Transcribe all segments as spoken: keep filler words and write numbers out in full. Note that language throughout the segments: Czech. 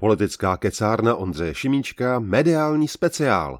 Politická kecárna Ondřeje Šimíčka, mediální speciál.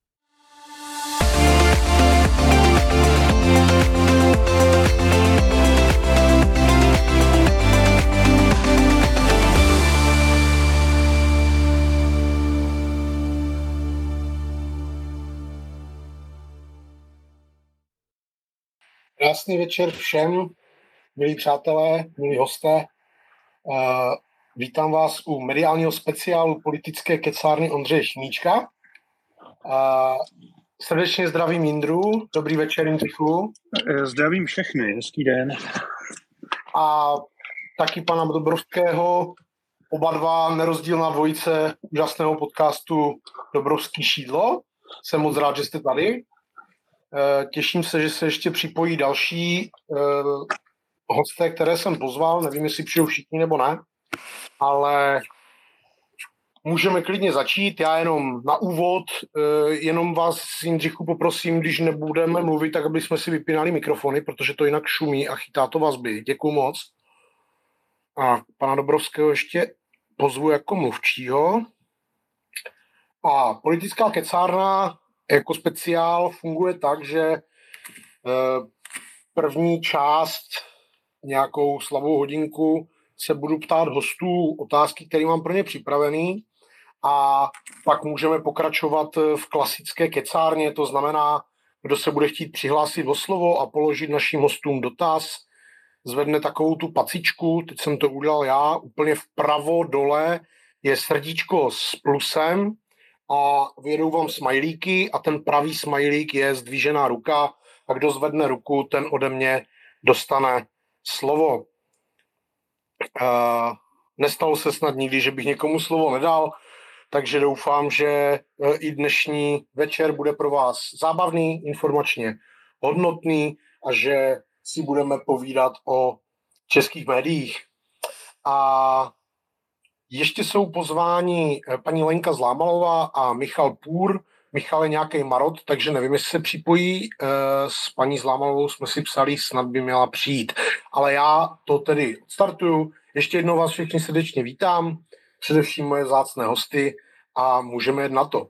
Krásný večer všem, milí přátelé, milí hosté. Uh, vítám vás u mediálního speciálu politické kecárny Ondřeje Šimíčka. Uh, srdečně zdravím Jindru. Dobrý večer, Jindřichu. Zdravím všechny, hezký den. A taky pana Dobrovského, oba dva nerozdílná dvojice úžasného podcastu Dobrovský šídlo. Jsem moc rád, že jste tady. Těším se, že se ještě připojí další uh, hosté, které jsem pozval. Nevím, jestli přijdou všichni nebo ne, ale můžeme klidně začít. Já jenom na úvod, uh, jenom vás, Jindřichu, poprosím, když nebudeme mluvit, tak aby jsme si vypínali mikrofony, protože to jinak šumí a chytá to vazby. Děkuju moc. A pana Dobrovského ještě pozvu jako mluvčího. A politická kecárna jako speciál funguje tak, že první část, nějakou slavou hodinku, se budu ptát hostů otázky, které mám pro ně připravený, a pak můžeme pokračovat v klasické kecárně, to znamená, kdo se bude chtít přihlásit o slovo a položit našim hostům dotaz, zvedne takovou tu pacičku, teď jsem to udělal já, úplně vpravo dole je srdíčko s plusem, a vyjedou vám smajlíky a ten pravý smajlík je zdvížená ruka a kdo zvedne ruku, ten ode mě dostane slovo. Uh, nestalo se snad nikdy, že bych někomu slovo nedal, takže doufám, že i dnešní večer bude pro vás zábavný, informačně hodnotný a že si budeme povídat o českých médiích. A ještě jsou pozváni paní Lenka Zlámalová a Michal Půr. Michal je nějaký marot, takže nevím, jestli se připojí. S paní Zlámalovou jsme si psali, snad by měla přijít. Ale já to tedy odstartuju. Ještě jednou vás všichni srdečně vítám, především moje vzácné hosty, a můžeme jít na to.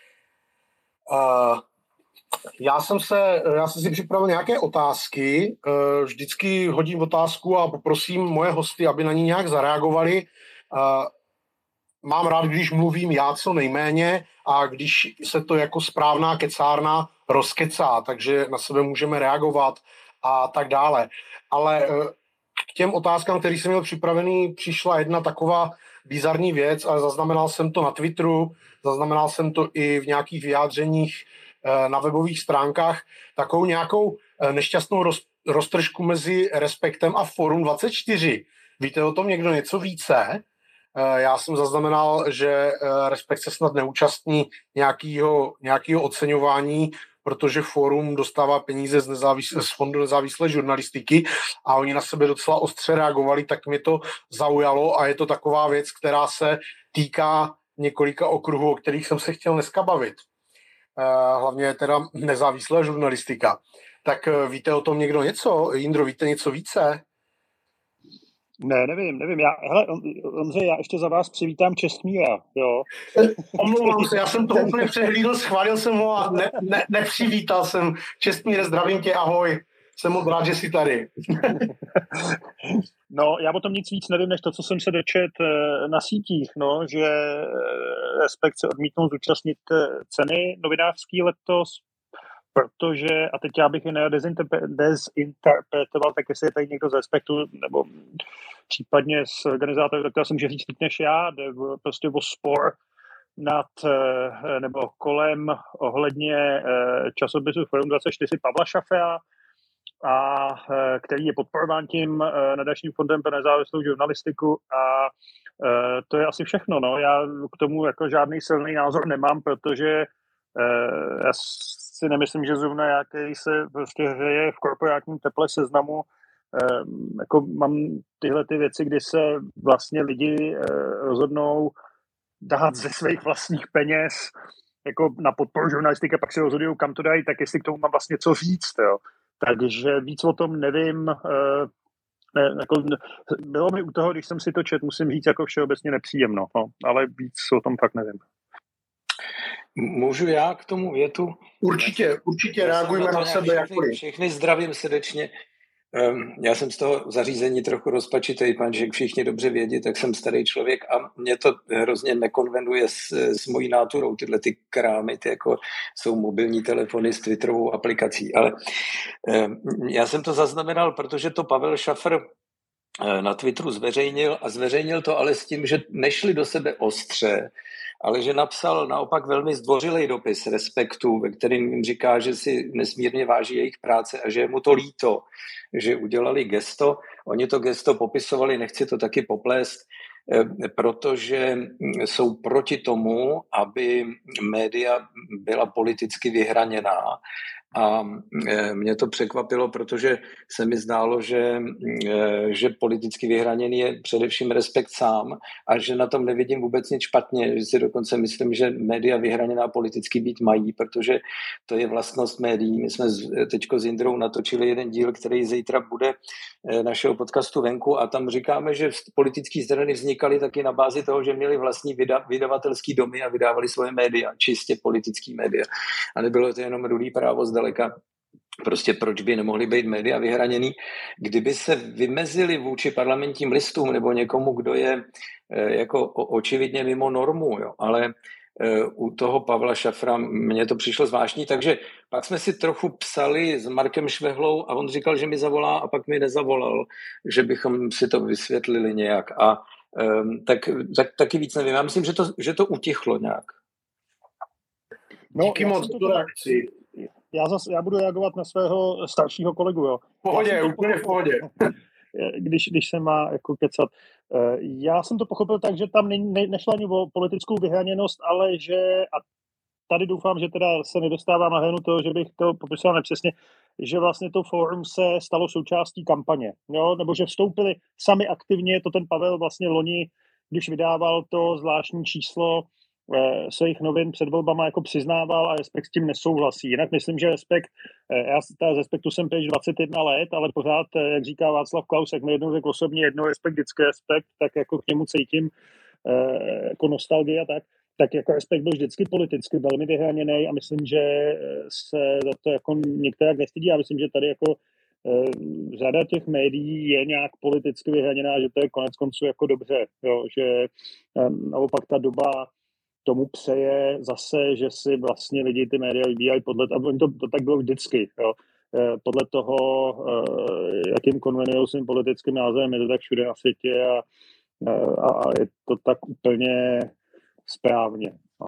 Já jsem, se, já jsem si připravil nějaké otázky. Vždycky hodím otázku a poprosím moje hosty, aby na ní nějak zareagovali. Uh, mám rád, když mluvím já co nejméně a když se to jako správná kecárna rozkecá, takže na sebe můžeme reagovat a tak dále. Ale uh, k těm otázkám, které jsem měl připravený, přišla jedna taková bizarní věc, ale zaznamenal jsem to na Twitteru, zaznamenal jsem to i v nějakých vyjádřeních uh, na webových stránkách, takovou nějakou uh, nešťastnou roz, roztržku mezi Respektem a Forum dvacet čtyři. Víte o tom někdo něco více? Já jsem zaznamenal, že Respekt se snad neúčastní nějakého, nějakého oceňování, protože Fórum dostává peníze z, nezávislé, z Fondu nezávislé žurnalistiky a oni na sebe docela ostře reagovali, tak mě to zaujalo a je to taková věc, která se týká několika okruhů, o kterých jsem se chtěl dneska bavit. Hlavně teda nezávislá žurnalistika. Tak víte o tom někdo něco? Jindro, víte něco více? Ne, nevím, nevím. Já, hele, Ondřej, já ještě za vás přivítám Čestmíra, jo. Omlouvám se, já jsem to úplně přehlídl, schválil jsem ho a ne, ne, nepřivítal jsem. Čestmíre, zdravím tě, ahoj. Jsem moc rád, že jsi tady. No, já o tom nic víc nevím, než to, co jsem se dočet na sítích, no, že Respekt se odmítnou zúčastnit ceny novinářský letos, protože, a teď já bych je dezinterpretoval, tak jestli je tady někdo z Respektu, nebo případně z organizátorů, tak to jsem může říct víc než já, jde prostě o spor nad, nebo kolem ohledně časopisu Forum dvacet čtyři Pavla Šafea, a který je podporován tím nadačním fondem pro nezávislou žurnalistiku, a to je asi všechno. No. Já k tomu jako žádný silný názor nemám, protože já si nemyslím, že zrovna já, který se prostě hřeje v korporátním teple Seznamu, jako mám tyhle ty věci, kdy se vlastně lidi rozhodnou dát ze svých vlastních peněz jako na podporu žurnalistiky, pak se rozhodují, kam to dají, tak jestli k tomu mám vlastně co říct, jo. Takže víc o tom nevím. ne, jako, bylo mi u toho, když jsem si to čet, musím říct, jako všeobecně nepříjemno, no, ale víc o tom fakt nevím. Můžu já k tomu větu? Určitě, určitě reagujme na, na sebe. Všechny, všechny zdravím srdečně. Já jsem z toho zařízení trochu rozpačitý, pan Žek, všichni dobře vědí, tak jsem starý člověk a mě to hrozně nekonvenuje s, s mojí náturou, tyhle ty krámy, ty jako jsou mobilní telefony s Twitterovou aplikací. Ale já jsem to zaznamenal, protože to Pavel Šafr na Twitteru zveřejnil a zveřejnil to ale s tím, že nešli do sebe ostře, ale že napsal naopak velmi zdvořilej dopis Respektu, ve kterým jim říká, že si nesmírně váží jejich práce a že je mu to líto, že udělali gesto. Oni to gesto popisovali, nechci to taky poplést, protože jsou proti tomu, aby média byla politicky vyhraněná. A mě to překvapilo, protože se mi zdálo, že, že politicky vyhraněný je především Respekt sám a že na tom nevidím vůbec nic špatně, že si dokonce myslím, že média vyhraněná politicky být mají, protože to je vlastnost médií. My jsme teďko s Jindrou natočili jeden díl, který zítra bude našeho podcastu venku a tam říkáme, že politické strany vznikaly taky na bázi toho, že měli vlastní vyda- vydavatelský domy a vydávali svoje média, čistě politický média. A nebylo to jenom Rudý právo zdaleka. Prostě proč by nemohly být média vyhraněný? Kdyby se vymezili vůči parlamentním listům nebo někomu, kdo je jako očividně mimo normu, jo, ale u toho Pavla Šafra mně to přišlo zvláštní, takže pak jsme si trochu psali s Markem Švehlou a on říkal, že mi zavolá a pak mi nezavolal, že bychom si to vysvětlili nějak a um, tak, tak taky víc nevím. Já myslím, že to, že to utichlo nějak. No, díky moc za tu reakci. Já, zas, já budu reagovat na svého staršího kolegu. Jo. V pohodě, úplně v pohodě. Když, když se má jako kecat. Já jsem to pochopil tak, že tam ne, ne, nešlo ani o politickou vyhraněnost, ale že, a tady doufám, že teda se nedostávám na hranu toho, že bych to popisoval nepřesně, že vlastně to fórum se stalo součástí kampaně. Jo? Nebo že vstoupili sami aktivně, to ten Pavel vlastně loni, když vydával to zvláštní číslo svých novin před volbama jako přiznával a Respekt s tím nesouhlasí. Jinak myslím, že Respekt, já z Respektu jsem pryč dvacet jedna let, ale pořád, jak říká Václav Klaus, jak mi jednou řekl osobně jednou Respekt, vždycky Respekt, tak jako k němu cítím jako nostalgie a tak, tak jako Respekt byl vždycky politicky velmi vyhraněný a myslím, že se za to jako některá nestydí a myslím, že tady jako řada těch médií je nějak politicky vyhraněná, že to je konec konců jako dobře, jo, že naopak ta doba tomu přeje zase, že si vlastně lidi ty média vybírají podle, a to, to tak bylo vždycky, jo. Podle toho, jakým konvenují svým politickým názvem, je to tak všude na světě a, a, a je to tak úplně správně. No.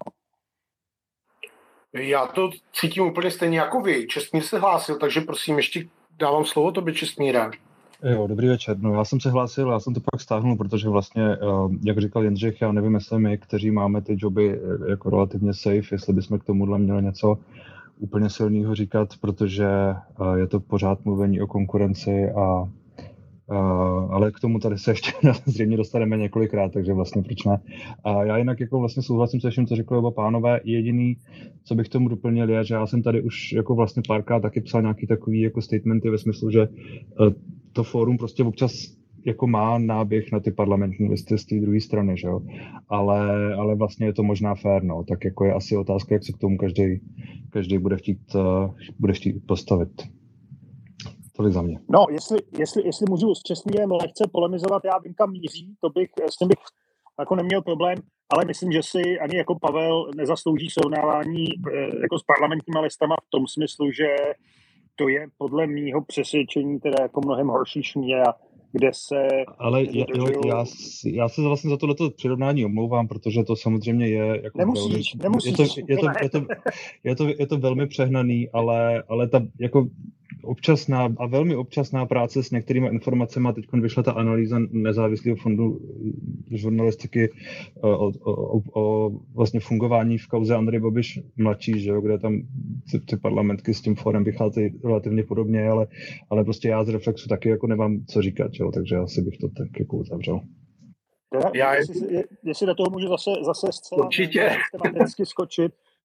Já to cítím úplně stejně jako vy. Čestmír se hlásil, takže prosím, ještě dávám slovo tobě, Čestmíre. Jo, dobrý večer. No, já jsem se hlásil, já jsem to pak stáhnul, protože vlastně, jak říkal Jindřich, já nevím, jestli my, kteří máme ty joby jako relativně safe, jestli bychom k tomuhle měli něco úplně silného říkat, protože je to pořád mluvení o konkurenci a Uh, ale k tomu tady se ještě zřejmě dostaneme několikrát, takže vlastně proč ne. A já jinak jako vlastně souhlasím se vším, co řekli oba pánové. Jediný, co bych tomu doplnil, je, že já jsem tady už jako vlastně párkrát taky psal nějaký takový jako statementy ve smyslu, že uh, to fórum prostě občas jako má náběh na ty parlamentní listy z té druhé strany, že jo. Ale, ale vlastně je to možná fér, no. Tak jako je asi otázka, jak se k tomu každý, každý bude chtít, uh, bude chtít postavit. Tolik za mě. No, jestli, jestli, jestli můžu s Čestmírem lehce polemizovat, já vím, kam míří, to bych, s tím bych jako neměl problém, ale myslím, že si ani jako Pavel nezaslouží srovnávání jako s parlamentníma listama v tom smyslu, že to je podle mýho přesvědčení teda jako mnohem horší šmíra, kde se... Ale já, jo, já, já se vlastně za tohleto přirovnání omlouvám, protože to samozřejmě je... Jako nemusíš, velmi, nemusíš. Je to, je, to, je, to, je, to, je to velmi přehnaný, ale, ale ta jako občasná a velmi občasná práce s některými informacemi, teď vyšla ta analýza nezávislého fondu žurnalistiky o, o, o, o vlastně fungování v kauze Andrej Babiš mladší, že jo, kde tam ty, ty parlamentky s tím fórem vycházejí relativně podobně, ale, ale prostě já z Reflexu taky jako nemám co říkat, jo, takže asi bych to tak jako uzavřel. Já, jestli, jestli do toho můžu zase, zase zcela systematicky skočit,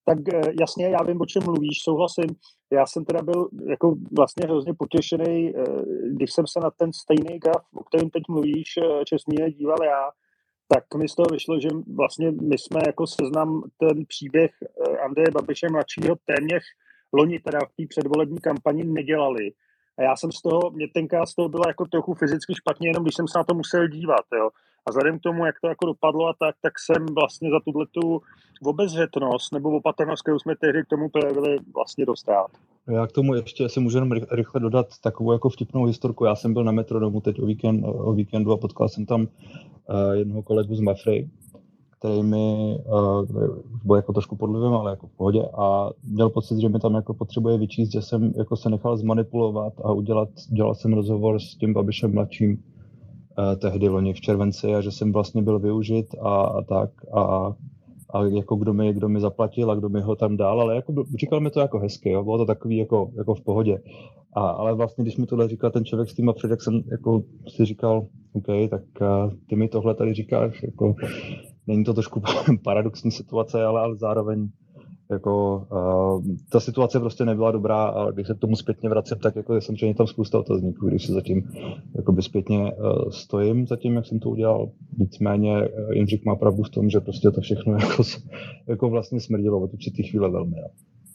tak jasně, já vím, o čem mluvíš, souhlasím. Já jsem teda byl jako vlastně hrozně potěšený, když jsem se na ten stejný graf, o kterém teď mluvíš, čestně díval já, tak mi z toho vyšlo, že vlastně my jsme jako Seznam ten příběh Andreje Babiše mladšího téměř loni teda v té předvolební kampani nedělali. A já jsem z toho, mě tenkrát z toho bylo jako trochu fyzicky špatně, jenom když jsem se na to musel dívat, jo. A vzhledem k tomu, jak to jako dopadlo a tak, tak jsem vlastně za tuhletu obezřetnost nebo opatrnost, kterou jsme tehdy k tomu projevili, vlastně dostat. Já k tomu ještě si můžu jenom rychle dodat takovou jako vtipnou historku. Já jsem byl na Metronomu teď o, víkend, o víkendu a potkal jsem tam uh, jednoho kolegu z Mafry, který mi uh, který už byl jako trošku podlivým, ale jako v pohodě a měl pocit, že mi tam jako potřebuje vyčíst, že jsem jako se nechal zmanipulovat a udělat, dělal jsem rozhovor s tím Babišem mladším uh, tehdy loni v červenci a že jsem vlastně byl využit a, a tak a a jako kdo mi, kdo mi zaplatil a kdo mi ho tam dal, ale jako říkal mi to jako hezky, jo? Bylo to takový jako, jako v pohodě. A, ale vlastně, když mi tohle říkal ten člověk s tím Mafry, tak jsem jako si říkal, OK, tak uh, ty mi tohle tady říkáš, jako není to trošku paradoxní situace, ale, ale zároveň jako uh, ta situace prostě nebyla dobrá a když se k tomu zpětně vracím, tak jako je samozřejmě tam spousta otazníků, když se zatím jakoby zpětně uh, stojím za tím, jak jsem to udělal. Nicméně uh, Jindřich má pravdu v tom, že prostě to všechno jako, jako vlastně smrdilo od určitý chvíle velmi. Ja.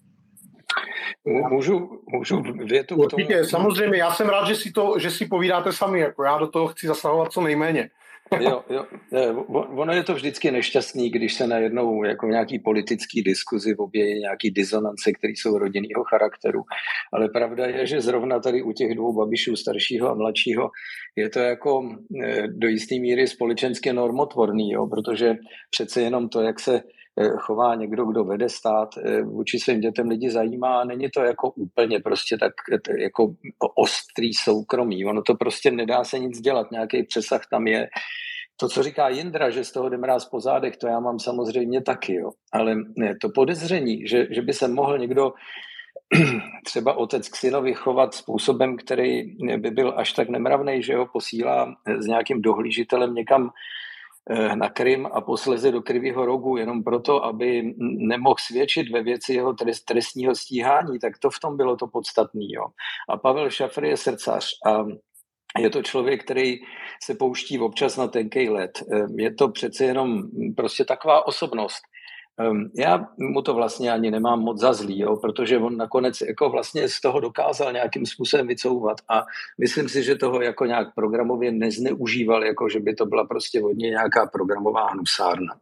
Můžu, můžu větu k tomu? Určitě, samozřejmě, já jsem rád, že si, to, že si povídáte sami, jako já do toho chci zasahovat co nejméně. Jo, jo. Ono je to vždycky nešťastný, když se najednou jako nějaký politický diskuzi objeví nějaký disonance, které jsou rodinného charakteru. Ale pravda je, že zrovna tady u těch dvou Babišů, staršího a mladšího, je to jako do jisté míry společensky normotvorný, jo? Protože přece jenom to, jak se chová někdo, kdo vede stát, vůči svým dětem lidi zajímá, není to jako úplně prostě tak jako ostrý soukromí. Ono to prostě nedá se nic dělat, nějaký přesah tam je. To, co říká Jindra, že z toho jde mráz po zádech, to já mám samozřejmě taky, jo. Ale ne, to podezření, že, že by se mohl někdo třeba otec k synovi chovat způsobem, který by byl až tak nemravnej, že ho posílá s nějakým dohlížitelem někam na Krym a posleze do Krivýho rohu jenom proto, aby nemohl svědčit ve věci jeho trest, trestního stíhání, tak to v tom bylo to podstatný. Jo. A Pavel Šafr je srdcař a je to člověk, který se pouští občas na tenkej led. Je to přece jenom prostě taková osobnost. Já mu to vlastně ani nemám moc za zlý, jo, protože on nakonec jako vlastně z toho dokázal nějakým způsobem vycouvat a myslím si, že toho jako nějak programově nezneužíval, jako že by to byla prostě hodně nějaká programová hnusárna.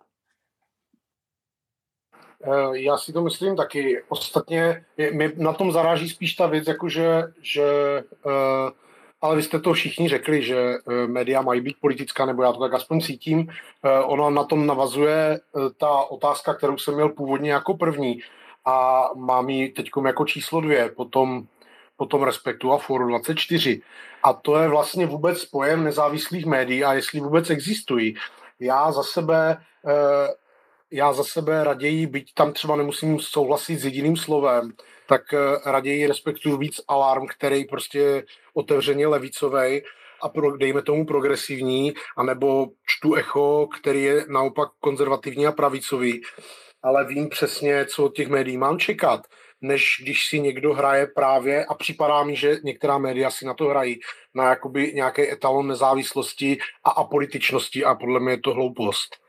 Já si to myslím taky. Ostatně mě na tom zaráží spíš ta věc, jakože, že, ale vy jste to všichni řekli, že média mají být politická, nebo já to tak aspoň cítím. Ona na tom navazuje ta otázka, kterou jsem měl původně jako první a mám ji teď jako číslo dvě, potom, potom Respektu a Fóru dvacet čtyři. A to je vlastně vůbec pojem nezávislých médií a jestli vůbec existují. Já za sebe... Já za sebe raději, byť tam třeba nemusím souhlasit s jediným slovem, tak raději respektuju víc Alarm, který prostě je otevřeně levicovej a pro, dejme tomu progresivní, anebo čtu Echo, který je naopak konzervativní a pravicový. Ale vím přesně, co od těch médií mám čekat, než když si někdo hraje právě, a připadá mi, že některá média si na to hrají, na jakoby nějaký etalon nezávislosti a apolitičnosti a podle mě je to hloupost.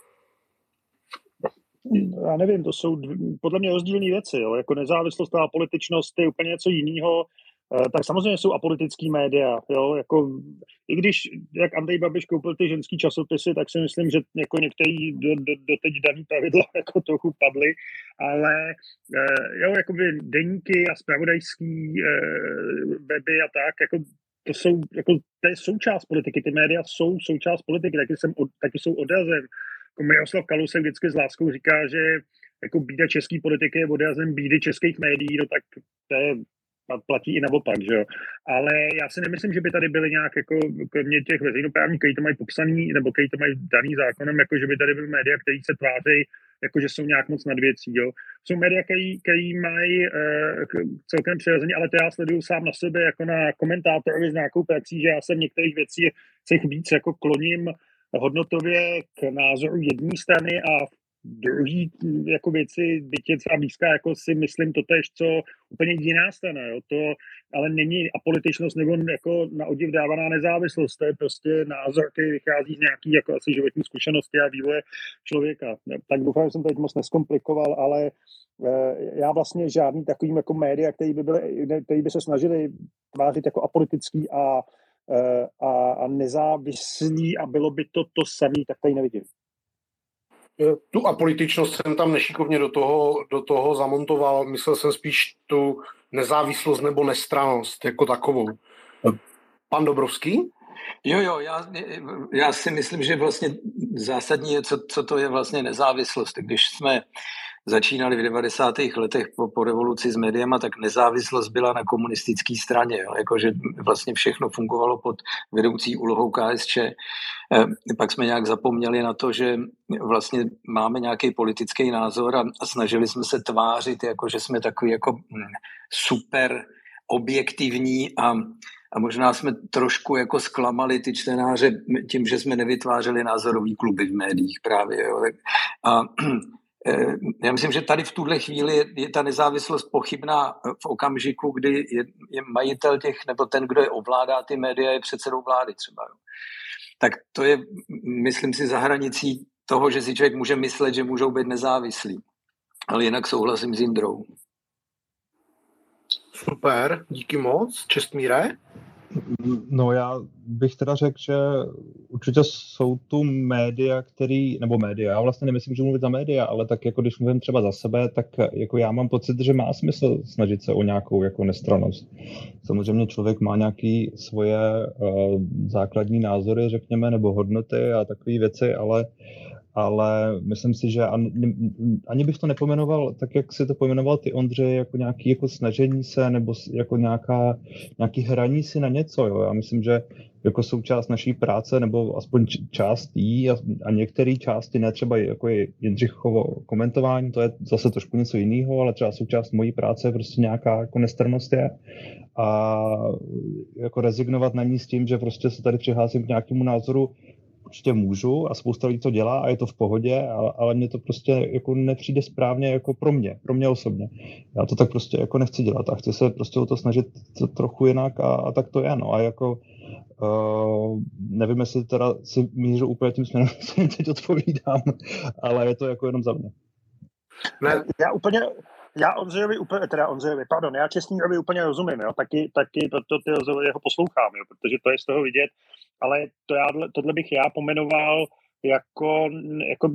Já nevím, to jsou podle mě rozdílné věci. Jo. Jako nezávislost a apolitičnost je úplně něco jiného. Tak samozřejmě jsou apolitický média. Jo. Jako, i když, jak Andrej Babiš koupil ty ženský časopisy, tak si myslím, že jako některý do, do, doteď daný pravidla jako trochu padly. Ale jo, jakoby deníky a zpravodajský weby a tak, jako to jsou, jako, to je součást politiky. Ty média jsou součást politiky, taky, jsem, taky jsou odrazem. Miroslav Kalousek vždycky s láskou říká, že jako bída český politiky je odrazem bídy českých médií, no tak to je, platí i naopak, že jo. Ale já si nemyslím, že by tady byly nějak jako, kromě těch veřejnoprávních, kteří to mají popsaný, nebo kteří to mají daný zákonem, jako že by tady byly média, který se tváří, jako že jsou nějak moc nad věcí, jo. Jsou média, který, který mají uh, celkem přirozeně, ale to já sleduju sám na sebe, jako na komentátory s nějakou praxí, že já se v některých věcích víc jako kloním hodnotově k názoru jedné strany a druhý jako věci, byť je třeba blízká, jako si myslím totéž, co úplně jiná strana, jo. To ale není apolitičnost nebo jako na odiv dávaná nezávislost, to je prostě názor, který vychází z nějaký jako asi životní zkušenosti a vývoje člověka. Tak doufám, že jsem teď moc neskomplikoval, ale já vlastně žádný takovým jako média, který by, byly, který by se snažili tvářit jako apolitický a, a, a nezávislý a bylo by to to samý, tak tady nevidím. Tu apolitičnost jsem tam nešikovně do toho, do toho zamontoval. Myslel jsem spíš tu nezávislost nebo nestrannost jako takovou. Pan Dobrovský? Jo, jo, já, já si myslím, že vlastně zásadní je, co, co to je vlastně nezávislost. Když jsme začínali v devadesátých letech po, po revoluci s médiama, tak nezávislost byla na komunistické straně. Jo? Jakože vlastně všechno fungovalo pod vedoucí úlohou K S Č. E, pak jsme nějak zapomněli na to, že vlastně máme nějaký politický názor a, a snažili jsme se tvářit, jako že jsme takový jako super objektivní a A možná jsme trošku jako zklamali ty čtenáře tím, že jsme nevytvářeli názorový kluby v médiích právě. Jo. A já myslím, že tady v tuhle chvíli je, je ta nezávislost pochybná v okamžiku, kdy je, je majitel těch, nebo ten, kdo je ovládá ty média, je předsedou vlády třeba. Jo. Tak to je, myslím si, za hranicí toho, že si člověk může myslet, že můžou být nezávislí. Ale jinak souhlasím s Jindrou. Super, díky moc. Čestmíre? No já bych teda řekl, že určitě jsou tu média, který, nebo média, já vlastně nemyslím, že mluvit za média, ale tak jako když mluvím třeba za sebe, tak jako já mám pocit, že má smysl snažit se o nějakou jako nestrannost. Samozřejmě člověk má nějaké svoje uh, základní názory, řekněme, nebo hodnoty a takové věci, ale ale myslím si, že ani, ani bych to nepojmenoval tak, jak si to pojmenoval ty, Ondřej, jako nějaké jako snažení se nebo jako nějaká, nějaký hraní si na něco. Jo. Já myslím, že jako součást naší práce nebo aspoň část jí a, a některé části, ne třeba jako je Jindřichovo komentování, to je zase trošku něco jiného, ale třeba součást mojí práce je prostě nějaká jako nestrannost je a jako rezignovat na ní s tím, že prostě se tady přihlásím k nějakému názoru, určitě můžu a spousta lidí to dělá a je to v pohodě, ale, ale mně to prostě jako nepřijde správně jako pro mě, pro mě osobně. Já to tak prostě jako nechci dělat a chci se prostě o to snažit to trochu jinak a, a tak to je, no a jako uh, nevím, jestli teda si mířu úplně tím směrem, co teď odpovídám, ale je to jako jenom za mě. Ne, já úplně, já Ondřejovi úplně, teda Ondřejovi, pardon, já Čestmírovi úplně rozumím, jo, taky, taky proto ty rozhovory jeho poslouchám, jo, protože to je z toho vidět, ale to já, tohle bych já pomenoval jako, jako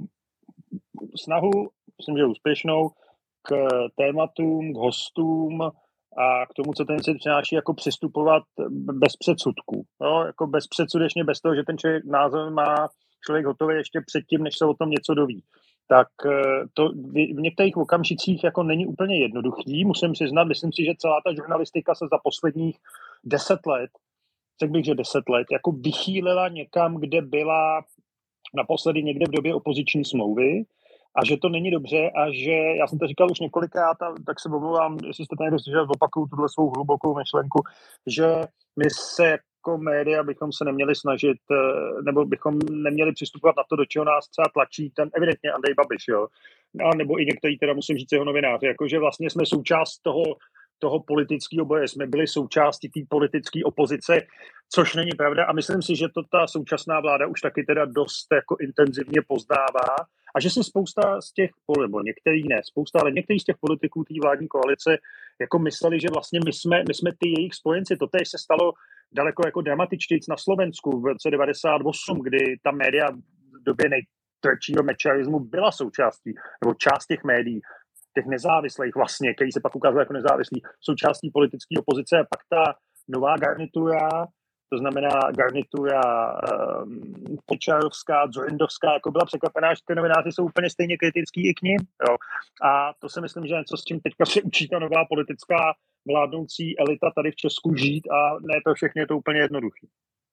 snahu, myslím, že úspěšnou, k tématům, k hostům a k tomu, co ten svět přináší, jako přistupovat bez předsudků. Jo? Jako bezpředsudečně, bez toho, že ten člověk názor má člověk hotový ještě předtím, než se o tom něco doví. Tak to v některých okamžicích jako není úplně jednoduchý, musím přiznat, myslím si, že celá ta žurnalistika se za posledních deset let, řekl bych, že deset let, jako vychýlila někam, kde byla naposledy někde v době opoziční smlouvy a že to není dobře a že, já jsem to říkal už několikrát, tak se omlouvám, jestli jste to někdo slyšel, opakuju tuhle svou hlubokou myšlenku, že my se jako média bychom se neměli snažit, nebo bychom neměli přistupovat na to, do čeho nás třeba tlačí ten evidentně Andrej Babiš, jo, a nebo i některý, teda musím říct, jeho novináři, jakože vlastně jsme součást toho, toho politického boje, jsme byli součástí té politické opozice, což není pravda a myslím si, že to ta současná vláda už taky teda dost jako intenzivně poznává a že si spousta z těch, nebo některý ne, spousta, ale některý z těch politiků té vládní koalice jako mysleli, že vlastně my jsme, my jsme ty jejich spojenci. To též se stalo daleko jako dramatičtějc na Slovensku v roce devadesát osm, kdy ta média v době nejtvrdšího mečiarismu byla součástí, nebo část těch médií, těch nezávislých vlastně, který se pak ukázal jako nezávislí, součástí politické opozice a pak ta nová garnitura, to znamená garnitura um, Počarovská, Dzurindovská, jako byla překvapená, že ty novináři jsou úplně stejně kritický i k nim. Jo. A to si myslím, že něco s tím teďka se učí ta nová politická vládnoucí elita tady v Česku žít a ne pro všechny je to úplně jednoduchý.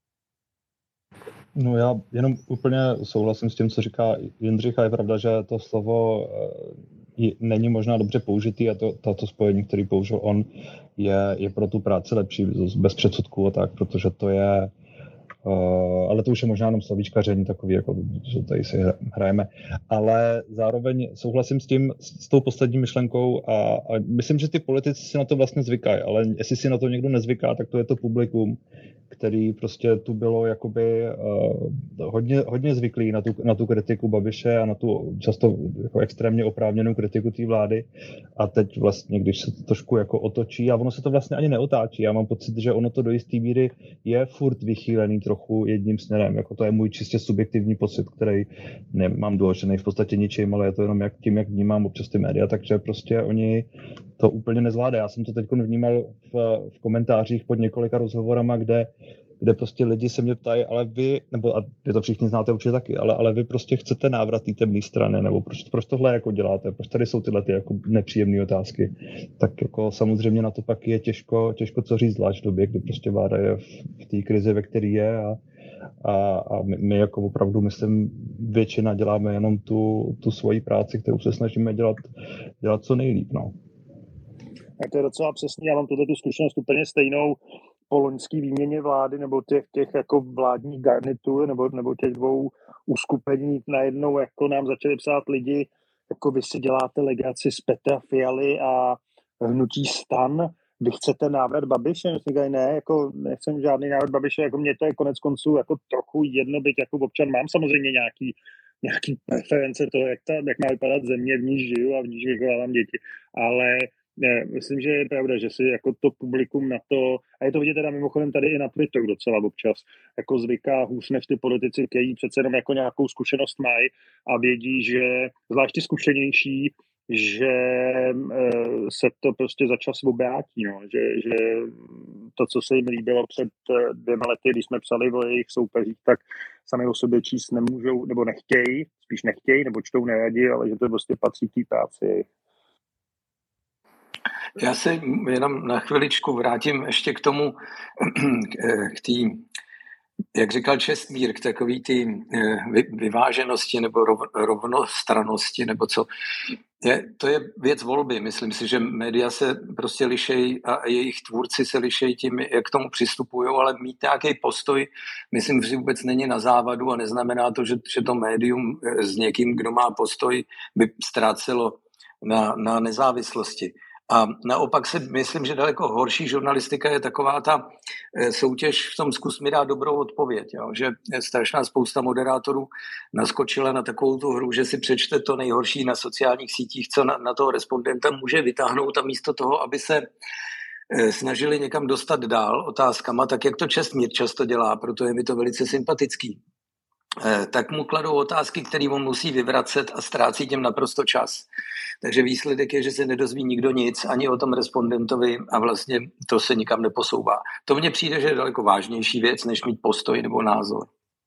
No já jenom úplně souhlasím s tím, co říká Jindřich a je pravda, že to slovo není možná dobře použitý a to, tato spojení, který použil on, je, je pro tu práci lepší bez předsudků a tak, protože to je, Uh, ale to už je možná jenom slovíčkaření takový, jako že tady si hrajeme. Ale zároveň souhlasím s tím, s tou poslední myšlenkou a, a myslím, že ty politici si na to vlastně zvykají, ale jestli si na to někdo nezvyká, tak to je to publikum, který prostě tu bylo jakoby uh, hodně, hodně zvyklý na tu, na tu kritiku Babiše a na tu často jako extrémně oprávněnou kritiku té vlády. A teď vlastně, když se to trošku jako otočí, a ono se to vlastně ani neotáčí, já mám pocit, že ono to do jistý míry je furt vychýlený trochu jedním směrem. Jako to je můj čistě subjektivní pocit, který nemám doložený v podstatě ničím, ale je to jenom jak, tím, jak vnímám občas ty média, takže prostě oni to úplně nezvládají. Já jsem to teď vnímal v, v komentářích pod několika rozhovorama, kde kde prostě lidi se mě ptají, ale vy, nebo a vy to všichni znáte určitě taky, ale, ale vy prostě chcete návrat té temné strany, nebo proč, proč tohle jako děláte, proč tady jsou tyhle ty jako nepříjemné otázky, tak jako samozřejmě na to pak je těžko, těžko co říct, zvlášť v době, kdy prostě vláda je v, v té krizi, ve které je a, a, a my, my jako opravdu, myslím, většina děláme jenom tu, tu svoji práci, kterou se snažíme dělat, dělat co nejlíp, no. A to je docela přesný, já mám tuto tu zkušenost úplně stejnou po loňský výměně vlády nebo těch, těch jako vládních garnitur nebo, nebo těch dvou uskupení najednou jako nám začali psát lidi, jako vy si děláte legraci z Petra Fialy a hnutí STAN, vy chcete návrat Babiše? Říkají, ne, jako nechcem žádný návrat Babiše, jako mě to je konec konců jako trochu jedno, byť jako občan mám samozřejmě nějaký, nějaký preference toho, jak, ta, jak má vypadat země, v níž žiju a v níž vychovávám děti, ale ne, myslím, že je pravda, že si jako to publikum na to, a je to vidět teda mimochodem tady i na Twitteru docela občas, jako zvyká hůř než ty politici, kteří přece jenom jako nějakou zkušenost mají a vědí, že zvlášť ty zkušenější, že se to prostě za čas obrátí, no. že, že to, co se jim líbilo před dvěma lety, když jsme psali o jejich soupeřích, tak sami o sobě číst nemůžou, nebo nechtějí, spíš nechtějí, nebo čtou neradi, ale že to prostě patří k té práci. Já se jenom na chviličku vrátím ještě k tomu, k té, jak říkal Čestmír, k takový ty vyváženosti nebo rovnostrannosti, nebo co. Je, to je věc volby. Myslím si, že média se prostě lišejí a jejich tvůrci se lišejí tím, jak k tomu přistupují, ale mít nějaký postoj, myslím, že vůbec není na závadu a neznamená to, že, že to médium s někým, kdo má postoj, by ztrácelo na, na nezávislosti. A naopak si myslím, že daleko horší žurnalistika je taková ta soutěž v tom zkus mi dát dobrou odpověď. Jo? Že strašná spousta moderátorů naskočila na takovou tu hru, že si přečte to nejhorší na sociálních sítích, co na, na toho respondenta může vytáhnout a místo toho, aby se snažili někam dostat dál otázkama, tak jak to Čestmír často dělá, proto je mi to velice sympatický, tak mu kladou otázky, které on musí vyvracet a ztrácí tím naprosto čas. Takže výsledek je, že se nedozví nikdo nic, ani o tom respondentovi a vlastně to se nikam neposouvá. To mně přijde, že je daleko vážnější věc, než mít postoj nebo názor.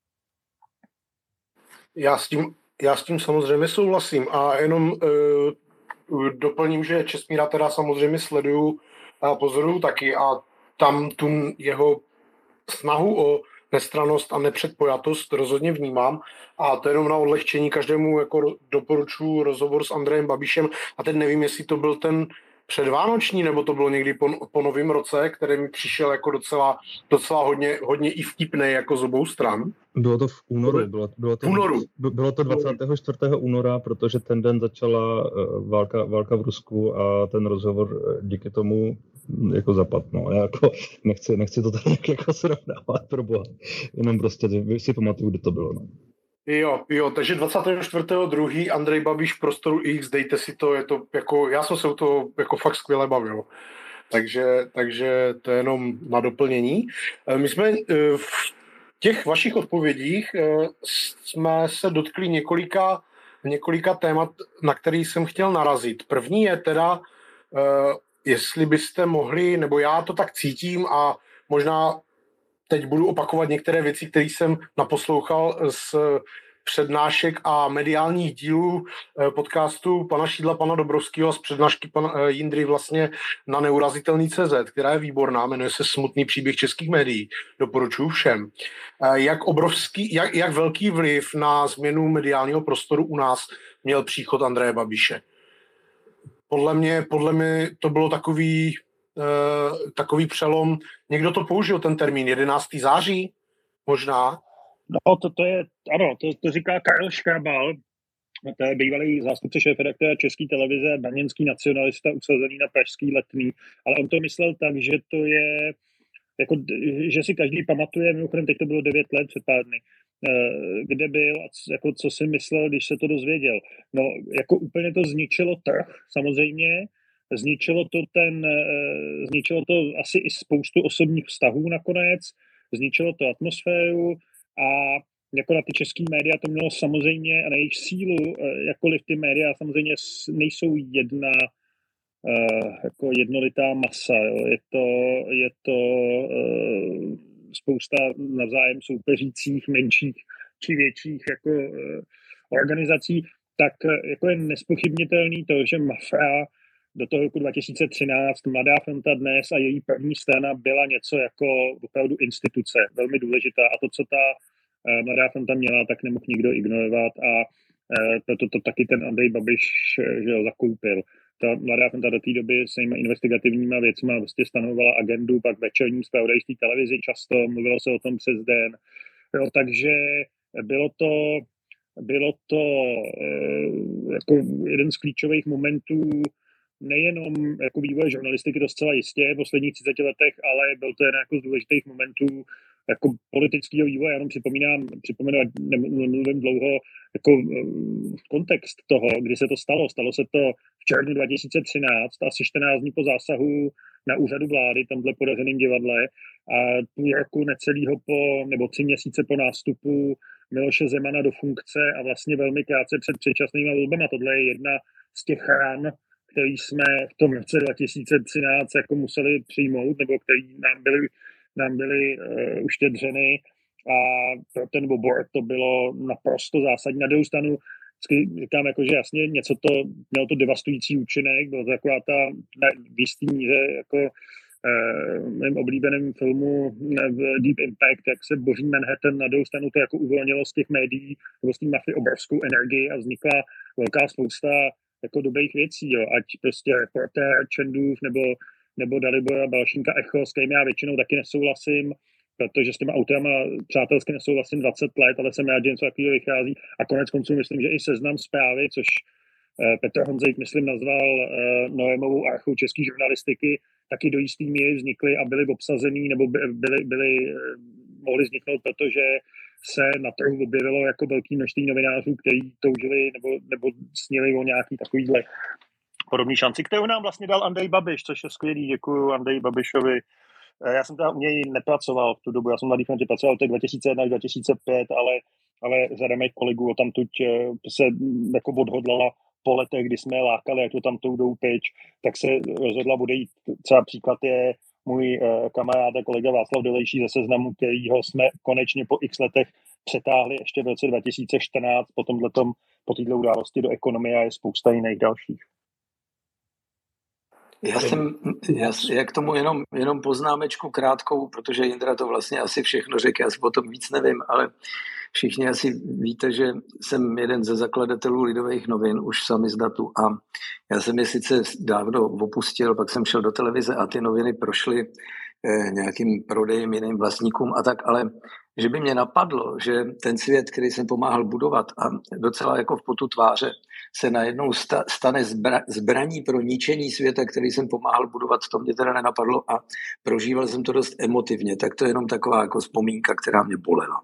Já s tím, já s tím samozřejmě souhlasím a jenom uh, doplním, že Čestmíra teda samozřejmě sleduju a pozoruju taky a tam tu jeho snahu o nestrannost a nepředpojatost rozhodně vnímám a to jenom na odlehčení každému jako doporučuji rozhovor s Andrejem Babišem a teď nevím, jestli to byl ten předvánoční, nebo to bylo někdy po, po novém roce, který mi přišel jako docela, docela hodně, hodně i vtipný jako z obou stran. Bylo to v únoru. Bylo, bylo to, únoru. Bylo to dvacátého čtvrtého února, protože ten den začala válka, válka v Rusku a ten rozhovor díky tomu jako zapad, no. Já jako nechci, nechci to tady jako srovnávat, pro boha. Jenom prostě si pamatuju, kde to bylo, no. Jo, jo, takže dvacátého čtvrtého druhého Andrej Babiš v Prostoru X, dejte si to, je to jako, já jsem se u toho jako fakt skvěle bavil. Takže, takže to je jenom na doplnění. My jsme v těch vašich odpovědích jsme se dotkli několika, několika témat, na který jsem chtěl narazit. První je teda, jestli byste mohli, nebo já to tak cítím a možná teď budu opakovat některé věci, které jsem naposlouchal z přednášek a mediálních dílů podcastu pana Šídla, pana Dobrovského a z přednášky pana Jindry vlastně na neurazitelný tečka cé zet, která je výborná, jmenuje se Smutný příběh českých médií. Doporučuji všem. Jak obrovský, jak, jak velký vliv na změnu mediálního prostoru u nás měl příchod Andreje Babiše? Podle mě, podle mě to bylo takový, uh, takový přelom. Někdo to použil, ten termín, jedenáctého září, možná. No, to, to je, ano, to, to říká Karel Škrabal, to je bývalý zástupce šéfredaktora České televize, brněnský nacionalista usazený na pražský Letný, ale on to myslel tak, že to je, jako, že si každý pamatuje, mimochodem teď to bylo devět let před pár dny, kde byl a jako, co si myslel, když se to dozvěděl. No, jako úplně to zničilo trh, samozřejmě, zničilo to ten, zničilo to asi i spoustu osobních vztahů nakonec, zničilo to atmosféru a jako na ty český média to mělo samozřejmě a na jejich sílu, jakkoliv ty média samozřejmě nejsou jedna jako jednolitá masa. Jo. Je to, je to spousta navzájem soupeřících, menších či větších jako organizací, tak jako je nespochybnitelný to, že Mafra do toho roku dva tisíce třináct, Mladá fronta Dnes a její první strana byla něco jako opravdu instituce, velmi důležitá. A to, co ta Mladá fronta měla, tak nemohl nikdo ignorovat a proto to taky ten Andrej Babiš že jo, zakoupil. Ta Mladá fronta do té doby s těmi investigativníma věcmi vlastně stanovala agendu, pak večerní zpravodajství televizi často, mluvilo se o tom přes den. Jo, takže bylo to, bylo to jako jeden z klíčových momentů nejenom jako vývoje žurnalistiky, to zcela jistě v posledních třiceti letech, ale byl to jeden jako z důležitých momentů jako politického vývoje. Já jenom připomínám, připomínám, nemluvím dlouho, jako kontext toho, kdy se to stalo. Stalo se to v červnu dva tisíce třináct, asi čtrnáct dní po zásahu na úřadu vlády, tamhle podařeným divadle, a půl roku necelýho po, nebo tři měsíce po nástupu Miloše Zemana do funkce a vlastně velmi krátce před předčasnými volbami. Tohle je jedna z těch ran, který jsme v tom roce dva tisíce třináct jako museli přijmout, nebo který nám byly, nám byly uh, uštědřeny a pro ten obor to bylo naprosto zásadní. Na druhou stranu říkám, jako, že jasně něco to, mělo to devastující účinek, bylo to taková ta v jistý míře jako uh, v mém oblíbeném filmu Deep Impact, jak se boří Manhattan, na druhou stranu to jako uvolnilo z těch médií nebo z té mafie obrovskou energii a vznikla velká spousta jako dobrých věcí, jo. Ať prostě Reportér, Čendův nebo, nebo Dalibora Balšínka Echo, s kterými já většinou taky nesouhlasím, protože s těma autorama přátelsky nesouhlasím dvacet let, ale jsem rád, že něco takového vychází. A konec konců myslím, že i Seznam Zprávy, což eh, Petr Honzejk, myslím, nazval eh, Noémovou archou české žurnalistiky, taky do jistý míry vznikly a byly obsazený, nebo by, byly, byly, eh, mohly vzniknout, protože se na trhu objevilo jako velké množství novinářů, kteří toužili nebo, nebo snili o nějaký takovýhle podobný šanci, kterou nám vlastně dal Andrej Babiš, což je skvělý, děkuju Andreji Babišovi. Já jsem teda u něj nepracoval v tu dobu, já jsem Mladý frontě pracoval od dva tisíce jedna až dva tisíce pět, ale, ale řada mých kolegů o tamtuť se jako odhodlala po letech, kdy jsme lákali, jak to tam jdou pryč, tak se rozhodla odejít. Třeba příklad je můj uh, kamarád a kolega Václav Dolejší ze Seznamu, kterýho jsme konečně po x letech přetáhli ještě v roce dva tisíce čtrnáct po tomhletom, po této události do Ekonomie a je spousta jiných dalších. Já jsem, já, já k tomu jenom, jenom poznámečku krátkou, protože Jindra to vlastně asi všechno řekl, já si o tom víc nevím, ale všichni asi víte, že jsem jeden ze zakladatelů Lidových novin, už sami z datu, a já jsem je sice dávno opustil, pak jsem šel do televize a ty noviny prošly eh, nějakým prodejem jiným vlastníkům a tak, ale že by mě napadlo, že ten svět, který jsem pomáhal budovat a docela jako v potu tváře, se najednou sta, stane zbra, zbraní pro ničení světa, který jsem pomáhal budovat, to mě teda nenapadlo a prožíval jsem to dost emotivně, tak to je jenom taková jako vzpomínka, která mě bolela.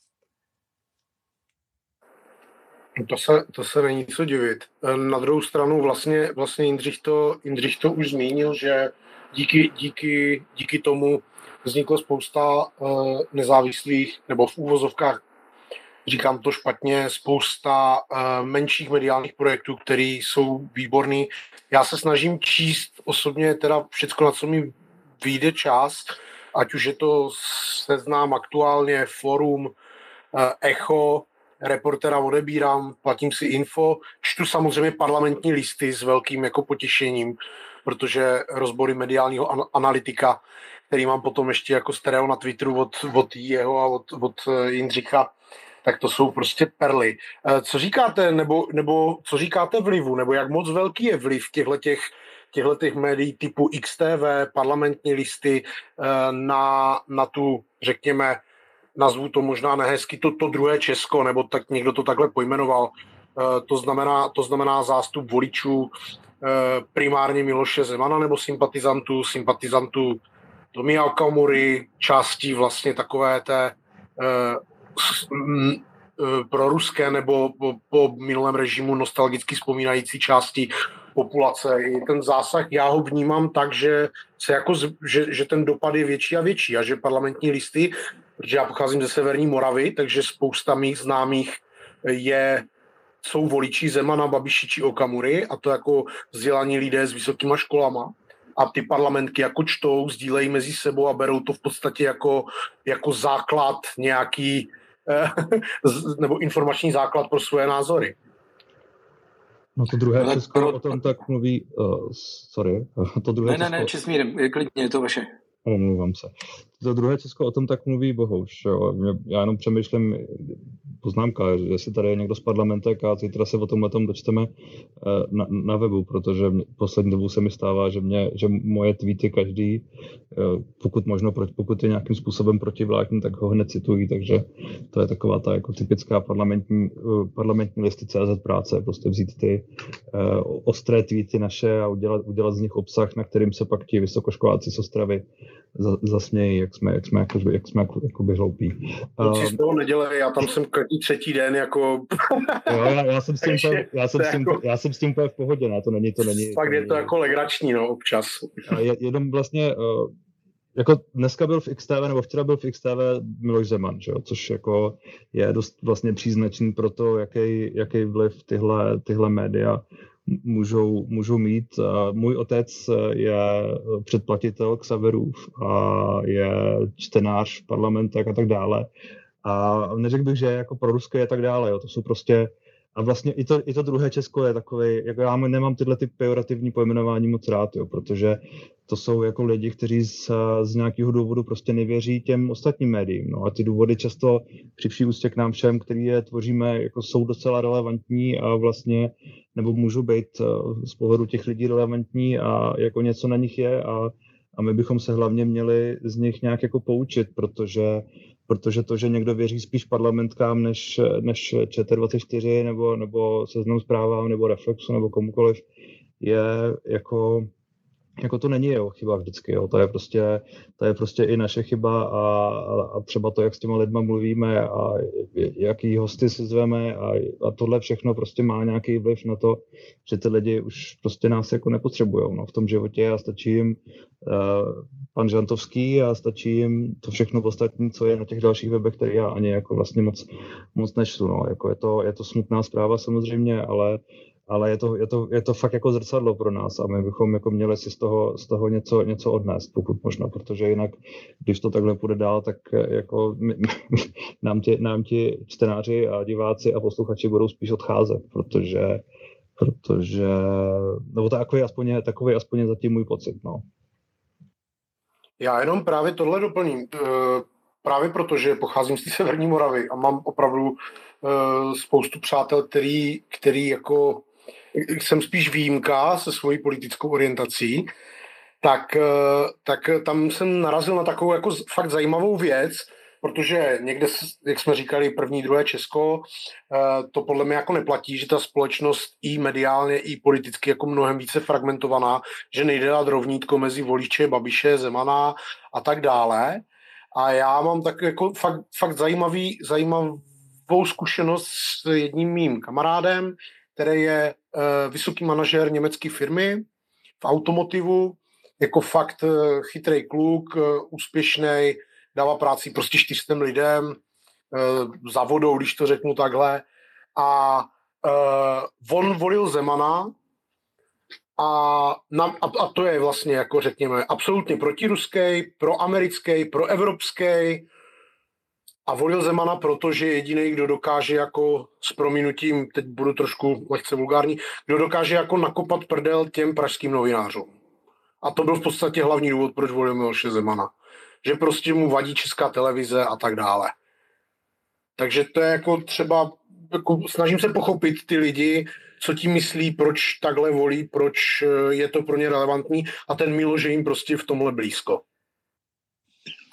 To se, to se není co divit. Na druhou stranu vlastně, vlastně Jindřich, to, Jindřich to už zmínil, že díky, díky, díky tomu vzniklo spousta uh, nezávislých, nebo v úvozovkách, říkám to špatně, spousta uh, menších mediálních projektů, které jsou výborný. Já se snažím číst osobně teda všecko, na co mi vyjde čas, ať už je to Seznam, Aktuálně, Forum, uh, Echo, Reportéra odebírám, platím si Info, čtu samozřejmě Parlamentní listy s velkým jako potěšením, protože rozbory mediálního an- analytika, který mám potom ještě jako stereo na Twitteru od, od jeho a od, od Jindřicha, tak to jsou prostě perly. Co říkáte, nebo, nebo co říkáte vlivu, nebo jak moc velký je vliv těchhletěch, těchhletěch médií typu X T V, Parlamentní listy na, na tu, řekněme, nazvu to možná nehezky, to, to druhé Česko, nebo tak někdo to takhle pojmenoval. To znamená, to znamená zástup voličů primárně Miloše Zemana nebo sympatizantů, sympatizantů Tomia Okamury, částí vlastně takové té pro ruské nebo po, po minulém režimu nostalgicky vzpomínající části populace. I ten zásah, já ho vnímám tak, že, se jako, že, že ten dopad je větší a větší a že parlamentní listy, protože já pocházím ze severní Moravy, takže spousta mých známých je, jsou voliči Zemana, Babiši či Okamury a to jako vzdělaní lidé s vysokýma školama. A ty parlamentky jako čtou, sdílejí mezi sebou a berou to v podstatě jako, jako základ nějaký nebo informační základ pro svoje názory. No to druhé no, Česko pro... o tom tak mluví, uh, sorry, to druhé Ne, ne, Česko... ne, Česmír, klidně, je to vaše. Omlouvám se. To druhé Česko o tom tak mluví Bohuš. Jo. Já jenom přemýšlím, poznámka, jestli tady je někdo z parlamentek a zítra se o tomhle tom dočteme na, na webu, protože poslední dobou se mi stává, že, mě, že moje tweety každý, pokud možno, pokud je nějakým způsobem protivládní, tak ho hned citují, takže to je taková ta jako typická parlamentní, parlamentní listy C Z práce, prostě vzít ty uh, ostré tweety naše a udělat, udělat z nich obsah, na kterým se pak ti vysokoškoláci z Ostravy zasmějí, jak jsme, jak jsme, jako, jak jsme jako, jako by hloupí. To si z toho nedělej, já tam jsem každý třetí den jako... jo, já, já, jsem s tím úplně, já, jsem s tím, jako... já jsem s tím úplně v pohodě, ne? To není, to není... Fakt to je to není... jako legrační, no, občas. Je, jenom vlastně, uh, jako dneska byl v X T V, nebo včera byl v X T V Miloš Zeman, že jo? Což jako je dost vlastně příznačný pro to, jaký, jaký vliv tyhle, tyhle média Můžou, můžou mít. Můj otec je předplatitel Xaverův a je čtenář v parlamentech a tak dále. A neřekl bych, že jako proruské a tak dále. Jo. To jsou prostě... A vlastně i to, i to druhé Česko je takový, jako já nemám tyhle ty pejorativní pojmenování moc rád, jo, protože to jsou jako lidi, kteří z, z nějakého důvodu prostě nevěří těm ostatním médiím. No a ty důvody často při vší úctě k nám všem, který je tvoříme, jako jsou docela relevantní a vlastně, nebo můžou být z pohledu těch lidí relevantní a jako něco na nich je a, a my bychom se hlavně měli z nich nějak jako poučit, protože protože to, že někdo věří spíš parlamentkám než, než Č T dvacet čtyři nebo, nebo Seznam Zprávám nebo Reflexu nebo komukoliv, je jako, jako to není jeho chyba vždycky. Jo. To, je prostě, to je prostě i naše chyba a, a třeba to, jak s těma lidma mluvíme a jaký hosty si zveme a, a tohle všechno prostě má nějaký vliv na to, že ty lidi už prostě nás jako nepotřebujou no, v tom životě a stačí jim uh, pan Žantovský a stačí jim to všechno ostatní, co je na těch dalších webech, které já ani jako vlastně moc, moc nečtu. No. Jako je, to, je to smutná zpráva samozřejmě, ale, ale je, to, je, to, je to fakt jako zrcadlo pro nás a my bychom jako měli si z toho, z toho něco, něco odnést, pokud možno, protože jinak, když to takhle půjde dál, tak jako my, nám, ti, nám ti čtenáři a diváci a posluchači budou spíš odcházet, protože, protože nebo takový aspoň, takový aspoň zatím můj pocit. No. Já jenom právě tohle doplním. Právě proto, že pocházím z té severní Moravy a mám opravdu spoustu přátel, který, který jako jsem spíš výjimka se svojí politickou orientací, tak, tak tam jsem narazil na takovou jako fakt zajímavou věc, protože někde, jak jsme říkali, první, druhé Česko, to podle mě jako neplatí, že ta společnost i mediálně, i politicky jako mnohem více fragmentovaná, že nejde dát rovnítko mezi voliče Babiše, Zemana a tak dále. A já mám tak jako fakt, fakt zajímavý, zajímavou zkušenost s jedním mým kamarádem, který je vysoký manažer německé firmy v automotivu, jako fakt chytrý kluk, úspěšný, dává práci prostě čtyřstem lidem, za vodou, když to řeknu takhle. A uh, on volil Zemana a, na, a, a to je vlastně, jako řekněme, absolutně protiruský, proamerický, proevropský a volil Zemana, protože jediný, kdo dokáže jako s prominutím, teď budu trošku lehce vulgární, kdo dokáže jako nakopat prdel těm pražským novinářům. A to byl v podstatě hlavní důvod, proč volil Miloše Zemana. Že prostě mu vadí Česká televize a tak dále. Takže to je jako třeba, jako snažím se pochopit ty lidi, co tím myslí, proč takhle volí, proč je to pro ně relevantní a ten Miloš je jim prostě v tomhle blízko.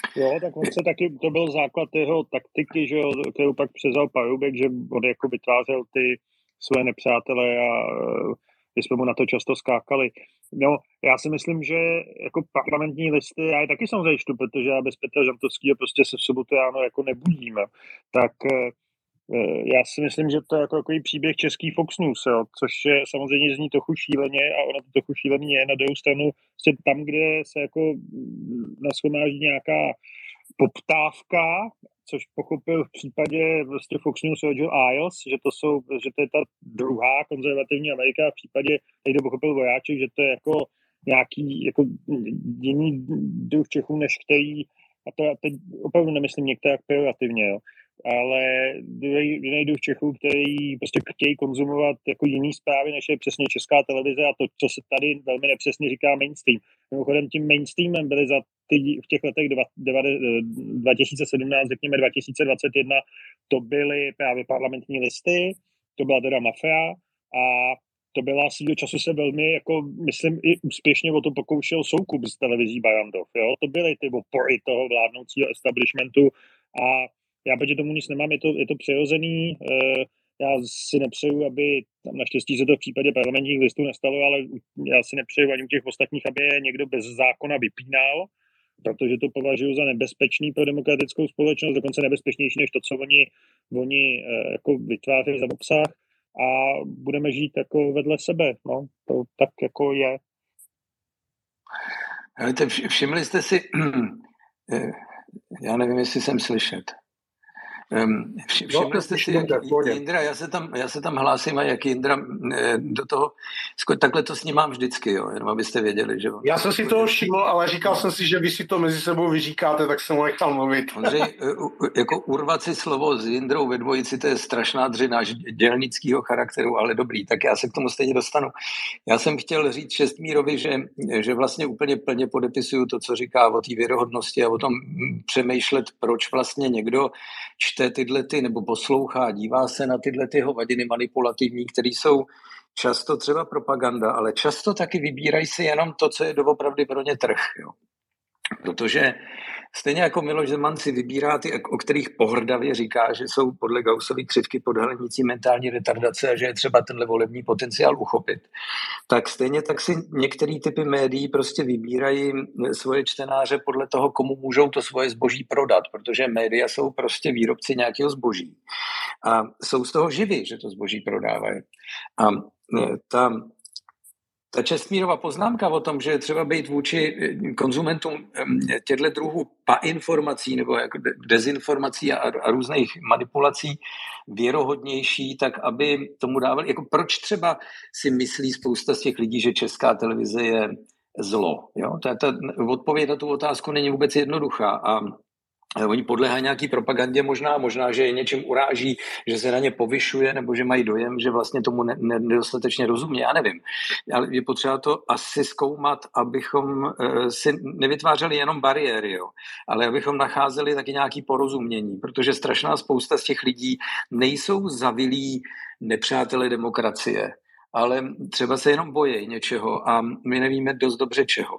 Jo, tak on se taky, to byl základ jeho taktiky, že jo, kterou pak převzal Paroubek, že on jako vytvářel ty své nepřátele a my jsme mu na to často skákali. No, já si myslím, že jako parlamentní listy, já je taky samozřejmě čtu, protože já bez Petra Žantovského prostě se v sobotu ráno jako nebudím, tak já si myslím, že to je jako takový příběh český Fox News, jo, což je, samozřejmě zní trochu šíleně a ono to trochu šílený je. Na druhou stranu tam, kde se jako nashromáždí nějaká poptávka, což pochopil v případě vlastně Fox News Roger Ailes, že to jsou, že to je ta druhá konzervativní Amerika, a v případě, jak to pochopil Vojáček, že to je jako nějaký jako jiný druh Čechů, než který, a to já teď opravdu nemyslím některá pejorativně, jo, ale jiný druh Čechů, který prostě chtějí konzumovat jako jiný zprávy, než je přesně Česká televize a to, co se tady velmi nepřesně říká mainstream. Mimochodem tím mainstreamem byly za ty, v těch letech dva tisíce sedmnáct, řekněme dva tisíce dvacet jedna, to byly právě parlamentní listy, to byla teda Mafia a to byla svýho času se velmi, jako myslím, i úspěšně o to pokoušel Soukup z televizí Barrandov. Jo? To byly ty opory toho vládnoucího establishmentu a já proti tomu nic nemám, je to, je to přirozený. Já si nepřeju, aby, tam naštěstí se to v případě parlamentních listů nestalo, ale já si nepřeju ani u těch ostatních, aby je někdo bez zákona vypínal, protože to považuji za nebezpečný pro demokratickou společnost, dokonce nebezpečnější než to, co oni, oni jako vytváří za obsah, a budeme žít jako vedle sebe. No, to tak jako je. Helejte, všimli jste si, já nevím, jestli jsem slyšet. Všimli jste si, jak Jindra, já se, tam, já se tam hlásím a jak Jindra do toho, takhle to s ním mám vždycky, jo, jenom abyste věděli, že... Já jsem si toho všiml, ale říkal jsem si, že vy si to mezi sebou vyříkáte, tak jsem ho nechal mluvit. Ondřej, jako urvat si slovo s Jindrou ve dvojici, to je strašná dřina dělnického charakteru, ale dobrý, tak já se k tomu stejně dostanu. Já jsem chtěl říct Čestmírovi, že, že vlastně úplně plně podepisuju to, co říká o té věrohodnosti a o tom přemýšlet, proč vlastně někdo čte tyhle ty, nebo poslouchá, dívá se na tyhle ty hovadiny manipulativní, které jsou často třeba propaganda, ale často taky vybírají si jenom to, co je doopravdy pro ně trh. Jo. Protože stejně jako Miloš Zeman si vybírá ty, o kterých pohrdavě říká, že jsou podle Gaussovy křivky pod hranicí mentální retardace a že je třeba tenhle volební potenciál uchopit, tak stejně tak si některé typy médií prostě vybírají svoje čtenáře podle toho, komu můžou to svoje zboží prodat, protože média jsou prostě výrobci nějakého zboží. A jsou z toho živí, že to zboží prodávají. A ta Ta Čestmírova poznámka o tom, že je třeba být vůči konzumentům těchto druhů painformací nebo jako dezinformací a, a různých manipulací věrohodnější, tak aby tomu dávali, jako proč třeba si myslí spousta z těch lidí, že Česká televize je zlo. Jo? Ta, ta odpověď na tu otázku není vůbec jednoduchá a oni podléhají nějaký propagandě možná, možná, že je něčím uráží, že se na ně povyšuje, nebo že mají dojem, že vlastně tomu ne, ne, nedostatečně rozumí, já nevím. Ale je potřeba to asi zkoumat, abychom uh, si nevytvářeli jenom bariéry, jo, ale abychom nacházeli taky nějaké porozumění, protože strašná spousta z těch lidí nejsou zavilí nepřátelé demokracie, ale třeba se jenom bojí něčeho a my nevíme dost dobře čeho.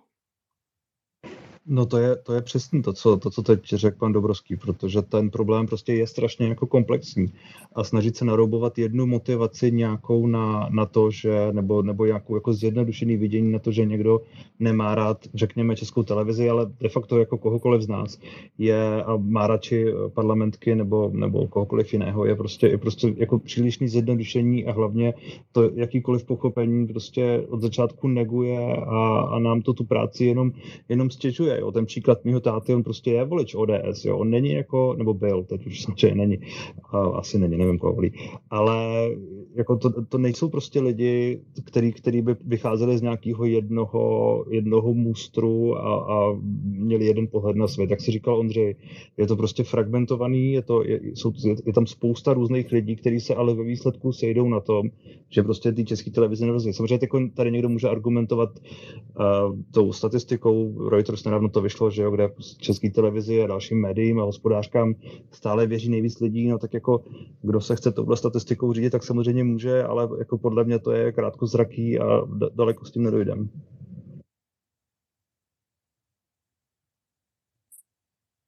No to je, to je přesně to co, to, co teď řekl pan Dobrovský, protože ten problém prostě je strašně jako komplexní a snažit se naroubovat jednu motivaci nějakou na, na to, že, nebo, nebo nějakou jako zjednodušený vidění na to, že někdo nemá rád, řekněme, Českou televizi, ale de facto jako kohokoliv z nás je a má radši parlamentky nebo, nebo kohokoliv jiného, je prostě, je prostě jako přílišný zjednodušení a hlavně to jakýkoliv pochopení prostě od začátku neguje a, a nám to tu práci jenom, jenom stěžuje. Jo. Ten příklad mýho táty, on prostě je volič O D S, jo. On není jako, nebo byl, teď už samozřejmě není, asi není, nevím koho volí, ale jako to, to nejsou prostě lidi, který, který by vycházeli z nějakého jednoho, jednoho můstru a, a měli jeden pohled na svět. Jak si říkal Ondřej, je to prostě fragmentovaný, je, to, je, jsou, je tam spousta různých lidí, kteří se ale ve výsledku sejdou na tom, že prostě ty české televize nerozumí. Samozřejmě tady někdo může argumentovat uh, tou statistikou, Reuters nedávno to vyšlo, že jo, kde české televizi a dalším médiím a hospodářkám stále věří nejvíc lidí, no tak jako kdo se chce touhle statistikou řídit, tak samozřejmě může, ale jako podle mě to je krátkozraký a d- daleko s tím nedojdem.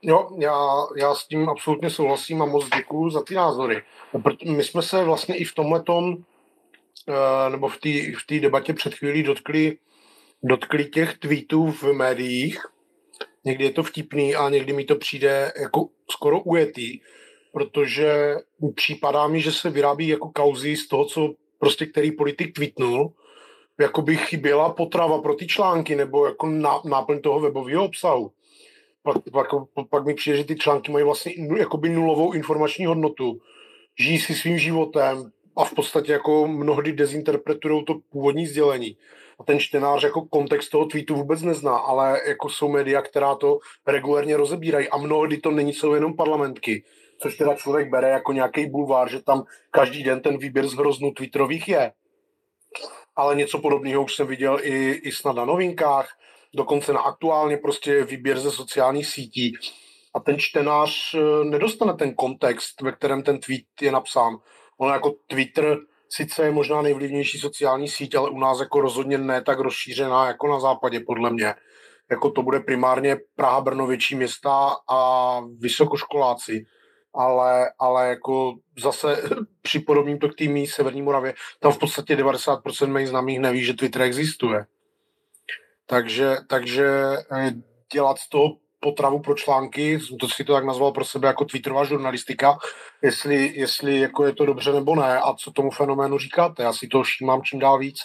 Jo, já, já s tím absolutně souhlasím a moc děkuju za ty názory. My jsme se vlastně i v tomhletom, nebo v té v té debatě před chvílí dotkli, dotkli těch tweetů v médiích. Někdy je to vtipný a někdy mi to přijde jako skoro ujetý, protože připadá mi, že se vyrábí jako kauzy z toho, co prostě který politik tweetnul, jako by chyběla potrava pro ty články nebo jako náplň toho webového obsahu. Pak, pak, pak mi přijde, že ty články mají vlastně jakoby nulovou informační hodnotu. Žijí si svým životem a v podstatě jako mnohdy dezinterpretují to původní sdělení. A ten čtenář jako kontext toho tweetu vůbec nezná, ale jako jsou média, která to regulérně rozebírají a mnohdy to není jsou jenom parlamentky, což teda člověk bere jako nějaký bulvár, že tam každý den ten výběr z hroznů twitterových je. Ale něco podobného už jsem viděl i, i snad na Novinkách, dokonce na Aktuálně prostě výběr ze sociálních sítí. A ten čtenář nedostane ten kontext, ve kterém ten tweet je napsán. Ono jako Twitter sice je možná nejvlivnější sociální síť, ale u nás jako rozhodně ne tak rozšířená jako na západě, podle mě. Jako to bude primárně Praha, Brno, větší města a vysokoškoláci. Ale, ale jako zase připodobním to k té mý Severní Moravě, tam v podstatě devadesát procent mých známých neví, že Twitter existuje. Takže, takže dělat z toho potravu pro články, to si to tak nazval pro sebe jako twitterová žurnalistika, jestli, jestli jako je to dobře nebo ne a co tomu fenoménu říkáte. Já si to všímám čím dál víc.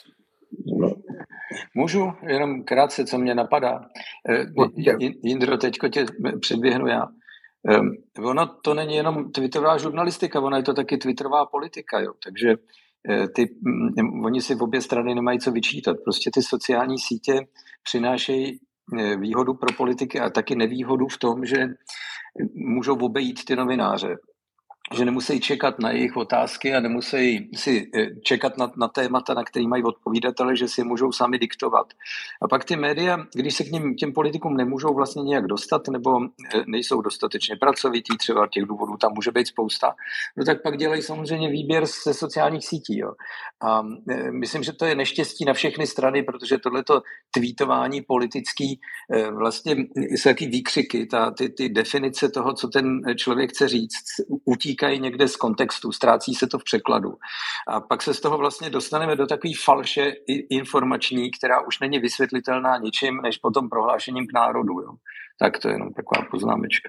Můžu jenom krátce, co mě napadá. Jindro, teďko tě předběhnu já. Um, ono to není jenom twitterová žurnalistika, ona je to taky twitterová politika, jo. Takže eh, ty, m, oni si v obě strany nemají co vyčítat. Prostě ty sociální sítě přinášejí eh, výhodu pro politiky a taky nevýhodu v tom, že můžou obejít ty novináře. Že nemusí čekat na jejich otázky a nemusí si čekat na, na témata, na který mají odpovídat, ale že si můžou sami diktovat. A pak ty média, když se k ním, těm politikům nemůžou vlastně nějak dostat nebo nejsou dostatečně pracovitý, třeba těch důvodů tam může být spousta, no tak pak dělají samozřejmě výběr ze sociálních sítí. Jo. A myslím, že to je neštěstí na všechny strany, protože tohleto tweetování politický vlastně jsou taky výkřiky, ta, ty, ty definice toho, co ten člověk chce říct, utíkají někde z kontextu, ztrácí se to v překladu. A pak se z toho vlastně dostaneme do takové falše informační, která už není vysvětlitelná ničím, než potom prohlášením k národu. Jo. Tak to je jenom taková poznámečka.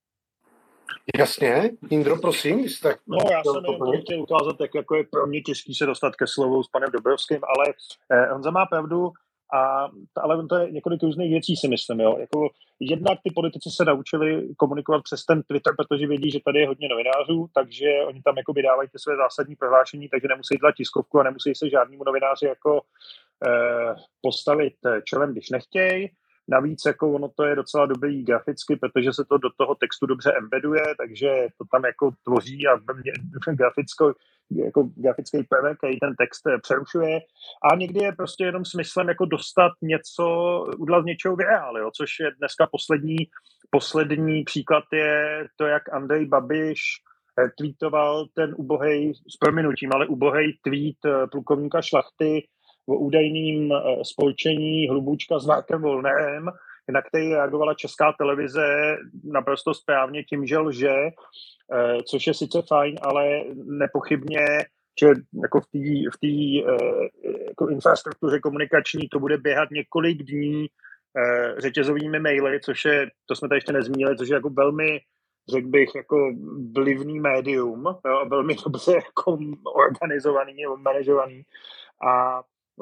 Jasně. Jindro, prosím. Jste... No, já jsem jenom chtěl ukázat, jak jako je pro mě těžký se dostat ke slovu s panem Dobrovským, ale eh, Honza má pravdu, a, ale to je několik různých věcí, si myslím. Jo. Jako, jednak ty politici se naučili komunikovat přes ten Twitter, protože vědí, že tady je hodně novinářů, takže oni tam jako vydávají ty své zásadní prohlášení, takže nemusí dělat tiskovku a nemusí se žádnému novináři jako eh, postavit čelem, když nechtějí. Navíc jako ono to je docela dobrý graficky, protože se to do toho textu dobře embeduje, takže to tam jako tvoří a graficko, jako grafický prvek, který ten text přerušuje. A někdy je prostě jenom smyslem jako dostat něco, udělat z něčeho virál, jo? Což je dneska poslední, poslední příklad je to, jak Andrej Babiš tweetoval ten ubohej, s prominutím, ale ubohej tweet plukovníka Šlachty o údajným spolčení Hlubučka s Markem Volnérem, na který reagovala Česká televize naprosto správně tím, že lže, což je sice fajn, ale nepochybně, že jako v té v té jako infrastruktuře komunikační to bude běhat několik dní řetězovými maily, což je, to jsme tady ještě nezmínili, což je jako velmi, řekl bych, jako vlivný médium, jo, velmi dobře jako organizovaný nebo manažovaný. A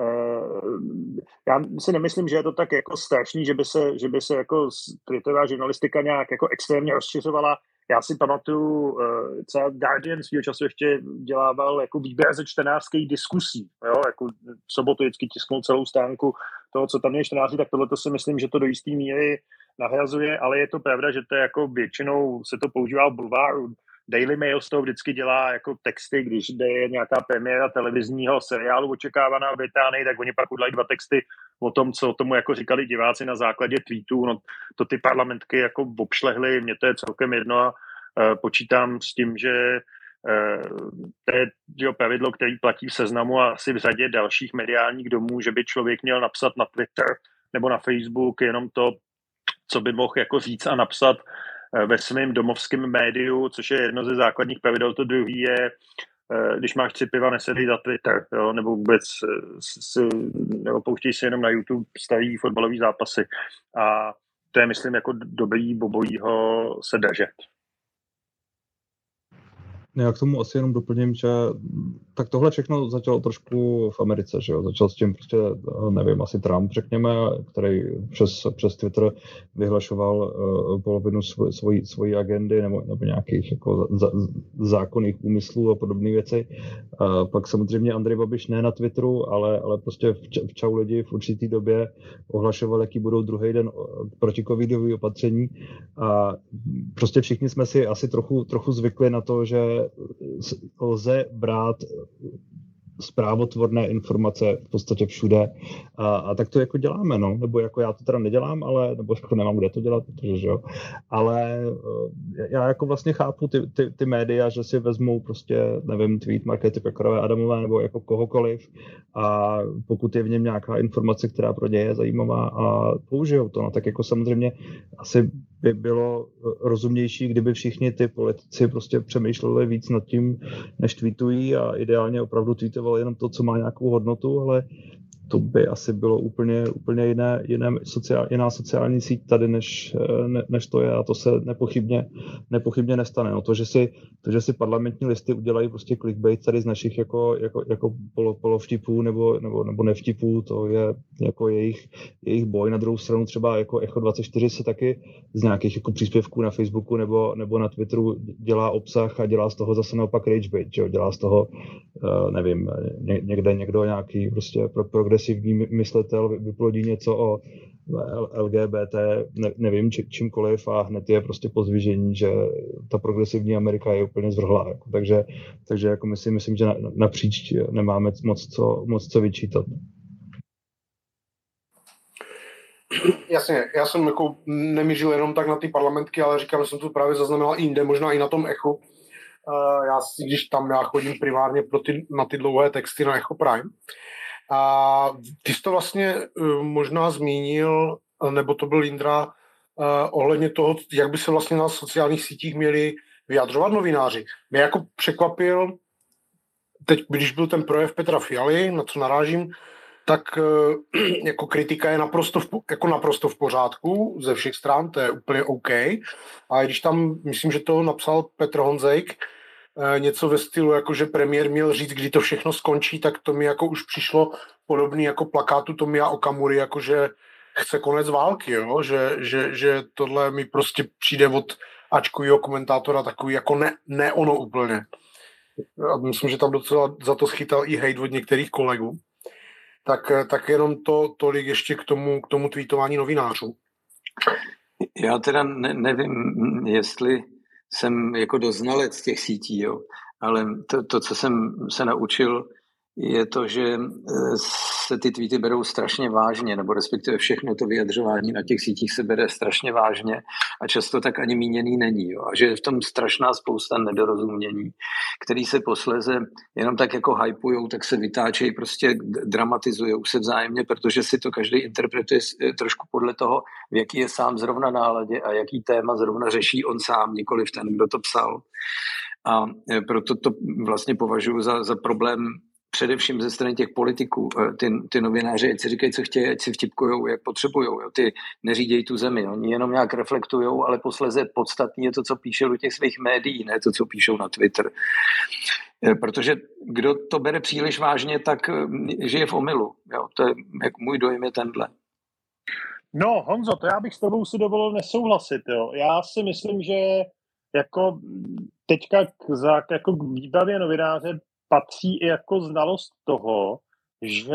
já si nemyslím, že je to tak jako strašný, že by se, že by se jako twitterová žurnalistika nějak jako extrémně rozšiřovala. Já si pamatuju, třeba Guardian svýho času ještě dělával jako výběr ze čtenářských diskusí. Jo? Jako v sobotu vždycky tisknul celou stránku toho, co tam je čtenáři, tak tohle si myslím, že to do jistý míry nahrazuje, ale je to pravda, že to je jako většinou se to používá v bulváru. Daily Mail z toho vždycky dělá jako texty, když jde nějaká premiéra televizního seriálu očekávaná v Británii, tak oni pak udělají dva texty o tom, co tomu jako říkali diváci na základě tweetů. No, to ty parlamentky jako obšlehly, mně to je celkem jedno a uh, počítám s tím, že uh, to je jo, pravidlo, který platí v Seznamu a asi v řadě dalších mediálních domů, že by člověk měl napsat na Twitter nebo na Facebook jenom to, co by mohl jako říct a napsat ve svém domovském médiu, což je jedno ze základních pravidel. To druhý je, když máš tři piva, nesedí za Twitter, jo, nebo vůbec si, nebo pouštěj si jenom na YouTube starý fotbalový zápasy. A to je, myslím, jako dobrý bobojího se držet. Já k tomu asi jenom doplním, že tak tohle všechno začalo trošku v Americe, že jo? Začal s tím prostě, nevím, asi Trump, řekněme, který přes, přes Twitter vyhlašoval uh, polovinu svoj, svojí, svojí agendy nebo, nebo nějakých jako za, zákonných úmyslů a podobné věci. Uh, pak samozřejmě Andrej Babiš ne na Twitteru, ale, ale prostě v, v Čau lidi v určitý době ohlašoval, jaký budou druhý den protikovidový opatření a prostě všichni jsme si asi trochu, trochu zvykli na to, že lze brát zprávotvorné informace v podstatě všude a, a tak to jako děláme, no, nebo jako já to teda nedělám, ale, nebo jako nemám kde to dělat, protože, že jo, ale já jako vlastně chápu ty, ty, ty média, že si vezmou prostě, nevím, tweet Markéty Pekarové Adamové nebo jako kohokoliv a pokud je v něm nějaká informace, která pro ně je zajímavá a použijou to, no, tak jako samozřejmě asi by bylo rozumnější, kdyby všichni ty politici prostě přemýšleli víc nad tím, než tweetují a ideálně opravdu tweetovali jenom to, co má nějakou hodnotu, ale to by asi bylo úplně, úplně jiné, jiné sociál, jiná sociální síť tady, než, ne, než to je a to se nepochybně, nepochybně nestane. No to, že si, to, že si parlamentní listy udělají prostě clickbait tady z našich jako, jako, jako polo, polovtipů nebo, nebo, nebo nevtipů, to je jako jejich, jejich boj. Na druhou stranu třeba jako Echo dvacet čtyři se taky z nějakých jako příspěvků na Facebooku nebo, nebo na Twitteru dělá obsah a dělá z toho zase naopak ragebait, že jo? Dělá z toho, nevím, někde někdo nějaký prostě pro, progresivní myslitel vyplodí něco o L G B T, ne, nevím, či, čímkoliv a hned je prostě pozdvižení, že ta progresivní Amerika je úplně zvrhlá. Jako, takže, takže jako my si myslím, že na, napříč nemáme moc co, moc co vyčítat. Jasně, já jsem jako nemířil jenom tak na ty parlamentky, ale říkám, že jsem to právě zaznamenal i jinde, možná i na tom Echu. Uh, já si, když tam já chodím primárně pro ty, na ty dlouhé texty na Echo Prime. A ty jsi to vlastně uh, možná zmínil, nebo to byl Lindra, uh, ohledně toho, jak by se vlastně na sociálních sítích měli vyjadřovat novináři. Mě jako překvapil, teď když byl ten projev Petra Fialy, na co narážím, tak uh, jako kritika je naprosto v, jako naprosto v pořádku ze všech stran, to je úplně OK. A když tam, myslím, že to napsal Petr Honzejk, něco ve stylu, jako že premiér měl říct, kdy to všechno skončí, tak to mi jako už přišlo podobný jako plakátu Tomia Okamury, jako že chce konec války, jo? Že, že, že tohle mi prostě přijde od ačkovýho komentátora takový jako ne, ne ono úplně. A myslím, že tam docela za to schytal i hejt od některých kolegů. Tak, tak jenom to tolik ještě k tomu, k tomu tweetování novinářů. Já teda ne, nevím, jestli jsem jako doznalec těch sítí, jo. Ale to, to, co jsem se naučil, je to, že se ty tweety berou strašně vážně, nebo respektive všechno to vyjadřování na těch sítích se bere strašně vážně a často tak ani míněný není. Jo. A že je v tom strašná spousta nedorozumění, který se posléze jenom tak jako hypujou, tak se vytáčejí, prostě dramatizujou se vzájemně, protože si to každý interpretuje trošku podle toho, v jaký je sám zrovna náladě a jaký téma zrovna řeší on sám, nikoliv ten, kdo to psal. A proto to vlastně považuji za, za problém především ze strany těch politiků. Ty, ty novináři, ať si říkají, co chtějí, ať si vtipkujou, jak potřebujou. Jo. Ty neřídějí tu zemi. Oni jenom nějak reflektujou, ale posléze podstatný je to, co píšou do těch svých médií, ne to, co píšou na Twitter. Protože kdo to bere příliš vážně, tak žije v omylu. Jo. To je, jak můj dojem je tenhle. No, Honzo, to já bych s tebou si dovolil nesouhlasit. Jo. Já si myslím, že jako teďka k, za, jako k výbavě novináře patří i jako znalost toho, že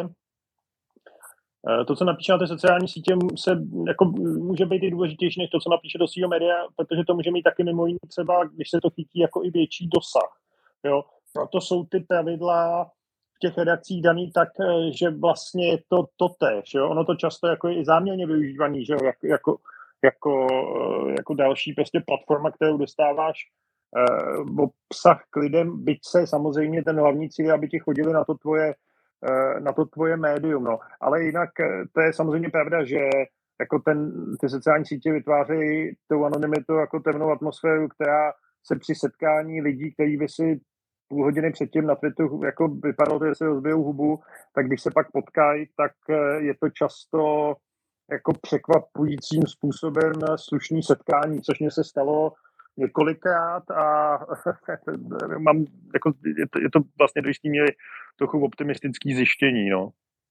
to, co napíše na té sociální sítě, se jako může být i důležitější než to, co napíše do svého média, protože to může mít taky mimo jiné třeba, když se to chytí, jako i větší dosah. Jo? Proto jsou ty pravidla v těch redakcích daný tak, že vlastně je to totéž. Jo? Ono to často jako je i záměrně využívaný, že jo? Jak, jako, jako, jako další prostě platforma, kterou dostáváš Uh, obsah k lidem, byť se samozřejmě ten hlavní cíl, aby ti chodili na to tvoje, uh, na to tvoje médium. No. Ale jinak to je samozřejmě pravda, že jako ten, ty sociální sítě vytvářejí tou anonymitou jako temnou atmosféru, která se při setkání lidí, kteří by si půl hodiny předtím na Twitteru jako vypadalo, že si rozbijou hubu, tak když se pak potkají, tak je to často jako překvapujícím způsobem slušný setkání, což mě se stalo několikrát a mám, jako, je, to, je to vlastně do jistý míry trochu optimistický zjištění, no.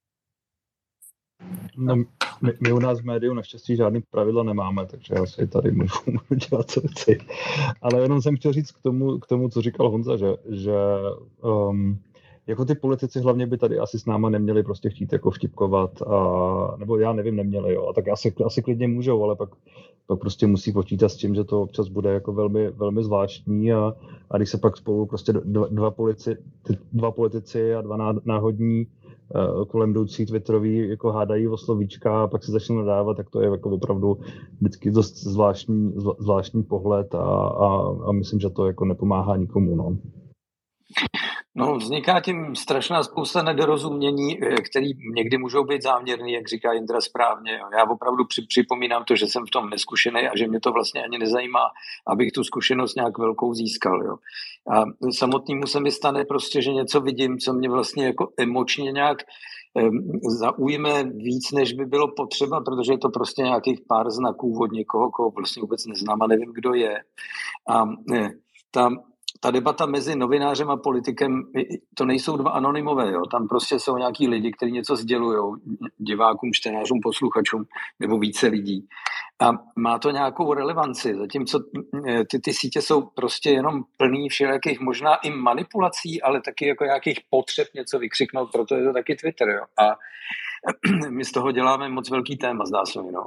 No, my, my u nás v médiu naštěstí žádný pravidla nemáme, takže já si tady můžu, můžu dělat, co chci. Ale jenom jsem chtěl říct k tomu, k tomu co říkal Honza, že, že um, jako ty politici hlavně by tady asi s náma neměli prostě chtít jako vtipkovat, a, nebo já nevím, neměli, jo, a tak asi, asi klidně můžou, ale pak, pak prostě musí počítat s tím, že to občas bude jako velmi, velmi zvláštní a, a když se pak spolu prostě dva, dva, politici, dva politici a dva náhodní uh, kolem jdoucí Twitterový jako hádají o slovíčka a pak se začnou nadávat, tak to je jako opravdu vždycky dost zvláštní, zvláštní pohled a, a, a myslím, že to jako nepomáhá nikomu, no. No, vzniká tím strašná spousta nedorozumění, který někdy můžou být záměrný, jak říká Jindra správně. Já opravdu při, připomínám to, že jsem v tom neskušený a že mě to vlastně ani nezajímá, abych tu zkušenost nějak velkou získal. Jo. A samotnému se mi stane prostě, že něco vidím, co mě vlastně jako emočně nějak um, zaujme víc, než by bylo potřeba, protože je to prostě nějakých pár znaků od někoho, koho vlastně vůbec neznám a nevím, kdo je. A ne, tam Ta debata mezi novinářem a politikem, to nejsou dva anonymové, jo. Tam prostě jsou nějaký lidi, kteří něco sdělujou divákům, čtenářům, posluchačům nebo více lidí. A má to nějakou relevanci, zatímco ty, ty sítě jsou prostě jenom plný všelijakých možná i manipulací, ale taky jako nějakých potřeb něco vykřiknout, proto je to taky Twitter, jo. A my z toho děláme moc velký téma, zdá se mi, no.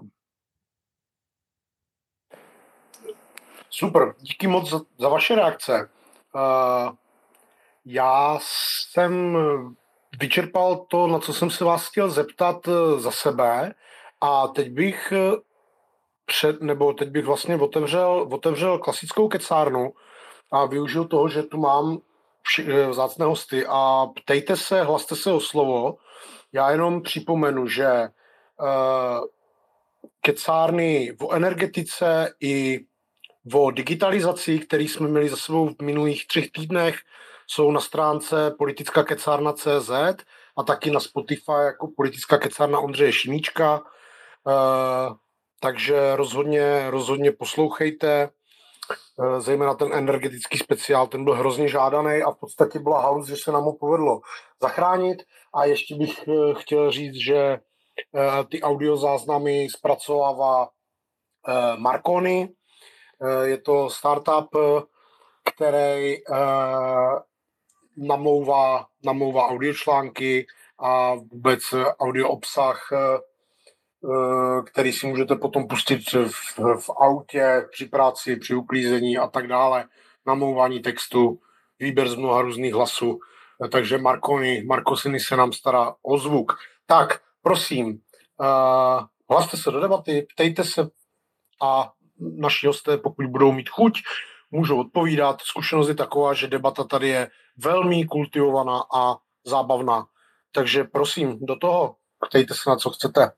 Super, díky moc za, za vaše reakce. Uh, já jsem vyčerpal to, na co jsem se vás chtěl zeptat uh, za sebe a teď bych uh, před, nebo teď bych vlastně otevřel, otevřel klasickou kecárnu a využil toho, že tu mám vši, vzácné hosty a ptejte se, hlaste se o slovo. Já jenom připomenu, že uh, kecárny o energetice i o digitalizaci, který jsme měli za sebou v minulých třech týdnech, jsou na stránce politická kecárna tečka cé zet a taky na Spotify jako politická kecárna Ondřeje Šimíčka. Uh, takže rozhodně, rozhodně poslouchejte, uh, zejména ten energetický speciál, ten byl hrozně žádaný a v podstatě byla halus, že se nám ho povedlo zachránit. A ještě bych uh, chtěl říct, že uh, ty audiozáznamy zpracovává uh, Marconi. Je to startup, který namlouvá, namlouvá audiočlánky a vůbec audio obsah, který si můžete potom pustit v, v autě, při práci, při uklízení a tak dále. Namlouvání textu, výběr z mnoha různých hlasů. Takže Marconi, Marcosini se nám stará o zvuk. Tak, prosím, hlaste se do debaty, ptejte se a naši hosté, pokud budou mít chuť, můžou odpovídat. Zkušenost je taková, že debata tady je velmi kultivovaná a zábavná. Takže prosím, do toho, ptejte se na co chcete.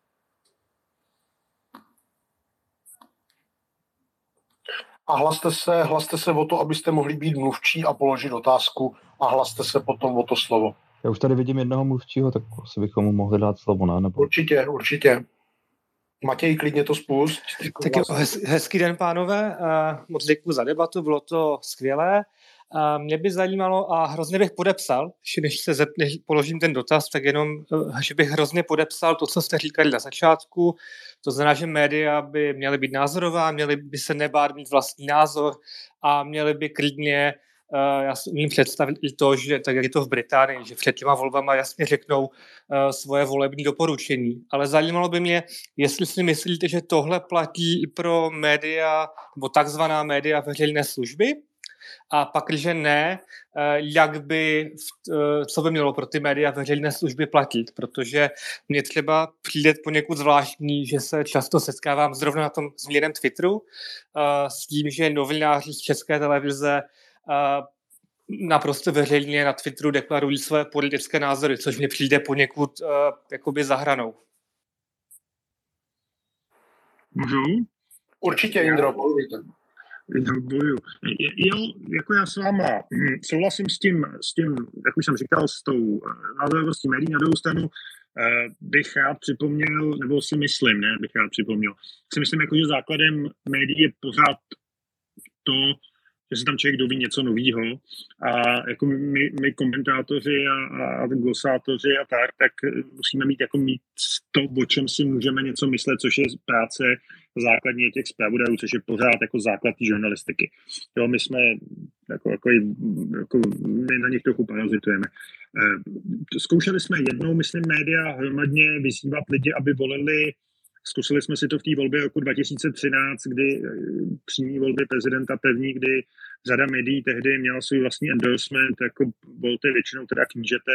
A hlaste se, hlaste se o to, abyste mohli být mluvčí a položit otázku a hlaste se potom o to slovo. Já už tady vidím jednoho mluvčího, tak asi bychom mu mohli dát slovo, ne? Nebo... Určitě, určitě. Matěj, klidně to spust. Tak jo, hez, hezký den, pánové. Moc děkuji za debatu, bylo to skvělé. Mě by zajímalo a hrozně bych podepsal, než se zep, než položím ten dotaz, tak jenom, že bych hrozně podepsal to, co jste říkali na začátku. To znamená, že média by měly být názorová, měly by se nebát mít vlastní názor a měly by klidně, já si umím představit i to, že tak je to v Británii, že před těma volbama jasně řeknou svoje volební doporučení. Ale zajímalo by mě, jestli si myslíte, že tohle platí i pro média, nebo takzvaná média veřejné služby, a pak, když ne, jak by, co by mělo pro ty média veřejné služby platit, protože mně třeba přijde poněkud zvláštní, že se často setkávám zrovna na tom změněném Twitteru s tím, že novináři z České televize naprosto veřejně na Twitteru deklarují své politické názory, což mi přijde poněkud jakoby za hranou. Můžu? Určitě, Jindro, povíte. Boju. Jo, jako já s váma souhlasím s tím, s tím, jak už jsem říkal, s tou názorovostí médií. Na druhou stranu bych rád připomněl, nebo si myslím, ne, bych rád připomněl, si myslím, jako, že základem médií je pořád to, že se tam člověk doví něco novýho a jako my, my komentátoři a, a glosátoři a tak, tak musíme mít jako mít to, o čem si můžeme něco myslet, což je práce základně těch zpravodajů, což je pořád jako základ té žurnalistiky. Jo, my jsme jako, jako, jako my na nich trochu parazitujeme. Zkoušeli jsme jednou, myslím, média hromadně vyzývat lidi, aby volili. Zkusili jsme si to v té volbě roku dva tisíce třináct, kdy přímý volby prezidenta první, kdy řada médií tehdy měla svůj vlastní endorsement, jako volte většinou teda knížete.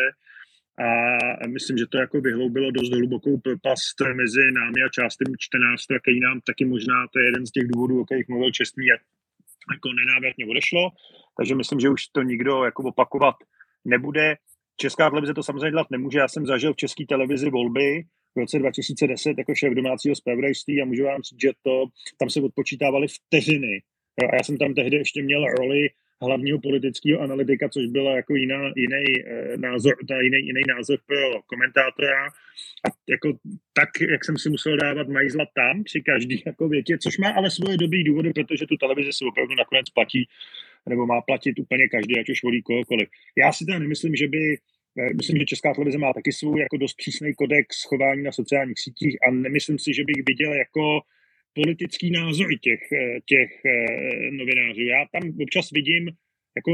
A myslím, že to jako vyhloubilo dost hlubokou propast mezi námi a částem čtenářstva, který nám taky možná, to je jeden z těch důvodů, o kterých mluvil Čestný, jako nenávratně odešlo. Takže myslím, že už to nikdo jako opakovat nebude. Česká televize to samozřejmě dělat nemůže. Já jsem zažil v české televizi volby v roce dva tisíce deset jako šéf domácího zpravodajství a můžu vám říct, že to, tam se odpočítávaly vteřiny. A já jsem tam tehdy ještě měl roli hlavního politického analytika, což byla jako jiná, jiný názor, jiný, jiný názor pro komentátora. A jako tak, jak jsem si musel dávat majzla tam při každý jako větě, což má ale svoje dobrý důvody, protože tu televizi si opravdu nakonec platí, nebo má platit úplně každý, ať už volí kohokoliv. Já si teda nemyslím, že by Myslím, že Česká televize má taky svůj jako dost přísný kodex chování na sociálních sítích a nemyslím si, že bych viděl jako politický názor těch, těch novinářů. Já tam občas vidím jako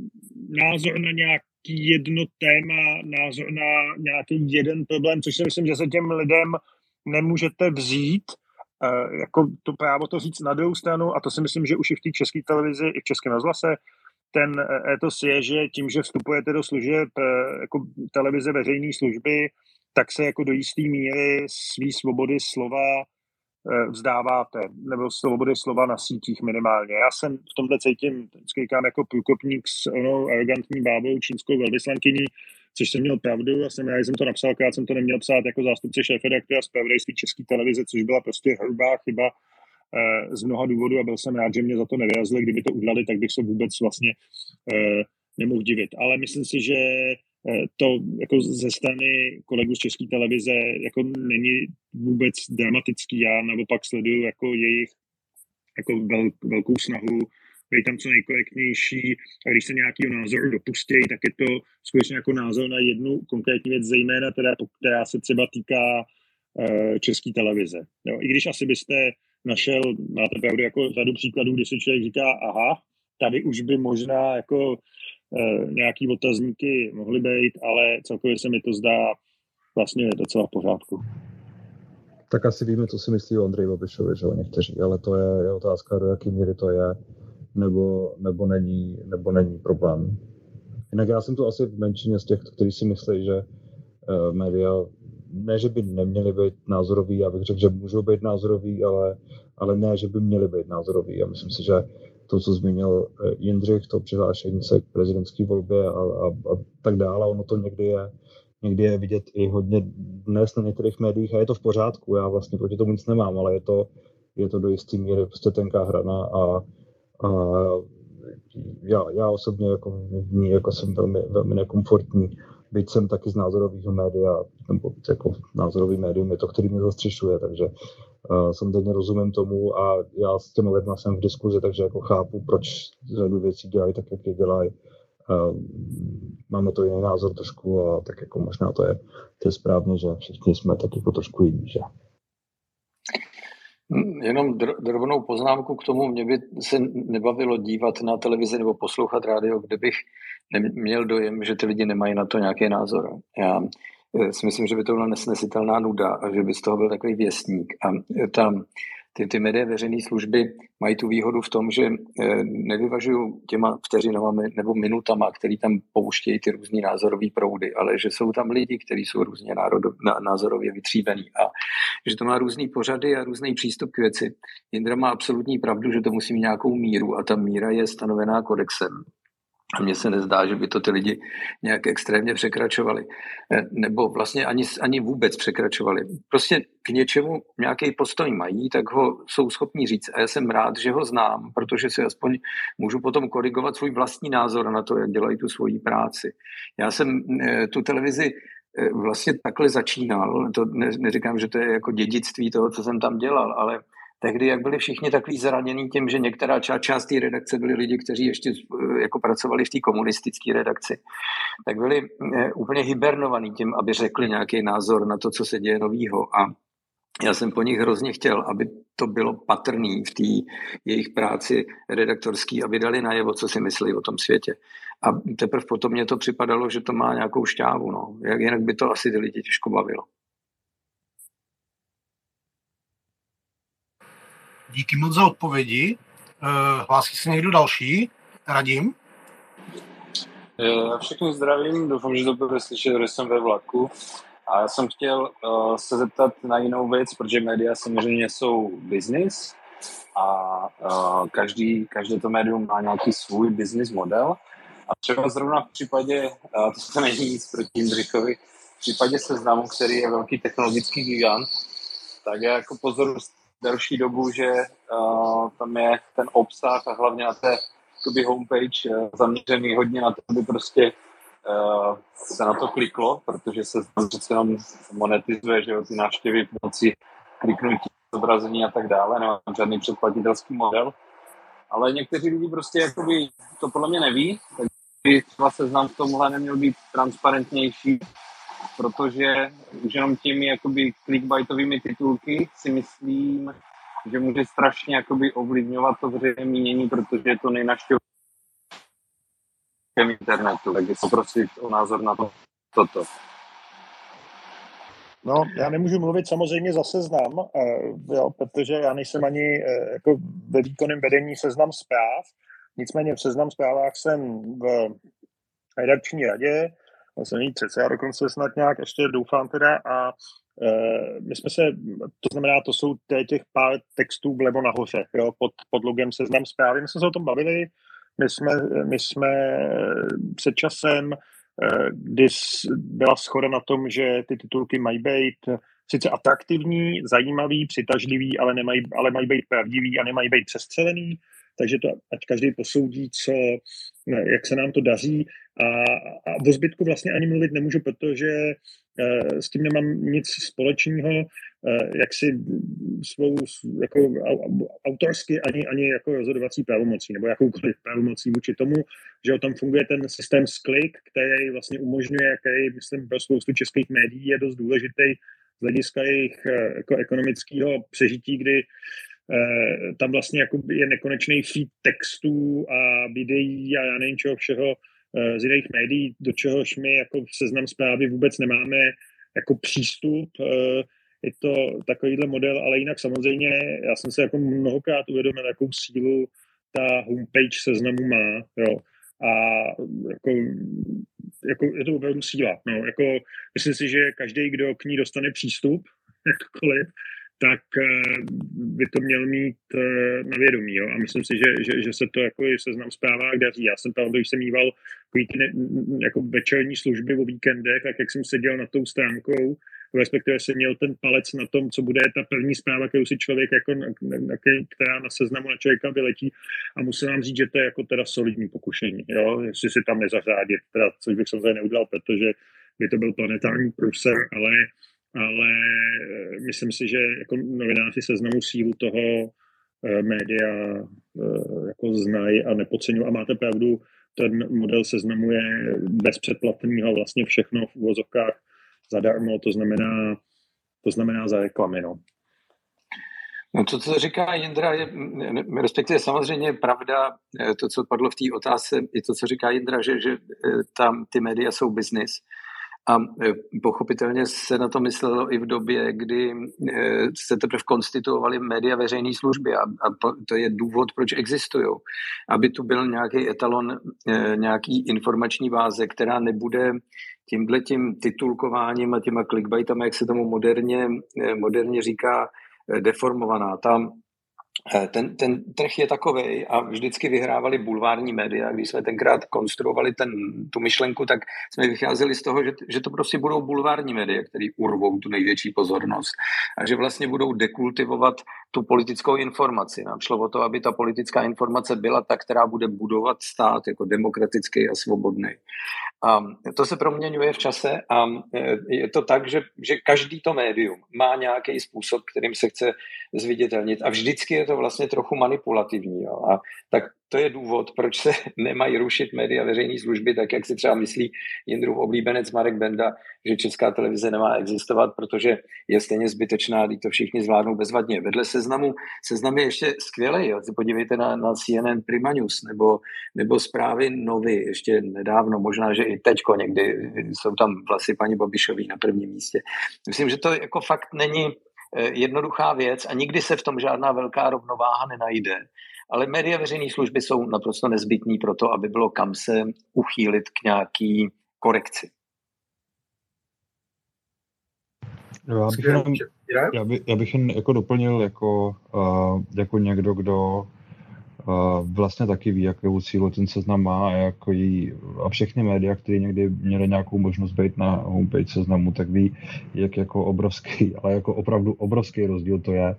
názor na nějaký jedno téma, názor na nějaký jeden problém, což si myslím, že se těm lidem nemůžete vzít, jako to právo to říct na druhou stranu, a to si myslím, že už i v té české televizi, i v Českém rozhlase, ten etos je, že tím, že vstupujete do služeb jako televize veřejné služby, tak se jako do jisté míry svý svobody slova vzdáváte, nebo svobody slova na sítích minimálně. Já jsem v tomhle cítím, vždycky říkám, jako průkopník s onou arrogantní bábou čínskou velvyslankyní, což jsem měl pravdu a jsem rád, že jsem to napsal, krát jsem to neměl psát jako zástupce šéfredaktora zpravodajství České televize, což byla prostě hrubá chyba z mnoha důvodů a byl jsem rád, že mě za to nevyrazili. Kdyby to udělali, tak bych se vůbec vlastně eh, nemohl divit. Ale myslím si, že to jako ze strany kolegů z České televize jako není vůbec dramatický. Já naopak sleduju jako jejich jako vel, velkou snahu být tam co nejkorektnější a když se nějakého názoru dopustí, tak je to skutečně jako názor na jednu konkrétní věc, zejména teda, která se třeba týká eh, České televize. Jo, i když asi byste našel, máte pravdu, jako řadu příkladů, kdy si člověk říká, aha, tady už by možná jako e, nějaký otazníky mohly být, ale celkově se mi to zdá vlastně docela v pořádku. Tak asi víme, co si myslí o Ondřeji Babišovi, že o někteří, ale to je, je otázka, do jaké míry to je, nebo, nebo, není, nebo není problém. Jinak já jsem tu asi v menšině z těch, kteří si myslí, že e, média ne, že by neměli být názorový, já bych řekl, že můžou být názorový, ale, ale ne, že by měli být názorový. Já myslím si, že to, co zmínil Jindřich, to přihlášení se k prezidentské volbě a, a, a tak dále, ono to někdy je, někdy je vidět i hodně dnes na některých médiích a je to v pořádku. Já vlastně proti tomu nic nemám, ale je to, je to do jistý míry prostě tenká hrana a, a já, já osobně jako v ní jako jsem velmi, velmi nekomfortní. Byť jsem taky z názorového média, nebo jako názorový médium je to, který mě zastřešuje, takže uh, samozřejmě rozumím tomu a já s těmi lidmi jsem v diskuzi, takže jako chápu, proč řadu věcí dělají tak, jak je dělají. Uh, máme to jiný názor trošku a tak jako možná to je, to je správně, že všichni jsme tak jako trošku jiní, že? Jenom drobnou poznámku k tomu, mě by se nebavilo dívat na televizi nebo poslouchat rádio, kde bych neměl dojem, že ty lidi nemají na to nějaký názor. Já si myslím, že by to byla nesnesitelná nuda a že by z toho byl takový věstník. A tam ty, ty média veřejné služby mají tu výhodu v tom, že nevyvažují těma vteřinama nebo minutama, který tam pouštějí ty různý názorový proudy, ale že jsou tam lidi, kteří jsou různě národo, názorově vytříbení a že to má různý pořady a různý přístup k věci. Jindra má absolutní pravdu, že to musí mít nějakou míru a ta míra je stanovená kodexem. A mně se nezdá, že by to ty lidi nějak extrémně překračovali. Nebo vlastně ani, ani vůbec překračovali. Prostě k něčemu nějaký postoj mají, tak ho jsou schopni říct. A já jsem rád, že ho znám, protože si aspoň můžu potom korigovat svůj vlastní názor na to, jak dělají tu svoji práci. Já jsem tu televizi vlastně takhle začínal. To ne, neříkám, že to je jako dědictví toho, co jsem tam dělal, ale tehdy, jak byli všichni takový zranění tím, že některá část, část té redakce byli lidi, kteří ještě jako pracovali v té komunistické redakci, tak byli úplně hibernovaní tím, aby řekli nějaký názor na to, co se děje novýho. A já jsem po nich hrozně chtěl, aby to bylo patrný v té jejich práci redaktorský, aby dali najevo, co si myslí o tom světě. A teprve potom mě to připadalo, že to má nějakou šťávu. No. Jak jinak by to asi ty lidi těžko bavilo. Díky moc za odpovědi. Hlásí se někdo další? Radim? Já všechny zdravím, doufám, že to bude slyšet, že jsem ve vlaku. A já jsem chtěl uh, se zeptat na jinou věc, protože média samozřejmě jsou business a uh, každý, každé to médium má nějaký svůj business model. A třeba zrovna v případě, uh, to se není nic proti Jindřichovi, v případě Seznamu, který je velký technologický gigant, tak já jako pozoruji delší dobu, že uh, tam je ten obsah a hlavně na té jakoby homepage uh, zaměřený hodně na to, aby prostě uh, se na to kliklo, protože se tam přece jenom monetizuje, že jo, ty návštěvy pomocí kliknutí, zobrazení a tak dále, nemám žádný předplatitelský model, ale někteří lidi prostě jakoby to podle mě neví, takže třeba Seznam v tomhle neměl být transparentnější, protože už jenom těmi jakoby clickbaitovými titulky si myslím, že může strašně jakoby ovlivňovat to veřejné mínění, protože je to nejnaštěvnější v internetu, takže poprosit o názor na to, toto. No, já nemůžu mluvit samozřejmě za Seznam, jo, protože já nejsem ani jako ve výkonném vedení Seznam zpráv, nicméně v Seznam zprávách jsem v redakční radě, jsem jí předseda dokonce snad nějak, ještě doufám teda, a e, my jsme se, to znamená, to jsou těch pár textů vlevo nahoře, jo, pod, pod logem Seznam zprávy, my jsme se o tom bavili, my jsme, my jsme se časem, kdy byla shoda na tom, že ty titulky mají být sice atraktivní, zajímavý, přitažlivý, ale, nemají, ale mají být pravdivý a nemají být přestřelený, takže to ať každý posoudí, co, ne, jak se nám to daří. A, a o zbytku vlastně ani mluvit nemůžu, protože uh, s tím nemám nic společného, uh, jak si svou jako autorsky ani, ani jako rozhodovací pravomocí, nebo jakoukoliv pravomocí vůči tomu, že tam funguje ten systém sklik, který vlastně umožňuje, který, myslím, pro spoustu českých médií je dost důležitý z hlediska jejich uh, jako ekonomického přežití, kdy uh, tam vlastně jako je nekonečný feed textů a videí a já nevím čeho všeho z jiných médií, do čehož my jako Seznam zprávy vůbec nemáme jako přístup. Je to takovýhle model, ale jinak samozřejmě já jsem se jako mnohokrát uvědomil, jakou sílu ta homepage Seznamu má. Jo. A jako, jako je to opravdu síla. No. Jako, myslím si, že každý, kdo k ní dostane přístup, jakkoliv, tak by to měl mít na vědomí. Jo? A myslím si, že, že, že se to jako i v Seznam zprávách daří. Já jsem tam, když jsem mýval jako večerní služby o víkendech, tak jak jsem seděl nad tou stránkou, respektive jsem měl ten palec na tom, co bude ta první zpráva, kterou si člověk, jako, na, na, která na Seznamu na člověka vyletí. A musím vám říct, že to je jako teda solidní pokušení. Jo? Jestli si tam nezařádit, teda, což bych samozřejmě neudělal, protože by to byl planetární průser, ale ale myslím si, že jako novináři Seznamu sílu toho média jako znají a nepodceňují. A máte pravdu, ten model Seznamu je bezpředplatný a vlastně všechno v uvozovkách zadarmo, to znamená, to znamená za reklamy. No. No to, co říká Jindra, je, respektive samozřejmě je pravda, to, co padlo v té otázce, je to, co říká Jindra, že, že tam ty média jsou business. A pochopitelně se na to myslelo i v době, kdy se teprve konstituovaly média veřejné služby a, a to je důvod, proč existují. Aby tu byl nějaký etalon, nějaký informační váze, která nebude tímhletím titulkováním a těma clickbaitama, jak se tomu moderně, moderně říká, deformovaná. Tam Ten, ten trh je takovej a vždycky vyhrávali bulvární média. Když jsme tenkrát konstruovali ten, tu myšlenku, tak jsme vycházeli z toho, že, že to prostě budou bulvární média, které urvou tu největší pozornost a že vlastně budou dekultivovat tu politickou informaci. Nám šlo o to, aby ta politická informace byla ta, která bude budovat stát jako demokratický a svobodný. A to se proměňuje v čase a je to tak, že, že každý to médium má nějaký způsob, kterým se chce zviditelnit a vždycky je to vlastně trochu manipulativní. Jo. A tak to je důvod, proč se nemají rušit média veřejné služby, tak jak si třeba myslí Jindrův oblíbenec Marek Benda, že Česká televize nemá existovat, protože je stejně zbytečná, když to všichni zvládnou bezvadně. Vedle Seznamu, Seznam je ještě skvělej. Jo. Podívejte na, na C N N Prima News nebo, nebo zprávy Novy, ještě nedávno, možná, že i teďko někdy jsou tam vlasy paní Babišový na prvním místě. Myslím, že to jako fakt není jednoduchá věc a nikdy se v tom žádná velká rovnováha nenajde. Ale média veřejné služby jsou naprosto nezbytný pro to, aby bylo kam se uchýlit k nějaký korekci. Já bych jen, já by, já bych jen jako doplnil jako, uh, jako někdo, kdo uh, vlastně taky ví, jakou sílu ten Seznam má a, jako jí, a všechny média, které někdy měly nějakou možnost být na homepage Seznamu, tak ví, jak jako obrovský, ale jako opravdu obrovský rozdíl to je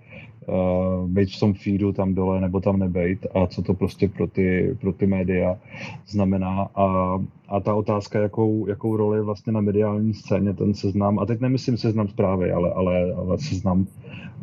uh, být v tom feedu tam dole nebo tam nebejt a co to prostě pro ty, pro ty média znamená a, a ta otázka, jakou, jakou roli vlastně na mediální scéně ten Seznam, a teď nemyslím Seznam Zprávy, ale, ale, ale Seznam, uh,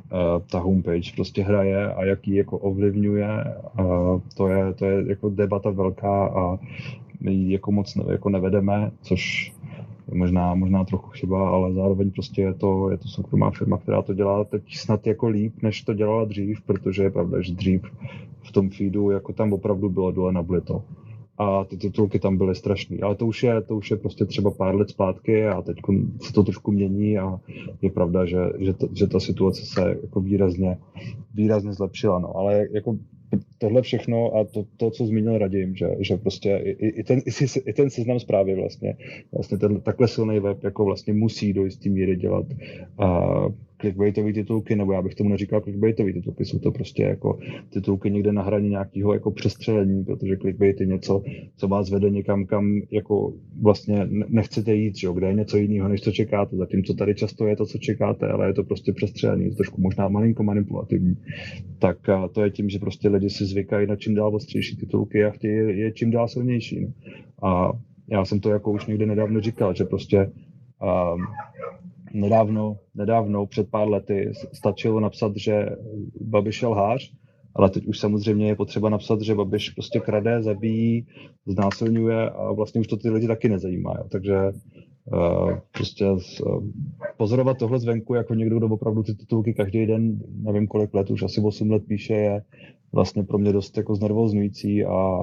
ta homepage prostě hraje a jak ji jako ovlivňuje, uh, to je, to je jako debata velká a my ji jako moc ne, jako nevedeme, což je možná, možná trochu chyba, ale zároveň prostě je to, je to soukromá firma, která to dělá teď snad jako líp, než to dělala dřív, protože je pravda, že dřív v tom feedu jako tam opravdu bylo dole na blito. A ty titulky tam byly strašný, ale to už je, to už je prostě třeba pár let zpátky a teď se to trošku mění a je pravda, že, že, ta, že ta situace se jako výrazně, výrazně zlepšila, no, ale jako tohle všechno a to, to co zmínil Radim, že, že prostě i, i, ten, i, i ten Seznam Zprávy vlastně, vlastně ten takhle silný web jako vlastně musí do jistý míry dělat uh, clickbaitový titulky, nebo já bych tomu neříkal clickbaitový titulky, jsou to prostě jako titulky někde na hraně nějakého jako přestřelení, protože clickbait je něco, co vás vede někam, kam jako vlastně nechcete jít, že jo, kde je něco jiného, než co čekáte, zatímco tady často je to, co čekáte, ale je to prostě přestřelení, je to trošku možná malinko manipulativní. Tak to je tím, že prostě lidi si zvykají na čím dál ostřejší titulky a chtějí je čím dál silnější. No. A já jsem to jako už někdy nedávno říkal, že prostě um, Nedávno, nedávno, před pár lety stačilo napsat, že Babiš je lhář, ale teď už samozřejmě je potřeba napsat, že Babiš prostě krade, zabíjí, znásilňuje a vlastně už to ty lidi taky nezajímá. Jo. Takže uh, prostě uh, pozorovat tohle zvenku jako někdo, kdo opravdu ty titulky každý den, nevím kolik let, už asi osm let píše, je vlastně pro mě dost jako znervózňující a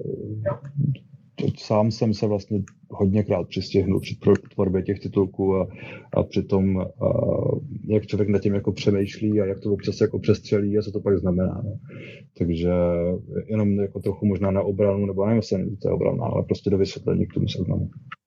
sám jsem se vlastně hodněkrát přistihnul při tvorbě těch titulků a, a při tom, a, jak člověk nad tím jako přemýšlí a jak to občas jako přestřelí a co to pak znamená. No. Takže jenom jako trochu možná na obranu, nebo nevím, jestli to je obrana, ale prostě do vysvětlení k tomu Seznamu.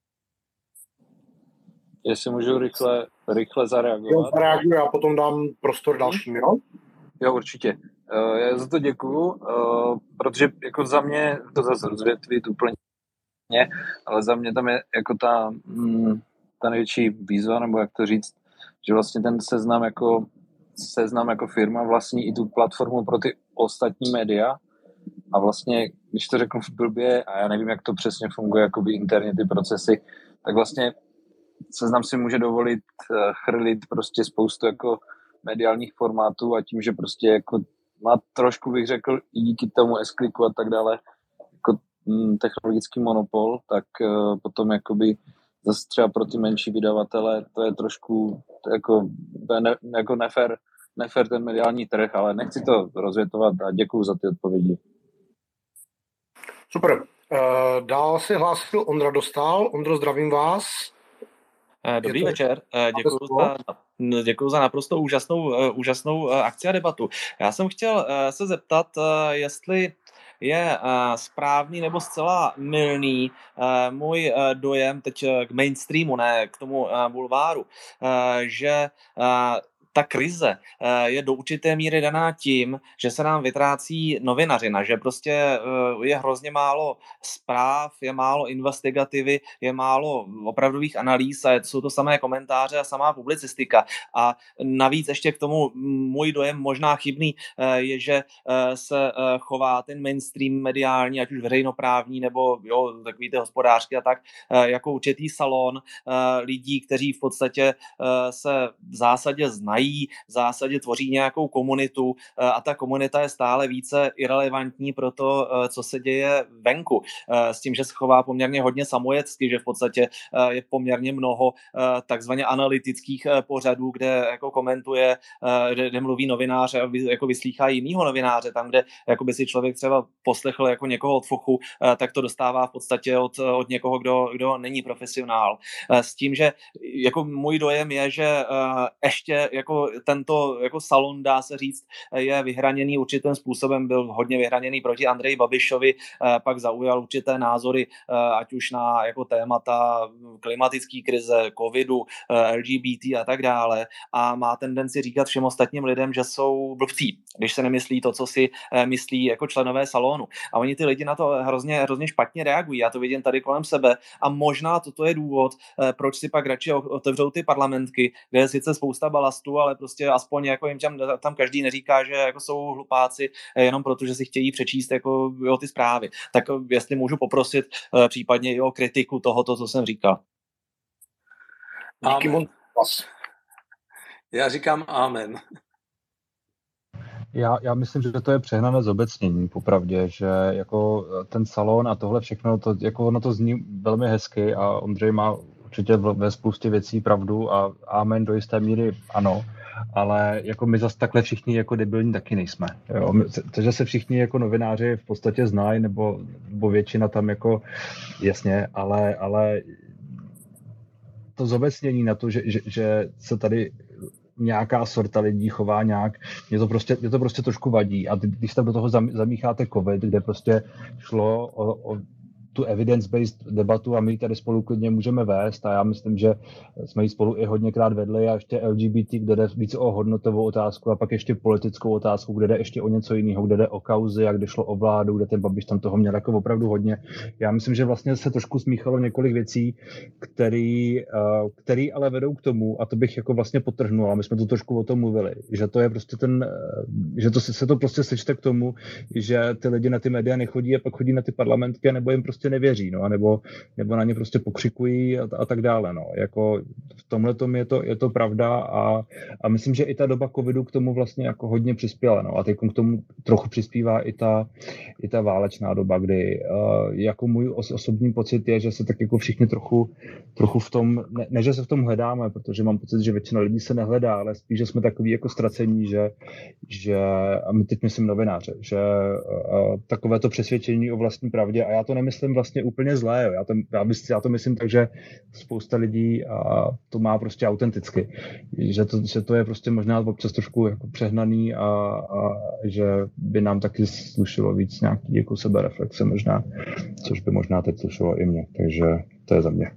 Jestli můžu rychle, rychle zareagovat. Jo, zareaguji a potom dám prostor dalším, jo? Jo, určitě. Já za to děkuju, protože jako za mě to zase rozvětvit úplně, ale za mě tam je jako ta, ta největší výzva, nebo jak to říct, že vlastně ten Seznam jako, Seznam jako firma vlastní i tu platformu pro ty ostatní média a vlastně, když to řeknu v blbě, a já nevím, jak to přesně funguje, jakoby interně ty procesy, tak vlastně Seznam si může dovolit chrlit prostě spoustu jako mediálních formátů a tím, že prostě jako má trošku, bych řekl, i díky tomu S-kliku a tak dále, jako technologický monopol, tak uh, potom jakoby zase třeba pro ty menší vydavatele to je trošku to jako, ne, jako nefér, nefér ten mediální trh, ale nechci to rozvětovat a děkuju za ty odpovědi. Super. Uh, dál si hlásil Ondra Dostál. Ondro, zdravím vás. Dobrý to... večer, děkuji za, děkuji za naprosto úžasnou, úžasnou akci a debatu. Já jsem chtěl se zeptat, jestli je správný nebo zcela mylný můj dojem teď k mainstreamu, ne k tomu bulváru, že ta krize je do určité míry daná tím, že se nám vytrácí novinařina, že prostě je hrozně málo zpráv, je málo investigativy, je málo opravdových analýz a jsou to samé komentáře a samá publicistika. A navíc ještě k tomu můj dojem možná chybný je, že se chová ten mainstream mediální, ať už veřejnoprávní nebo jo, takový ty hospodářky a tak, jako určitý salon lidí, kteří v podstatě se v zásadě znají, v zásadě tvoří nějakou komunitu a ta komunita je stále více irelevantní pro to, co se děje venku. S tím, že se chová poměrně hodně samojetsky, že v podstatě je poměrně mnoho takzvaně analytických pořadů, kde jako komentuje, kde, kde mluví novinář a jako vyslýchá jinýho novináře, tam, kde jako by si člověk třeba poslechl jako někoho od fochu, tak to dostává v podstatě od, od někoho, kdo, kdo není profesionál. S tím, že jako můj dojem je, že ještě jako tento jako salon, dá se říct, je vyhraněný určitým způsobem, byl hodně vyhraněný proti Andreji Babišovi, pak zaujal určité názory, ať už na jako témata klimatické krize, covidu, L G B T a tak dále a má tendenci říkat všem ostatním lidem, že jsou blbcí, když se nemyslí to, co si myslí jako členové salonu. A oni ty lidi na to hrozně, hrozně špatně reagují. Já to vidím tady kolem sebe a možná toto je důvod, proč si pak radši otevřou ty parlamentky, kde je sice spousta balastu, ale prostě aspoň jako jim tam, tam každý neříká, že jako jsou hlupáci jenom proto, že si chtějí přečíst jako jo, ty zprávy. Tak jestli můžu poprosit případně i o kritiku tohoto, co jsem říkal. Díky moc. Já říkám amen. Já, já myslím, že to je přehnané zobecnění, popravdě, že jako ten salon a tohle všechno, to, jako ono to zní velmi hezky a Ondřej má určitě ve spoustě věcí pravdu a amen do jisté míry ano, ale jako my zase takhle všichni jako debilní taky nejsme. Jo? Takže se všichni jako novináři v podstatě znají, nebo, nebo většina tam jako jasně, ale, ale to zobecnění na to, že, že, že se tady nějaká sorta lidí chová nějak, mě to prostě, mě to prostě trošku vadí. A když tam do toho zamícháte covid, kde prostě šlo o, o tu evidence-based debatu a my ji tady spolu klidně můžeme vést a já myslím, že jsme ji spolu i hodněkrát vedli a ještě L G B T, kde jde více o hodnotovou otázku a pak ještě politickou otázku, kde jde ještě o něco jiného, kde jde o kauzy a kde šlo o vládu, kde ten Babiš tam toho měl jako opravdu hodně. Já myslím, že vlastně se trošku smíchalo několik věcí, který, který ale vedou k tomu, a to bych jako vlastně podtrhnul, a my jsme to trošku o tom mluvili, že to je prostě ten, že to se to prostě sečte k tomu, že ty lidi na ty média nechodí a pak chodí na ty parlamentky nebo jim prostě nevěří, no, nebo, nebo na ně prostě pokřikují a, a tak dále, no. Jako v tomhletom je to, je to pravda a, a myslím, že i ta doba covidu k tomu vlastně jako hodně přispěla, no. A teď k tomu trochu přispívá i ta, i ta válečná doba, kdy uh, jako můj os, osobní pocit je, že se tak jako všichni trochu, trochu v tom, ne, ne, že se v tom hledáme, protože mám pocit, že většina lidí se nehledá, ale spíš, že jsme takový jako ztracení, že, že a my teď myslím novináře, že uh, takové to přesvědčení o vlastní pravdě a já to nemyslím vlastně úplně zlé. Jo. Já, to, já, myslím, já to myslím tak, že spousta lidí a to má prostě autenticky. Že to, že to je prostě možná občas trošku jako přehnaný a, a že by nám taky slušilo víc nějaký jako sebereflexe možná, což by možná teď slušilo i mě. Takže to je za mě.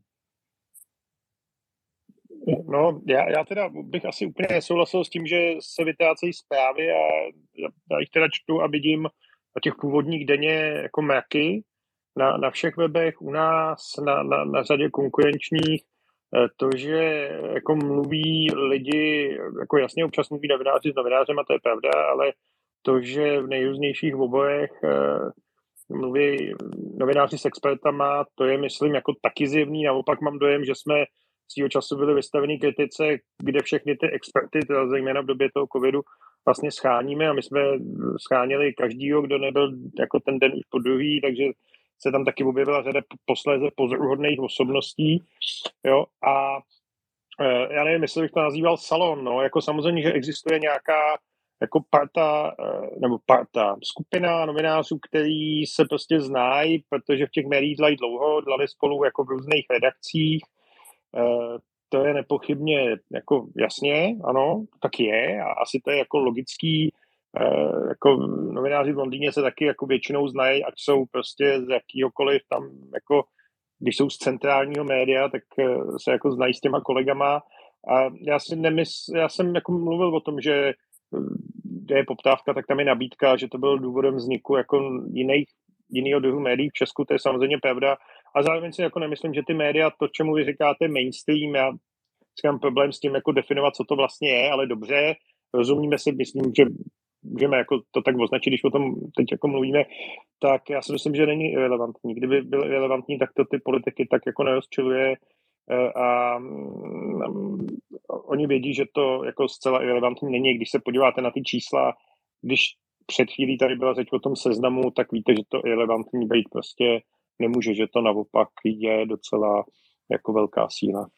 No, já, já teda bych asi úplně nesouhlasil s tím, že se vytrácejí zprávy a já jich teda čtu a vidím o těch původních denně jako mraky, Na, na všech webech, u nás, na, na, na řadě konkurenčních, to, že jako mluví lidi, jako jasně občas mluví novináři s novinářem, a to je pravda, ale to, že v nejrůznějších oborech mluví novináři s expertama, to je, myslím, jako taky zjevný. Naopak mám dojem, že jsme svýho času byli vystaveni kritice, kde všechny ty experty, teda zejména v době toho covidu, vlastně scháníme a my jsme schánili každýho, kdo nebyl jako ten den už po druhý, takže se tam taky objevila řada posléze pozoruhodných osobností, jo, a e, já nevím, jestli bych to nazýval salon, no, jako samozřejmě, že existuje nějaká jako parta, e, nebo parta, skupina novinářů, který se prostě znají, protože v těch médiích dlají dlouho, dlali spolu jako v různých redakcích, e, to je nepochybně jako jasně, ano, tak je a asi to je jako logický. Uh, jako novináři v Londýně se taky jako většinou znají, ať jsou prostě z jakýhokoliv tam, jako když jsou z centrálního média, tak uh, se jako znají s těma kolegama A já si nemysl, já jsem jako mluvil o tom, že kde je poptávka, tak tam je nabídka, že to byl důvodem vzniku jako jiných, jiného druhu médií v Česku, to je samozřejmě pravda. A zároveň si jako nemyslím, že ty média, to, čemu vy říkáte mainstream, já říkám problém s tím, jako definovat, co to vlastně je, ale dobře, rozumíme si, myslím, že můžeme jako to tak označit, když o tom teď jako mluvíme, tak já si myslím, že není relevantní. Kdyby byl relevantní, tak to ty politiky tak jako nerozčiluje a um, oni vědí, že to jako zcela irrelevantní není. Když se podíváte na ty čísla, když před chvílí tady byla řeč o tom Seznamu, tak víte, že to irrelevantní být prostě nemůže, že to naopak je docela jako velká síla.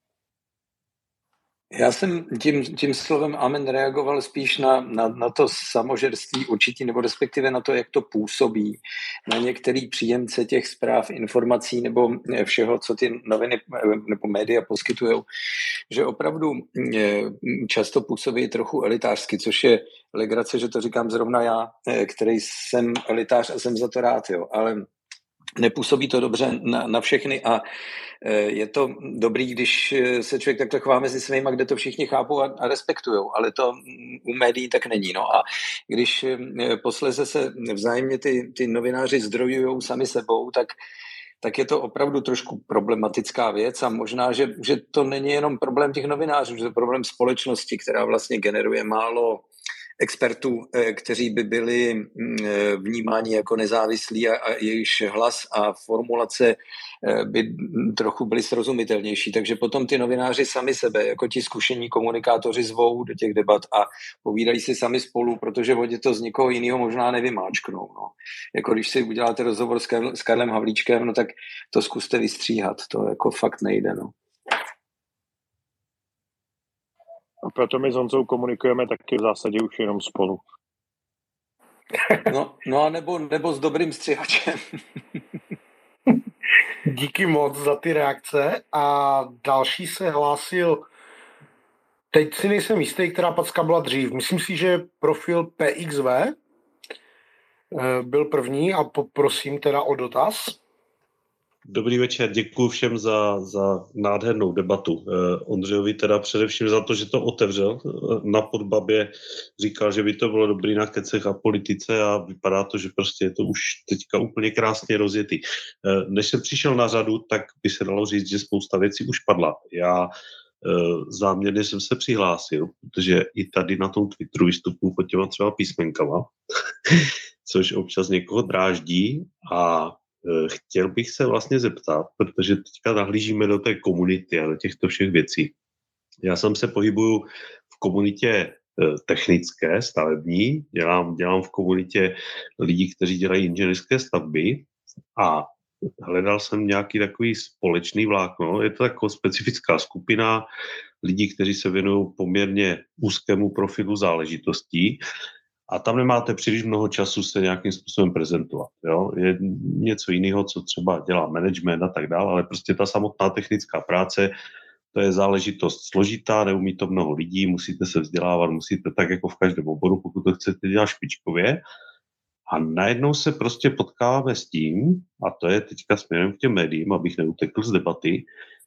Já jsem tím, tím slovem amen reagoval spíš na, na, na to samožerství určitý, nebo respektive na to, jak to působí na některý příjemce těch zpráv, informací nebo všeho, co ty noviny nebo média poskytujou, že opravdu často působí trochu elitářsky, což je legrace, že to říkám zrovna já, který jsem elitář a jsem za to rád, jo, ale nepůsobí to dobře na, na všechny a je to dobrý, když se člověk takhle chová mezi svýma, kde to všichni chápou a, a respektujou, ale to u médií tak není. No a když posléze se vzájemně ty, ty novináři zdrojujou sami sebou, tak, tak je to opravdu trošku problematická věc a možná, že, že to není jenom problém těch novinářů, že to je problém společnosti, která vlastně generuje málo expertů, kteří by byli vnímáni jako nezávislí a, a jejichž hlas a formulace by trochu byly srozumitelnější. Takže potom ty novináři sami sebe, jako ti zkušení komunikátoři zvou do těch debat a povídají si sami spolu, protože oni to z nikoho jiného možná nevymáčknou. No. Jako když si uděláte rozhovor s, Karl, s Karlem Havlíčkem, no tak to zkuste vystříhat. To jako fakt nejde. No. A proto my s Honzou komunikujeme taky v zásadě už jenom spolu. No, no a nebo, nebo s dobrým střihačem. Díky moc za ty reakce a další se hlásil, teď si nejsem jistý, která packa byla dřív. Myslím si, že profil P X V byl první a poprosím teda o dotaz. Dobrý večer, děkuji všem za, za nádhernou debatu. Eh, Ondřejovi teda především za to, že to otevřel. Na Podbabě říkal, že by to bylo dobrý na kecech a politice a vypadá to, že prostě je to už teďka úplně krásně rozjetý. Eh, než jsem přišel na řadu, tak by se dalo říct, že spousta věcí už padla. Já eh, záměrně jsem se přihlásil, protože i tady na tom Twitteru vystupuji pod těma třeba písmenkama, což občas někoho dráždí a chtěl bych se vlastně zeptat, protože teďka nahlížíme do té komunity a do těchto všech věcí. Já sám se pohybuju v komunitě technické, stavební, dělám, dělám v komunitě lidí, kteří dělají inženýrské stavby a hledal jsem nějaký takový společný vlákno. Je to taková specifická skupina lidí, kteří se věnují poměrně úzkému profilu záležitostí. A tam nemáte příliš mnoho času se nějakým způsobem prezentovat. Jo? Je něco jiného, co třeba dělá management a tak dále, ale prostě ta samotná technická práce, to je záležitost složitá, neumí to mnoho lidí, musíte se vzdělávat, musíte tak jako v každém oboru, pokud to chcete dělat špičkově. A najednou se prostě potkáváme s tím, a to je teďka směrem k těm médiím, abych neutekl z debaty,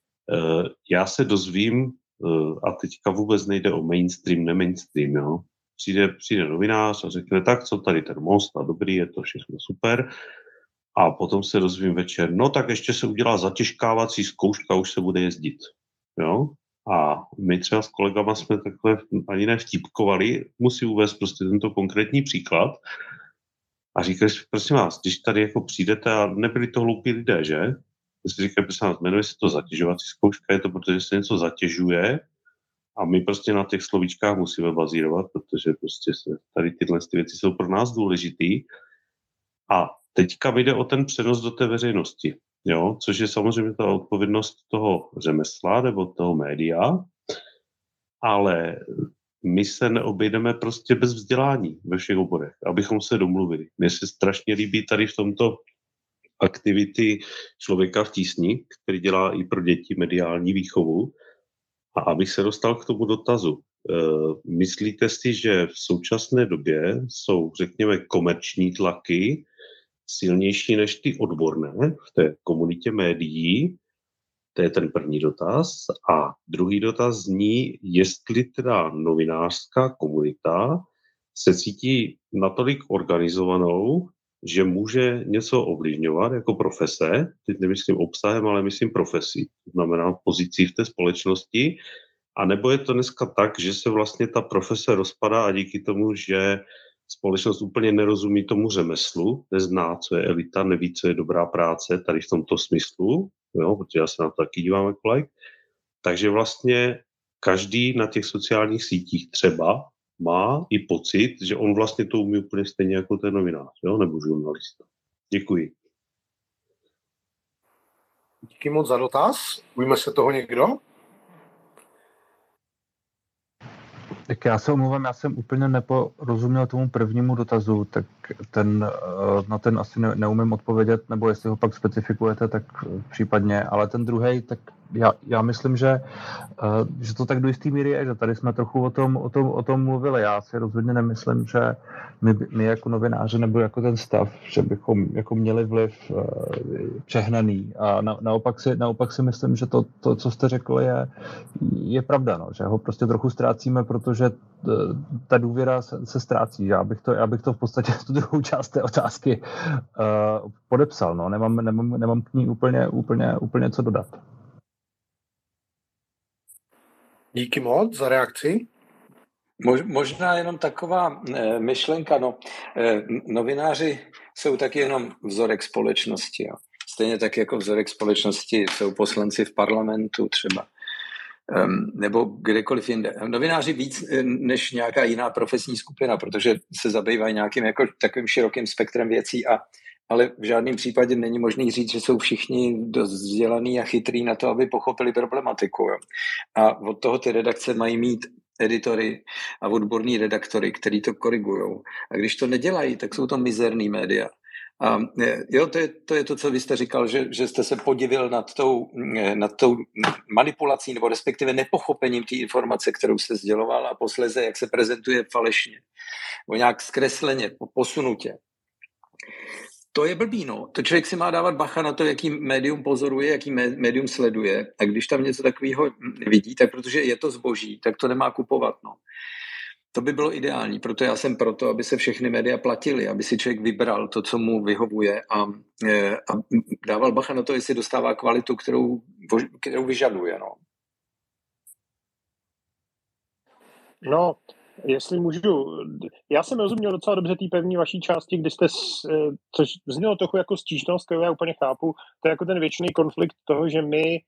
já se dozvím, a teďka vůbec nejde o mainstream, nemainstream, jo? Přijde, přijde novinář a řekne, tak co tady ten most a dobrý, je to všechno super. A potom se dozvím večer, no tak ještě se udělá zatěžkávací zkouška, už se bude jezdit. Jo? A my třeba s kolegama jsme takhle ani nevtipkovali, musím uvést prostě tento konkrétní příklad. A říkali, prosím vás, když tady jako přijdete a nebyli to hloupí lidé, že? Když si říkají, prosím vás, jmenuje se to zatěžovací zkouška, je to protože se něco zatěžuje. A my prostě na těch slovíčkách musíme bazírovat, protože prostě se, tady tyhle věci jsou pro nás důležitý. A teďka jde o ten přenos do té veřejnosti, jo? Což je samozřejmě ta odpovědnost toho řemesla nebo toho média, ale my se neobejdeme prostě bez vzdělání ve všech oborech, abychom se domluvili. Mně se strašně líbí tady v tomto aktivity Člověka v tísni, který dělá i pro děti mediální výchovu. A abych se dostal k tomu dotazu, myslíte si, že v současné době jsou, řekněme, komerční tlaky silnější než ty odborné v té komunitě médií? To je ten první dotaz. A druhý dotaz zní, jestli teda novinářská komunita se cítí natolik organizovanou, že může něco ovlivňovat jako profese, teď nemyslím obsahem, ale myslím profesí, to znamená pozicí v té společnosti, a nebo je to dneska tak, že se vlastně ta profese rozpadá a díky tomu, že společnost úplně nerozumí tomu řemeslu, nezná, co je elita, neví, co je dobrá práce tady v tomto smyslu, jo, protože já se na to taky dívám jako like. Takže vlastně každý na těch sociálních sítích třeba má i pocit, že on vlastně to umí úplně stejně jako ten novinář, jo, nebo žurnalista. Děkuji. Díky moc za dotaz. Ujme se toho někdo? Tak já se omlouvám, já jsem úplně neporozuměl tomu prvnímu dotazu, tak ten, na ten asi ne, neumím odpovědět, nebo jestli ho pak specifikujete, tak případně, ale ten druhej, tak já, já myslím, že, že to tak do jistý míry je, že tady jsme trochu o tom, o tom, o tom mluvili. Já si rozhodně nemyslím, že my, my jako novináři nebo jako ten stav, že bychom jako měli vliv přehnaný. A na, naopak, si, naopak si myslím, že to, to co jste řekli, je, je pravda, no, že ho prostě trochu ztrácíme, protože ta důvěra se, se ztrácí. Já bych, to, já bych to v podstatě tu druhou část té otázky uh, podepsal. No. Nemám, nemám, nemám k ní úplně, úplně, úplně co dodat. Díky moc za reakci. Možná jenom taková e, myšlenka, no, e, novináři jsou taky jenom vzorek společnosti. Jo. Stejně tak jako vzorek společnosti jsou poslanci v parlamentu třeba, e, nebo kdekoliv jinde. Novináři víc než nějaká jiná profesní skupina, protože se zabývají nějakým jako takovým širokým spektrem věcí, a, ale v žádném případě není možný říct, že jsou všichni dost vzdělaný a chytrý na to, aby pochopili problematiku. Jo. A od toho ty redakce mají mít editory a odborní redaktory, který to korigujou. A když to nedělají, tak jsou to mizerný média. A jo, to je, to je to, co vy jste říkal, že, že jste se podivil nad tou, nad tou manipulací nebo respektive nepochopením té informace, kterou jste sděloval, a posléze, jak se prezentuje falešně, nebo nějak zkresleně, posunutě. To je blbý, no. To člověk si má dávat bacha na to, jaký médium pozoruje, jaký médium sleduje. A když tam něco takového vidí, tak protože je to zboží, tak to nemá kupovat, no. To by bylo ideální, proto já jsem proto, aby se všechny média platily, aby si člověk vybral to, co mu vyhovuje, a, a dával bacha na to, jestli dostává kvalitu, kterou, kterou vyžaduje, no. No, jestli můžu, já jsem rozuměl docela dobře té první vaší části, kdy jste, což znělo trochu jako stížnost, kterou já úplně chápu, to je jako ten věčný konflikt toho, že my,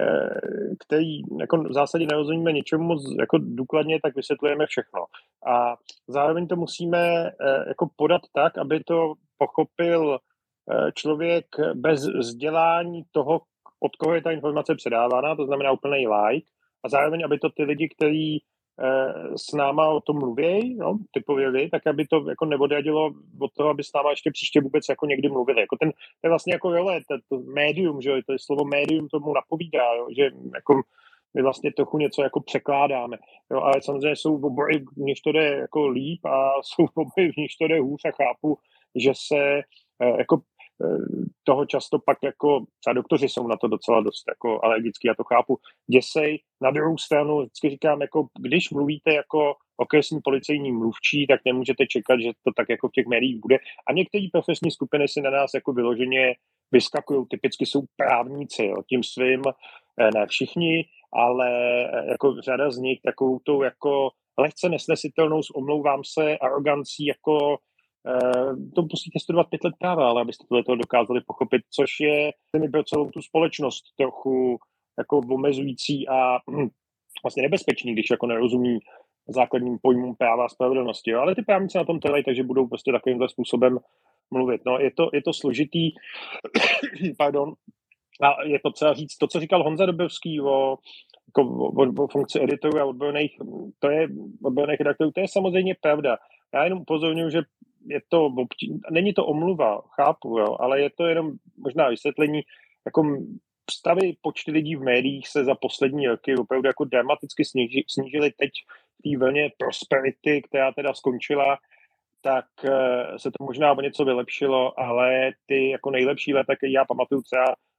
který jako v zásadě nerozumíme něčemu moc jako důkladně, tak vysvětlujeme všechno. A zároveň to musíme jako podat tak, aby to pochopil člověk bez vzdělání toho, od koho je ta informace předávána, to znamená úplný like, a zároveň, aby to ty lidi, kteří s náma o tom mluví, no, typově vy, tak aby to jako neodradilo od toho, aby s náma ještě příště vůbec jako někdy mluvili. Jako ten, to je vlastně jako role, to, to médium, že jo, to je slovo médium tomu napovídá, jo, že jako my vlastně trochu něco jako překládáme. Jo, ale samozřejmě jsou obory, v níž to jde jako líp, a jsou obory, v níž to jde hůř, a chápu, že se jako toho často pak jako, třeba doktoři jsou na to docela dost jako alergický, já to chápu, děsej. Na druhou stranu vždycky říkám, jako když mluvíte jako okresní policejní mluvčí, tak nemůžete čekat, že to tak jako v těch médiích bude. A některé profesní skupiny si na nás jako vyloženě vyskakují, typicky jsou právníci, jo, tím svým, ne všichni, ale jako řada z nich takovou tou jako lehce nesnesitelnou, omlouvám se, arogancí, jako to musíte studovat pět let práva, ale abyste tohle dokázali pochopit, což je pro celou tu společnost trochu jako omezující a vlastně nebezpečný, když jako nerozumí základním pojmům práva a spravedlnosti. Jo? Ale ty právníci na tom trvají, takže budou prostě takovýmhle způsobem mluvit. No, je to, je to složitý, pardon, a je potřeba říct to, co říkal Honza Dobrovský o, jako o, o funkci editorů a odborných, to je, odborných redaktorů, to je samozřejmě pravda. Já jenom upozorňuji, že je to obtí... není to omluva, chápu, jo, ale je to jenom možná vysvětlení, jako stavy počty lidí v médiích se za poslední roky opravdu jako dramaticky sníži, snížily. Teď v té vlně prosperity, která teda skončila, tak se to možná o něco vylepšilo, ale ty jako nejlepší léta, které já pamatuju třeba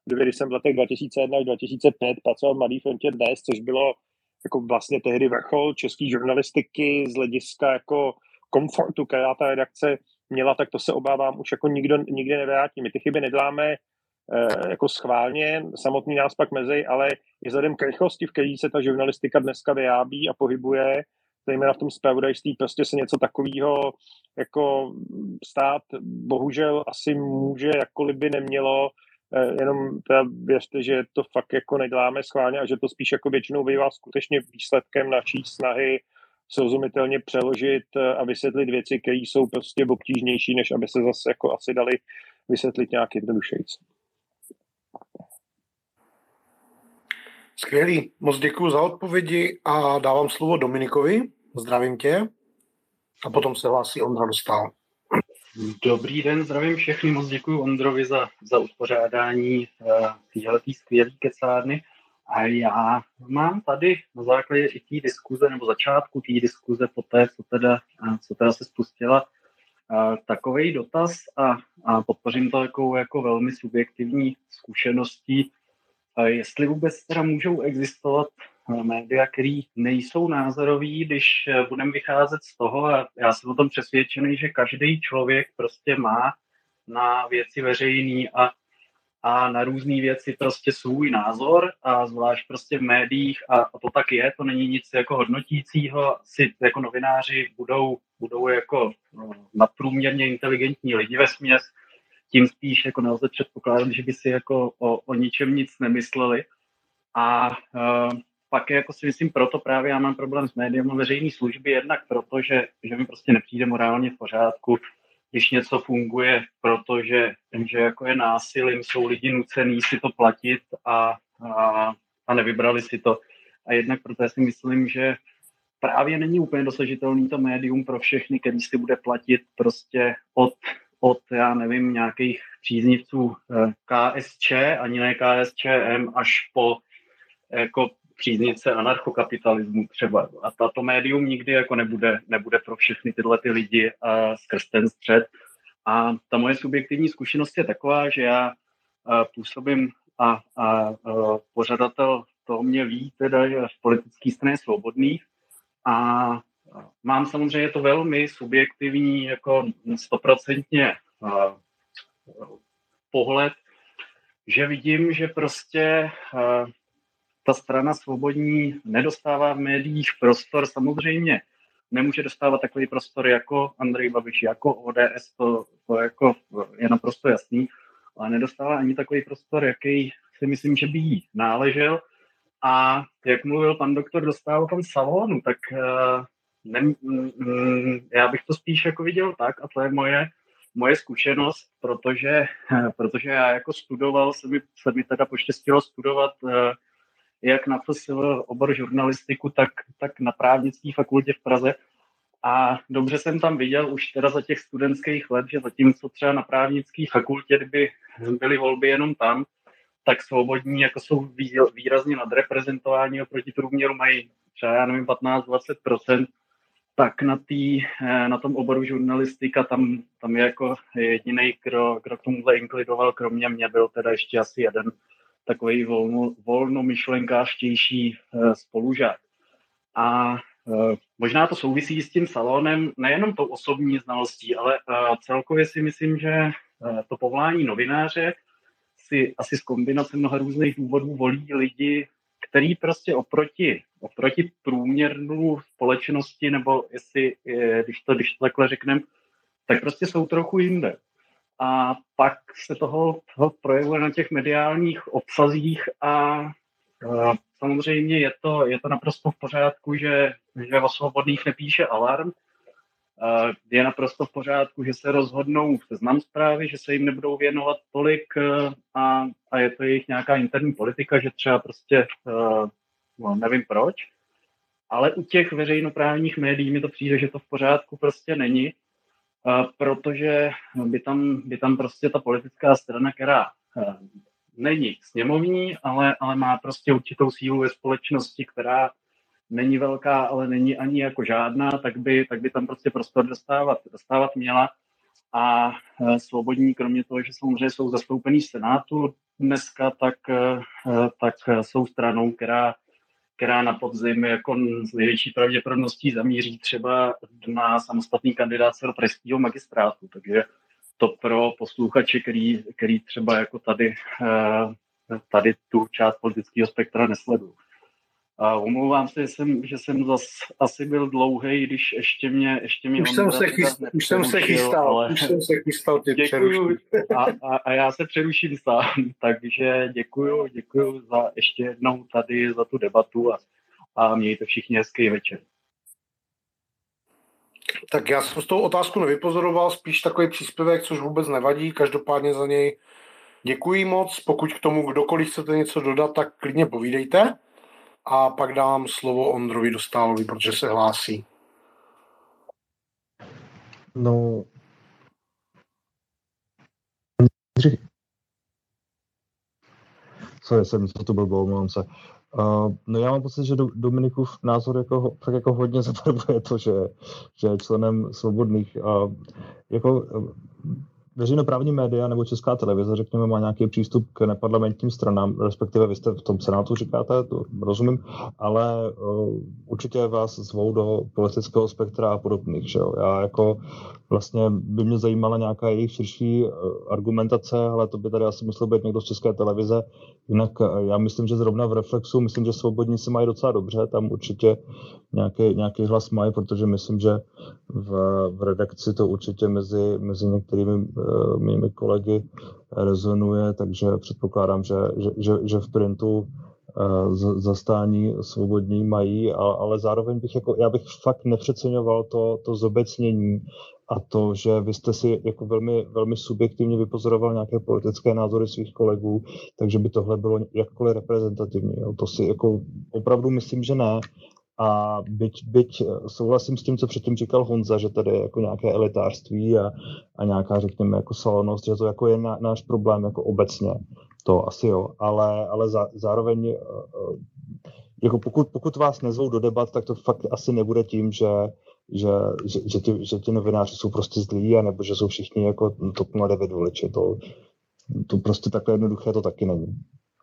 Kdyby, když jsem v letech dva tisíce jedna až dva tisíce pět pracoval v Mladé frontě Dnes, což bylo jako vlastně tehdy vrchol české žurnalistiky z hlediska jako komfortu, která ta redakce měla, tak to se obávám už jako nikdo nikdy nevrátí. My ty chyby neděláme eh, jako schválně, samotný nás pak mezi, ale i vzhledem k rychlosti, v který se ta žurnalistika dneska vyrábí a pohybuje, zejména v tom zpravodajství, prostě se něco takového jako stát bohužel asi může, jakkoliv by nemělo, eh, jenom teda věřte, že to fakt jako neděláme schválně a že to spíš jako většinou bývá skutečně výsledkem naší snahy srozumitelně přeložit a vysvětlit věci, které jsou prostě obtížnější, než aby se zase jako asi dali vysvětlit nějak jednodušejc. Skvělý, moc děkuji za odpovědi a dávám slovo Dominikovi. Zdravím tě. A potom se hlásí Ondra Dostál. Dobrý den, zdravím všechny, moc děkuji Ondrovi za, za uspořádání uh, téhletý skvělý kecárny. A já mám tady na základě i té diskuze, nebo začátku té diskuze, poté, co teda, co teda se spustila, takovej dotaz a, a podpořím to jako, jako velmi subjektivní zkušeností, jestli vůbec teda můžou existovat média, které nejsou názorový, když budeme vycházet z toho, a já jsem o tom přesvědčený, že každý člověk prostě má na věci veřejný a a na různé věci prostě svůj názor a zvlášť prostě v médiích a, a to tak je, to není nic jako hodnotícího, si jako novináři budou, budou jako no, nadprůměrně inteligentní lidi vesměs, tím spíš jako nelze předpokládat, že by si jako o, o ničem nic nemysleli a uh, pak jako si myslím, proto právě já mám problém s médiem veřejné služby, jednak proto, že, že mi prostě nepřijde morálně v pořádku, když něco funguje, protože že jako je násilím, jsou lidi nucený si to platit a, a, a nevybrali si to. A jednak proto já si myslím, že právě není úplně dosažitelný to médium pro všechny, který si bude platit prostě od, od já nevím, nějakých příznivců K S Č, ani ne K S Č M, až po jako příznivce anarchokapitalismu třeba. A tato médium nikdy jako nebude, nebude pro všechny tyhle ty lidi a skrz ten střed. A ta moje subjektivní zkušenost je taková, že já a, působím a, a, a pořadatel toho mě ví, teda je v politické straně Svobodných a mám samozřejmě to velmi subjektivní, jako stoprocentně pohled, že vidím, že prostě a, ta strana Svobodní nedostává v médiích prostor, samozřejmě nemůže dostávat takový prostor jako Andrej Babiš, jako O D S, to, to jako je naprosto jasný, ale nedostává ani takový prostor, jaký si myslím, že by jí náležel. A jak mluvil pan doktor Dostál o tom salonu, tak uh, ne, mm, já bych to spíš jako viděl tak, a to je moje, moje zkušenost, protože, protože já jako studoval, se mi, se mi teda poštěstilo studovat uh, jak na F S L obor žurnalistiku, tak, tak na právnické fakultě v Praze. A dobře jsem tam viděl už teda za těch studentských let, že zatímco třeba na právnické fakultě, kdyby byly volby jenom tam, tak Svobodní jako jsou výrazně nadreprezentováni oproti průměru, mají třeba, já nevím, patnáct až dvacet procent, tak na, tý, na tom oboru žurnalistika tam, tam je jako jedinej, kdo, kdo k tomuhle inklidoval, kromě mě byl teda ještě asi jeden takový volno, volnomyšlenkářtější uh, spolužák. A uh, možná to souvisí s tím salonem, nejenom tou osobní znalostí, ale uh, celkově si myslím, že uh, to povolání novináře si asi z kombinace mnoha různých důvodů volí lidi, který prostě oproti, oproti průměrnou společnosti, nebo jestli, když to, když to takhle řekneme, tak prostě jsou trochu jinde. A pak se toho, toho projevuje na těch mediálních obsazích a, a samozřejmě je to, je to naprosto v pořádku, že, že o Svobodných nepíše Alarm. A je naprosto v pořádku, že se rozhodnou v Seznam Zprávy, že se jim nebudou věnovat tolik a, a je to jejich nějaká interní politika, že třeba prostě no, nevím proč. Ale u těch veřejnoprávních médií mi to přijde, že to v pořádku prostě není. Uh, protože by tam, by tam prostě ta politická strana, která uh, není sněmovní, ale, ale má prostě určitou sílu ve společnosti, která není velká, ale není ani jako žádná, tak by, tak by tam prostě prostor dostávat, dostávat měla. A uh, Svobodní, kromě toho, že samozřejmě jsou zastoupený v Senátu, dneska, tak, tak jsou stranou, která, která na podzim jako s největší pravděpodobností zamíří třeba na samostatný kandidát do pražského magistrátu. Takže to pro posluchače, který, který třeba jako tady, tady tu část politického spektra nesledují. A omlouvám se, že jsem, že jsem zas asi byl dlouhý, když ještě mě ještě mě už jsem se chystal, už jsem se chystal, ale už jsem se chystal tě děkuju a, a, a já se přeruším sám, takže děkuju, děkuju za ještě jednou tady za tu debatu a, a mějte všichni hezký večer. Tak já jsem s tou otázku nevypozoroval, spíš takový příspěvek, což vůbec nevadí, každopádně za něj děkuji moc, pokud k tomu kdokoliv chcete něco dodat, tak klidně povídejte. A pak dám slovo Ondrovi Dostálovi, protože se hlásí. No, sorry, jsem to tu blbou, omlouvám se. Uh, no já mám pocit, že Dominikův názor jako, tak jako hodně zabarvuje to, že, že je členem Svobodných. Uh, jako, uh, veřejnoprávní média nebo Česká televize, řekněme, má nějaký přístup k neparlamentním stranám, respektive vy jste v tom Senátu říkáte, to rozumím, ale uh, určitě vás zvou do politického spektra a podobných, že jo. Já jako vlastně by mě zajímala nějaká jejich širší uh, argumentace, ale to by tady asi musel být někdo z České televize. Jinak uh, já myslím, že zrovna v Reflexu, myslím, že Svobodní se mají docela dobře, tam určitě nějaký, nějaký hlas mají, protože myslím, že v, v redakci to určitě mezi, mezi některými uh, mými kolegy rezonuje, takže předpokládám, že, že, že, že v printu uh, z, zastání Svobodní mají, a, ale zároveň bych jako, já bych fakt nepřeceňoval to, to zobecnění a to, že vy jste si jako velmi, velmi subjektivně vypozoroval nějaké politické názory svých kolegů, takže by tohle bylo jakkoliv reprezentativní. Jo. To si jako opravdu myslím, že ne. A byť, byť souhlasím s tím, co předtím říkal Honza, že tady je jako nějaké elitářství a, a nějaká, řekněme, jako salonost, že to jako je na, náš problém jako obecně. To asi jo, ale, ale zá, zároveň jako pokud, pokud vás nezvou do debat, tak to fakt asi nebude tím, že, že, že, že, ti, že ti novináři jsou prostě zlí, anebo že jsou všichni jako TOP nula devět voliči. To, to prostě takhle jednoduché to taky není.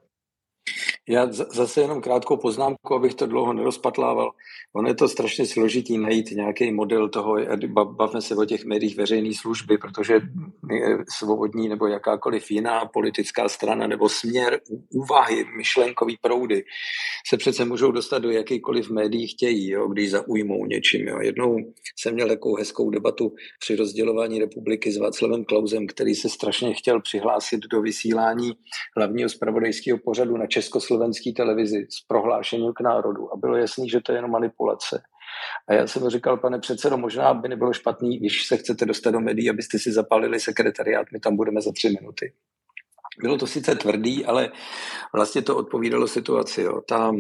Já zase jenom krátkou poznámku, abych to dlouho nerozpatlával. Ono je to strašně složitý najít nějaký model toho, bavme se o těch médiích veřejné služby, protože Svobodní nebo jakákoliv jiná politická strana nebo směr, úvahy, myšlenkový proudy se přece můžou dostat do jakýkoliv médií chtějí, jo, když zaujmou něčím. Jo. Jednou jsem měl takovou hezkou debatu při rozdělování republiky s Václavem Klausem, který se strašně chtěl přihlásit do vysílání hlavního zpravodajského pořadu na československé televizi s prohlášením k národu. A bylo jasný, že to je jenom manipulace. A já jsem mu říkal, pane předsedo, možná by nebylo špatný, když se chcete dostat do médií, abyste si zapálili sekretariát, my tam budeme za tři minuty. Bylo to sice tvrdý, ale vlastně to odpovídalo situaci. Jo. Ta,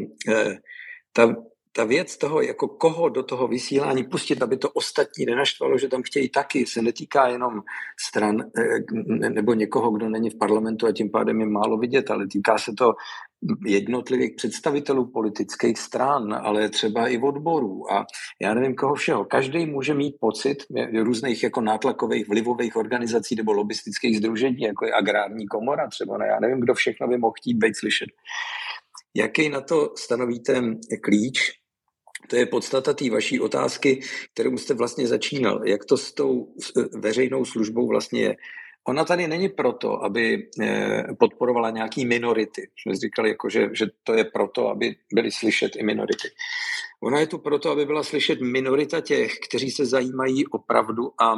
ta, ta věc toho, jako koho do toho vysílání pustit, aby to ostatní nenaštvalo, že tam chtějí taky, se netýká jenom stran nebo někoho, kdo není v parlamentu a tím pádem je málo vidět, ale týká se to jednotlivých představitelů politických stran, ale třeba i odborů a já nevím koho všeho. Každý může mít pocit různých jako nátlakových vlivových organizací nebo lobistických sdružení, jako je agrární komora třeba, ne? Já nevím, kdo všechno by mohl chtít být slyšet. Jaký na to stanovíte klíč? To je podstata té vaší otázky, kterou jste vlastně začínal. Jak to s tou veřejnou službou vlastně je? Ona tady není proto, aby podporovala nějaký minority. Jsme říkali, jako, že, že to je proto, aby byly slyšet i minority. Ona je tu proto, aby byla slyšet minorita těch, kteří se zajímají o pravdu a,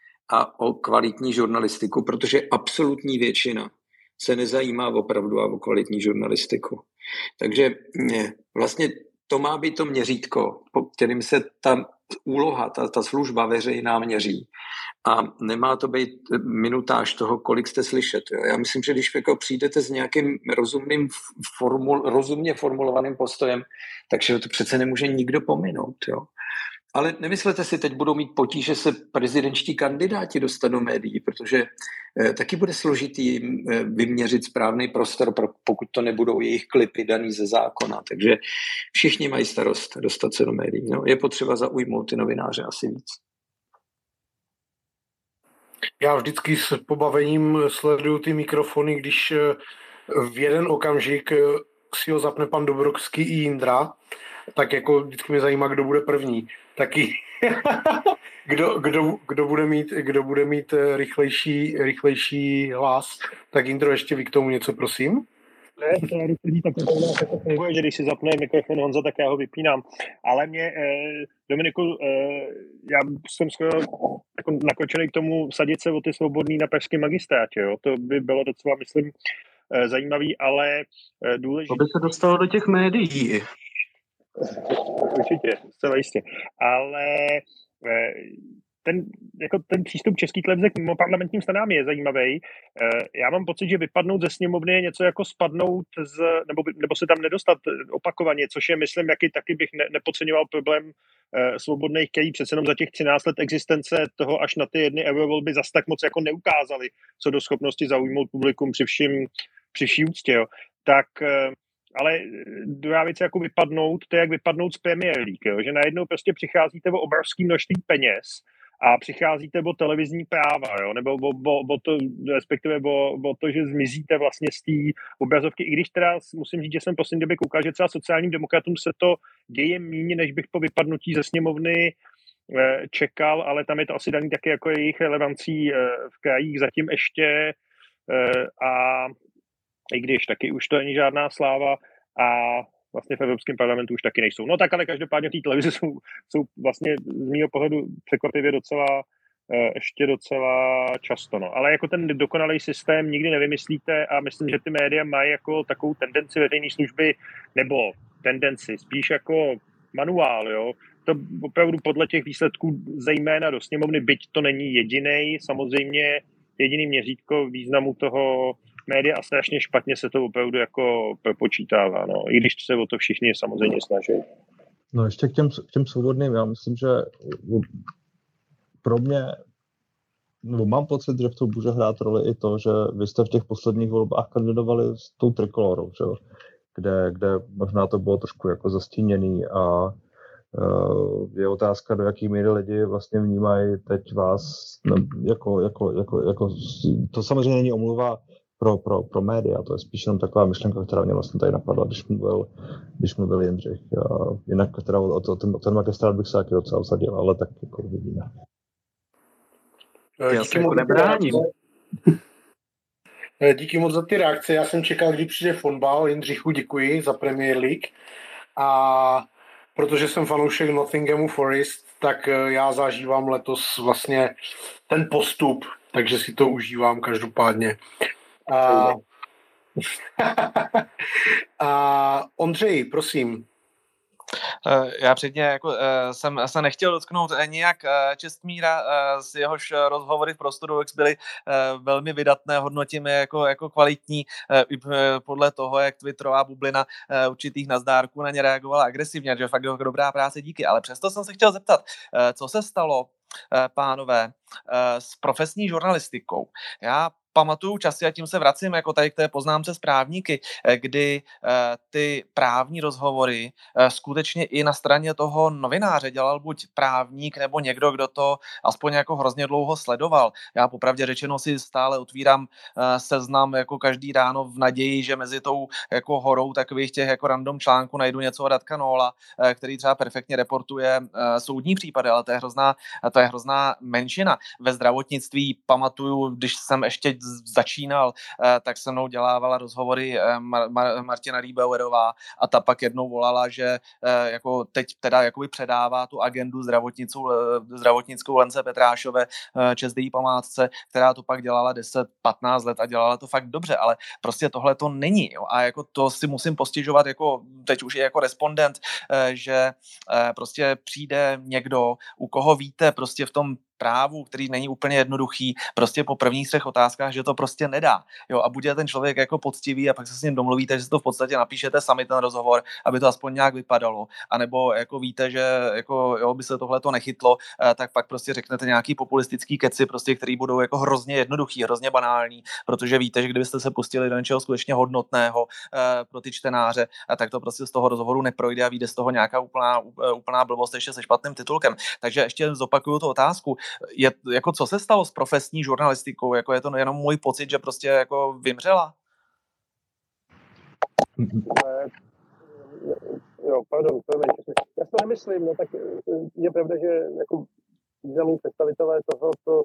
a o kvalitní žurnalistiku, protože absolutní většina se nezajímá o pravdu a o kvalitní žurnalistiku. Takže vlastně to má být to měřítko, po kterým se ta úloha, ta, ta služba veřejná měří. A nemá to být minutáž toho, kolik jste slyšet. Jo. Já myslím, že když jako přijdete s nějakým rozumným formul, rozumně formulovaným postojem, takže to přece nemůže nikdo pominout. Jo. Ale nemyslete si, teď budou mít potíže se prezidentští kandidáti dostat do médií, protože eh, taky bude složitý eh, vyměřit správný prostor, pokud to nebudou jejich klipy daný ze zákona. Takže všichni mají starost dostat se do médií. No, je potřeba zaujmout ty novináře asi víc. Já vždycky s pobavením sleduju ty mikrofony, když v jeden okamžik si ho zapne pan Dobrovský i Jindra, tak jako vždycky mě zajímá, kdo bude první. Taky kdo, kdo, kdo, bude mít, kdo bude mít rychlejší, rychlejší hlas. Tak Jindro, ještě vy k tomu něco, prosím. Ne, to je lidí, tak to u nás jako funguje, že když si zapne mikrofon Honza, tak já ho vypínám. Ale mě, eh, Dominiku, eh, já jsem skoro jako nakočený k tomu sadit se o ty svobodný na pražském magistrátě. Jo? To by bylo docela, myslím, eh, zajímavý, ale eh, důležité. To by se dostalo do těch médií. Určitě, zcela jistě. Ale eh, ten, jako ten přístup Český televize k mimo parlamentním stranám je zajímavý. Já mám pocit, že vypadnout ze sněmovny je něco jako spadnout z, nebo, nebo se tam nedostat opakovaně, což je, myslím, jaký taky bych ne, nepodceňoval problém eh, svobodných, který přece jenom za těch třináct let existence toho až na ty jedny eurovolby zas tak moc jako neukázali, co do schopnosti zaujmout publikum při vším, při vší úctě. Jo. Tak eh, ale druhá věc je jako vypadnout, to je jak vypadnout z Premier League, jo? Že najednou prostě přicházíte o obrovské množství peněz a přicházíte o televizní práva, jo? Nebo o, o, o to, respektive o, o to, že zmizíte vlastně z té obrazovky, i když teda musím říct, že jsem poslední době koukal, že třeba sociálním demokratům se to děje méně, než bych po vypadnutí ze sněmovny eh, čekal, ale tam je to asi daný taky jako jejich relevancí eh, v krajích zatím ještě eh, a i když taky už to není žádná sláva a vlastně v Evropském parlamentu už taky nejsou. No tak ale každopádně v té televizi jsou, jsou vlastně z mýho pohledu překvapivě docela, ještě docela často. No. Ale jako ten dokonalý systém nikdy nevymyslíte a myslím, že ty média mají jako takovou tendenci veřejné služby, nebo tendenci, spíš jako manuál, jo. To opravdu podle těch výsledků zejména do sněmovny, byť to není jedinej, samozřejmě jediný měřítko významu toho média a strašně špatně se to opravdu jako propočítává, no. I když se o to všichni samozřejmě snaží. No ještě k těm, k těm svobodným, já myslím, že pro mě, nebo mám pocit, že v tom může hrát roli i to, že vy jste v těch posledních volbách kandidovali s tou trikolorou, že jo? Kde, kde možná to bylo trošku jako zastíněný a uh, je otázka, do jaký míry lidi vlastně vnímají teď vás ne, jako, jako, jako, jako, to samozřejmě není omluva pro, pro, pro média, to je spíš jenom taková myšlenka, která mě vlastně tady napadla, když mluvil, když mluvil Jindřich. Jinak teda o, to, ten, ten magistrát bych se taky docela vsadil, ale tak jako vidíme. Já se jako nebráním. Díky moc za ty reakce. Já jsem čekal, kdy přijde fotbal. Jindřichu, děkuji za Premier League. A protože jsem fanoušek Nottinghamu Forest, tak já zažívám letos vlastně ten postup, takže si to užívám každopádně. A, a Ondřej, prosím. Já předně jako, jsem se nechtěl dotknout nějak Čestmíra, z jehož rozhovory v Prostoru X byly velmi vydatné, hodnotím je jako, jako kvalitní, podle toho, jak twitterová bublina určitých nazdárků na ně reagovala agresivně, že fakt dobrá práce, díky. Ale přesto jsem se chtěl zeptat, co se stalo, pánové, s profesní žurnalistikou. Já pamatuju časy, a tím se vracím jako tady k té poznámce z právníky, kdy ty právní rozhovory skutečně i na straně toho novináře dělal buď právník nebo někdo, kdo to aspoň jako hrozně dlouho sledoval. Já popravdě řečeno si stále otvírám seznam jako každý ráno v naději, že mezi tou jako horou takových těch jako random článků najdu něco od Radka Nóla, který třeba perfektně reportuje soudní případy, ale to je hrozná, to je hrozná menšina. Ve zdravotnictví pamatuju, když jsem ještě začínal, tak se mnou dělávala rozhovory Mar- Mar- Martina Riebauerová a ta pak jednou volala, že jako teď teda jakoby předává tu agendu zdravotnickou Lence Petrášové, čest její památce, která to pak dělala deset patnáct let a dělala to fakt dobře, ale prostě tohle to není. Jo? A jako to si musím postižovat jako teď už je jako respondent, že prostě přijde někdo, u koho víte prostě v tom právu, který není úplně jednoduchý, prostě po prvních třech otázkách, že to prostě nedá. Jo, a bude ten člověk jako poctivý a pak se s ním domluvíte, že si to v podstatě napíšete sami ten rozhovor, aby to aspoň nějak vypadalo. A nebo jako víte, že jako jo, by se tohle to nechytlo, tak pak prostě řeknete nějaký populistický keci, prostě, který budou jako hrozně jednoduchý, hrozně banální, protože víte, že kdybyste se pustili do něčeho skutečně hodnotného pro ty čtenáře, tak to prostě z toho rozhovoru neprojde a vyjde z toho nějaká úplná, úplná blbost ještě se špatným titulkem. Takže ještě zopakuju tu otázku. Je, jako co se stalo s profesní žurnalistikou? Jako je to jenom můj pocit, že prostě jako vymřela? Jo, pardon, promiň. Já si to nemyslím, no tak je pravda, že jako významní představitelé toho, co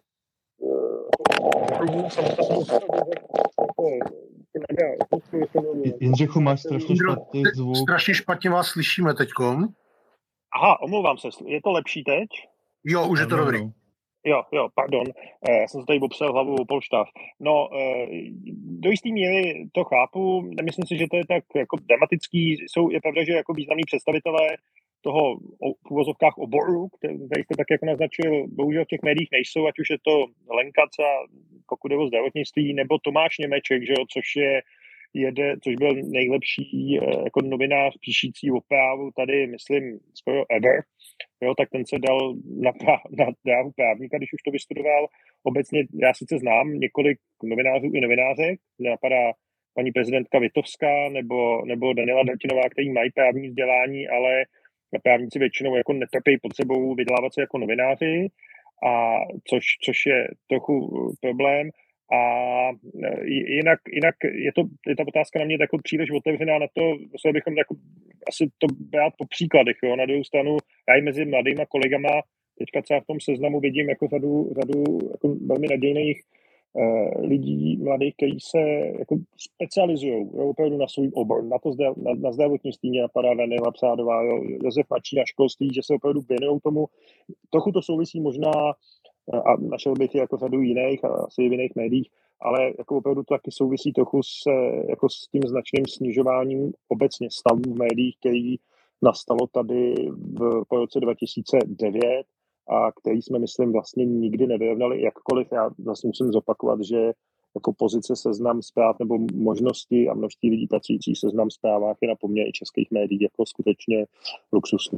Jindřichu, máš strašně špatný zvuk. Strašně špatně vás slyšíme teďkom. Aha, omlouvám se, je to lepší teď? Jo, už je to dobrý. Jo, jo, pardon, já jsem se tady popsal hlavou o polštář. No, do jistý míry to chápu, nemyslím si, že to je tak jako dramatický, jsou, je pravda, že jako významní představitelé toho v uvozovkách oboru, který jste tak jako naznačil, bohužel v těch médiích nejsou, ať už je to Lenkaca, pokud je o zdravotnictví, nebo Tomáš Němeček, že jo, což je jede, což byl nejlepší jako novinář píšící o právu tady, myslím, skoro ever, jo, tak ten se dal na, prá, na dráhu právníka, když už to vystudoval. Obecně já sice znám několik novinářů i novinářek, napadá paní prezidentka Vitovská nebo, nebo Daniela Drtinová, který mají právní vzdělání, ale právníci většinou jako netrpějí pod sebou vydělávat se jako novináři, a což, což je trochu problém. A jinak, jinak je, to, je ta otázka na mě jako příliš otevřená na to, co bychom jako asi to brát po příkladech. Jo. Na druhou stranu, já i mezi mladýma kolegama teďka třeba v tom seznamu vidím jako řadu, řadu jako velmi nadějných eh, lidí, mladých, kteří se jako specializují opravdu na svůj obor, na, to zde, na, na zdravotnictví. Mě napadá Daniela Psádová, jo, Josef Mačí na školství, že se opravdu věnují tomu. Trochu to souvisí možná a našel bych je jako řadu jiných a asi v jiných médiích, ale jako opravdu to taky souvisí trochu s, jako s tím značným snižováním obecně stavu v médiích, který nastalo tady v, po roce dva tisíce devět a který jsme, myslím, vlastně nikdy nevyrovnali jakkoliv. Já vlastně musím zopakovat, že jako pozice Seznam zpráv nebo možnosti a množství lidí pracujících Seznam zprávách je na poměr i českých médií jako skutečně luxusní.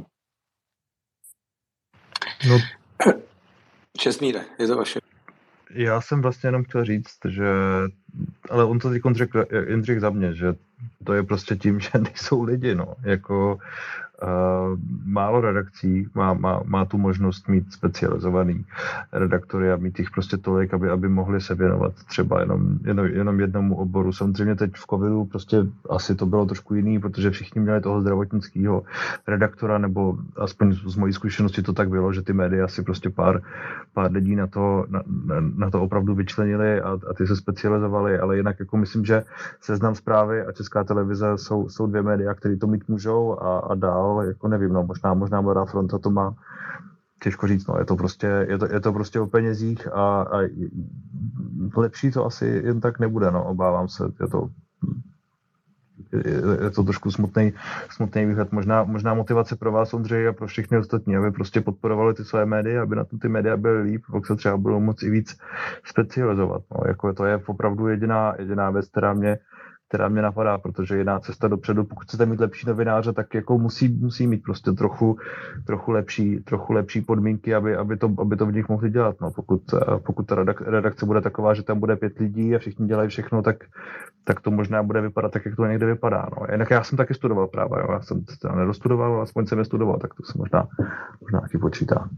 No. Čestmíre, je to vaše. Já jsem vlastně jenom chtěl říct, že, ale on to teď řekl Jindřich za mě, že to je prostě tím, že nejsou lidi, no, jako uh, málo redakcí má, má, má tu možnost mít specializovaný redaktory a mít jich prostě tolik, aby, aby mohli se věnovat třeba jenom, jenom, jenom jednomu oboru. Samozřejmě teď v covidu prostě asi to bylo trošku jiný, protože všichni měli toho zdravotnického redaktora, nebo aspoň z mojí zkušenosti to tak bylo, že ty média si prostě pár, pár lidí na to, na, na to opravdu vyčlenili a, a ty se specializovali, ale jinak jako myslím, že Seznam zprávy a Česká televize jsou, jsou dvě média, které to mít můžou a, a dál, jako nevím, no, možná, možná Mladá fronta to má, těžko říct, no, je to prostě, je to, je to prostě o penězích a, a lepší to asi jen tak nebude, no, obávám se, je to, je, je to trošku smutný, smutný výhled, možná, možná motivace pro vás, Ondřej, a pro všechny ostatní, aby prostě podporovali ty své média, aby na to ty média byly líp, pak se třeba budou moc i víc specializovat, no, jako to je opravdu jediná, jediná věc, která mě která mě napadá, protože jiná cesta dopředu, pokud chcete mít lepší novináře, tak jako musí, musí mít prostě trochu, trochu, lepší, trochu lepší podmínky, aby, aby, to, aby to v nich mohli dělat. No, pokud, pokud ta redakce bude taková, že tam bude pět lidí a všichni dělají všechno, tak, tak to možná bude vypadat tak, jak to někde vypadá. No. Jinak já jsem taky studoval práva, jo. Já jsem to nedostudoval, ale aspoň jsem je studoval, tak to se možná, možná taky počítá.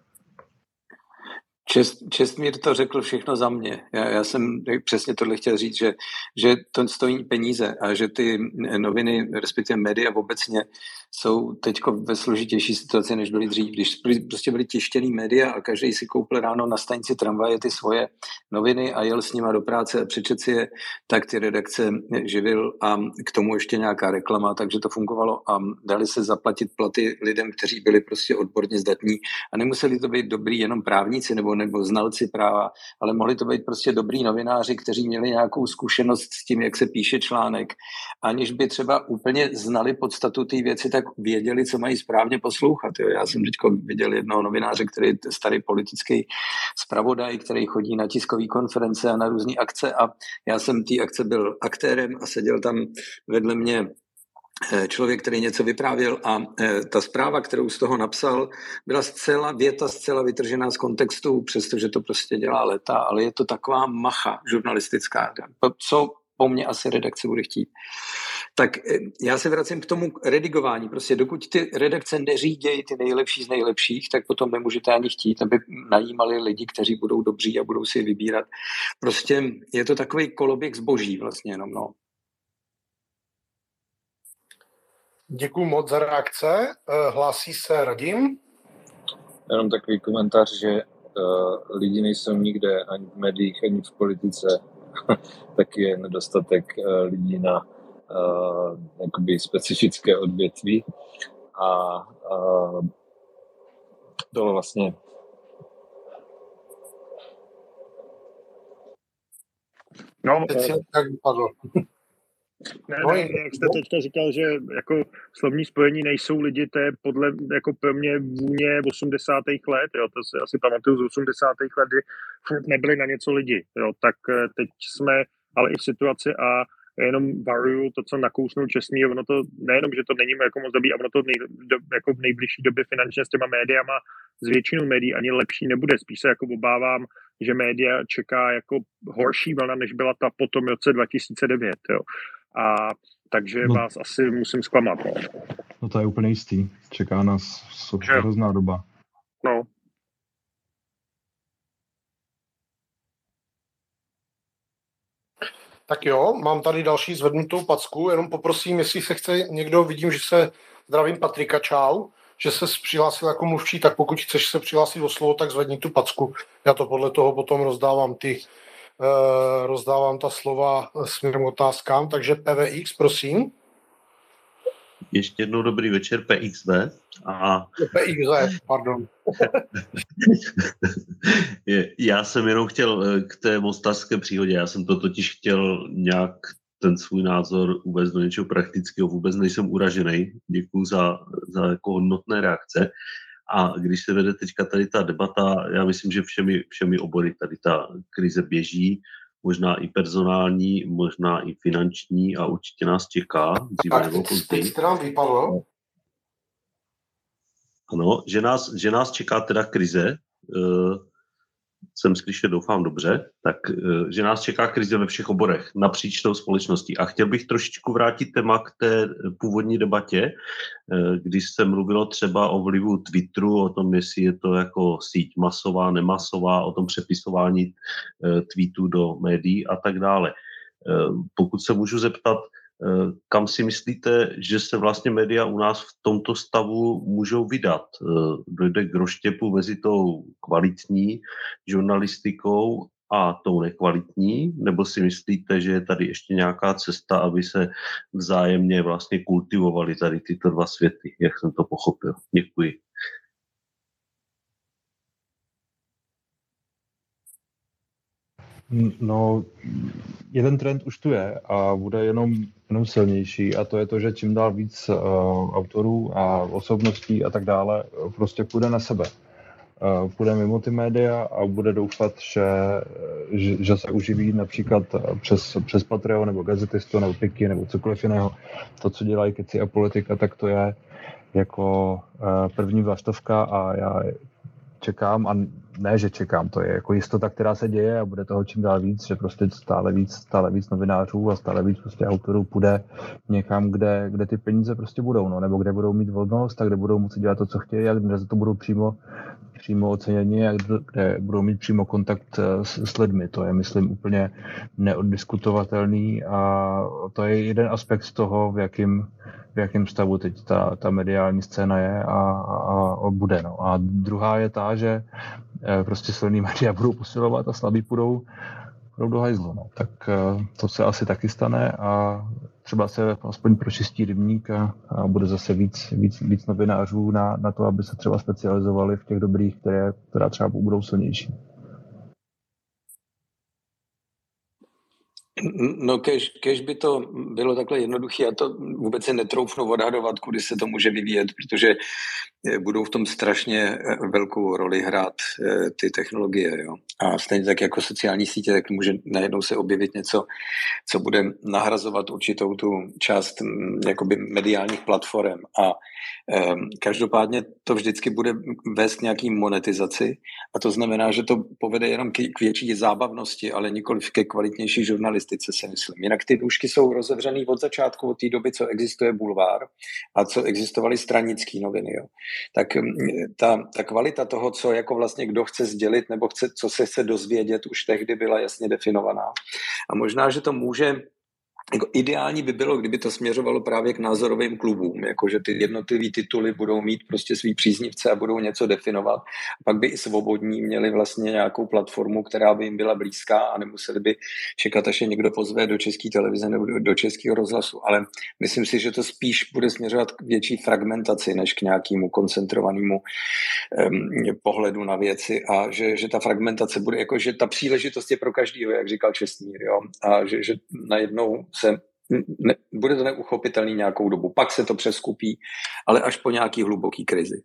Čest, Čestmír to řekl všechno za mě. Já, já jsem přesně tohle chtěl říct, že, že to stojí peníze a že ty noviny, respektive média obecně, jsou teď ve složitější situaci, než byly dřív. Když prostě byly tištěný média a každý si koupil ráno na stanici tramvaje ty svoje noviny a jel s nima do práce a přečet si je, tak ty redakce živil a k tomu ještě nějaká reklama, takže to fungovalo a dali se zaplatit platy lidem, kteří byli prostě odborně zdatní a nemuseli to být dobrý jenom právníci nebo nebo znalci práva, ale mohli to být prostě dobrý novináři, kteří měli nějakou zkušenost s tím, jak se píše článek. Aniž by třeba úplně znali podstatu té věci, tak věděli, co mají správně poslouchat. Jo. Já jsem teďko viděl jednoho novináře, který je starý politický zpravodaj, který chodí na tiskové konference a na různé akce a já jsem té akce byl aktérem a seděl tam vedle mě člověk, který něco vyprávěl a ta zpráva, kterou z toho napsal, byla zcela věta, zcela vytržená z kontextu, přestože to prostě dělá léta, ale je to taková macha žurnalistická, co po mně asi redakce bude chtít. Tak já se vracím k tomu redigování. Prostě dokud ty redakce neřídějí ty nejlepší z nejlepších, tak potom nemůžete ani chtít, aby najímali lidi, kteří budou dobří a budou si vybírat. Prostě je to takový koloběh zboží vlastně jenom, no. Děkuji moc za reakce. Hlásí se Radim. Jenom takový komentář, že uh, lidi nejsou nikde, ani v médiích, ani v politice. Taky je nedostatek uh, lidí na uh, jakoby specifické odvětví. A uh, to vlastně No, Teď si tak vypadlo. Ne, ne, jak jste teďka říkal, že jako slovní spojení nejsou lidi, to je podle, jako pro mě vůně osmdesátých let, jo, to si asi pamatuju z osmdesátých let, kdy furt nebyli na něco lidi, jo, tak teď jsme ale i v situaci a jenom varuju to, co nakousnul Čestný, ono to nejenom, že to není jako moc dobrý, a ono to nej, do, jako v nejbližší době finančně s těma médiama, s většinou médií ani lepší nebude. Spíš se jako obávám, že média čeká jako horší vlna, než byla ta po tom roce dva tisíce devět. Jo. A takže no, vás asi musím zklamat. No. no to je úplně jistý. Čeká nás hrozná doba. No. Tak jo, mám tady další zvednutou packu, jenom poprosím, jestli se chce někdo, vidím, že se, zdravím Patrika, čau, že se přihlásil jako mluvčí, tak pokud chceš se přihlásit o slovo, tak zvedni tu packu. Já to podle toho potom rozdávám ty, uh, rozdávám ta slova směrem otázkám, takže P V X, prosím. Ještě jednou dobrý večer, P X V. A... P X V, pardon. Já jsem jenom chtěl k té mostarské příhodě, já jsem to totiž chtěl nějak ten svůj názor uvést do něčeho praktického, vůbec nejsem uražený, děkuju za, za jako hodnotné reakce. A když se vede teďka tady ta debata, já myslím, že všemi, všemi obory tady ta krize běží, možná i personální, možná i finanční a určitě nás čeká. Tak, teď, teď nám vypadlo. Ano, že nás, že nás čeká teda krize, uh, jsem slyšel, doufám dobře, tak uh, že nás čeká krize ve všech oborech, napříč tou společností. A chtěl bych trošičku vrátit téma k té původní debatě, uh, když se mluvilo třeba o vlivu Twitteru, o tom, jestli je to jako síť masová, nemasová, o tom přepisování uh, tweetů do médií a tak dále. Uh, pokud se můžu zeptat, kam si myslíte, že se vlastně média u nás v tomto stavu můžou vydat? Dojde k rozštěpu mezi tou kvalitní žurnalistikou a tou nekvalitní? Nebo si myslíte, že je tady ještě nějaká cesta, aby se vzájemně vlastně kultivovaly tady tyto dva světy, jak jsem to pochopil? Děkuji. No, jeden trend už tu je a bude jenom, jenom silnější, a to je to, že čím dál víc uh, autorů a osobností a tak dále prostě půjde na sebe. Uh, půjde mimo ty média a bude doufat, že, že, že se uživí například přes, přes Patreon nebo Gazetisto nebo Piky nebo cokoliv jiného. To, co dělají Keci a Politika, tak to je jako uh, první vlaštovka a já čekám, a ne, že čekám, to je jako jistota, která se děje a bude toho čím dál víc, že prostě stále víc, stále víc novinářů a stále víc prostě autorů půjde někam, kde, kde ty peníze prostě budou, no, nebo kde budou mít volnost a kde budou moci dělat to, co chtějí a kde za to budou přímo, přímo oceněni a kde, kde budou mít přímo kontakt s, s lidmi. To je, myslím, úplně neoddiskutovatelný a to je jeden aspekt z toho, v jakým v jakém stavu teď ta, ta mediální scéna je a, a, a bude. No. A druhá je ta, že prostě silný média budou posilovat a slabí půjdou, půjdou do hajzlu. No. Tak to se asi taky stane a třeba se aspoň pročistí rybník a, a bude zase víc, víc, víc novinářů na, na to, aby se třeba specializovali v těch dobrých, které, která třeba budou silnější. No, kež, kež by to bylo takhle jednoduché, já to vůbec se netroufnu odhadovat, kudy se to může vyvíjet, protože budou v tom strašně velkou roli hrát ty technologie. Jo. A stejně tak jako sociální sítě, tak může najednou se objevit něco, co bude nahrazovat určitou tu část jakoby mediálních platform. A um, každopádně to vždycky bude vést k nějaký monetizaci a to znamená, že to povede jenom k, k větší zábavnosti, ale nikoliv ke kvalitnější žurnalistice, se myslím. Jinak ty nůžky jsou rozevřený od začátku, od té doby, co existuje bulvár a co existovaly stranické noviny. Jo. Tak ta, ta kvalita toho, co jako vlastně kdo chce sdělit nebo chce, co se chce dozvědět, už tehdy byla jasně definovaná. A možná, že to může jako ideální by bylo, kdyby to směřovalo právě k názorovým klubům, jakože ty jednotlivý tituly budou mít prostě svý příznivce a budou něco definovat. Pak by i svobodní měli vlastně nějakou platformu, která by jim byla blízká a nemuseli by čekat, až je někdo pozve do české televize nebo do českého rozhlasu. Ale myslím si, že to spíš bude směřovat k větší fragmentaci, než k nějakému koncentrovanému um, pohledu na věci a že, že ta fragmentace bude, jako že ta příležitost je pro každýho, jak říkal Čestmír, jo, a že, že najednou se ne, bude to neuchopitelný nějakou dobu. Pak se to přeskupí, ale až po nějaký hluboký krizi.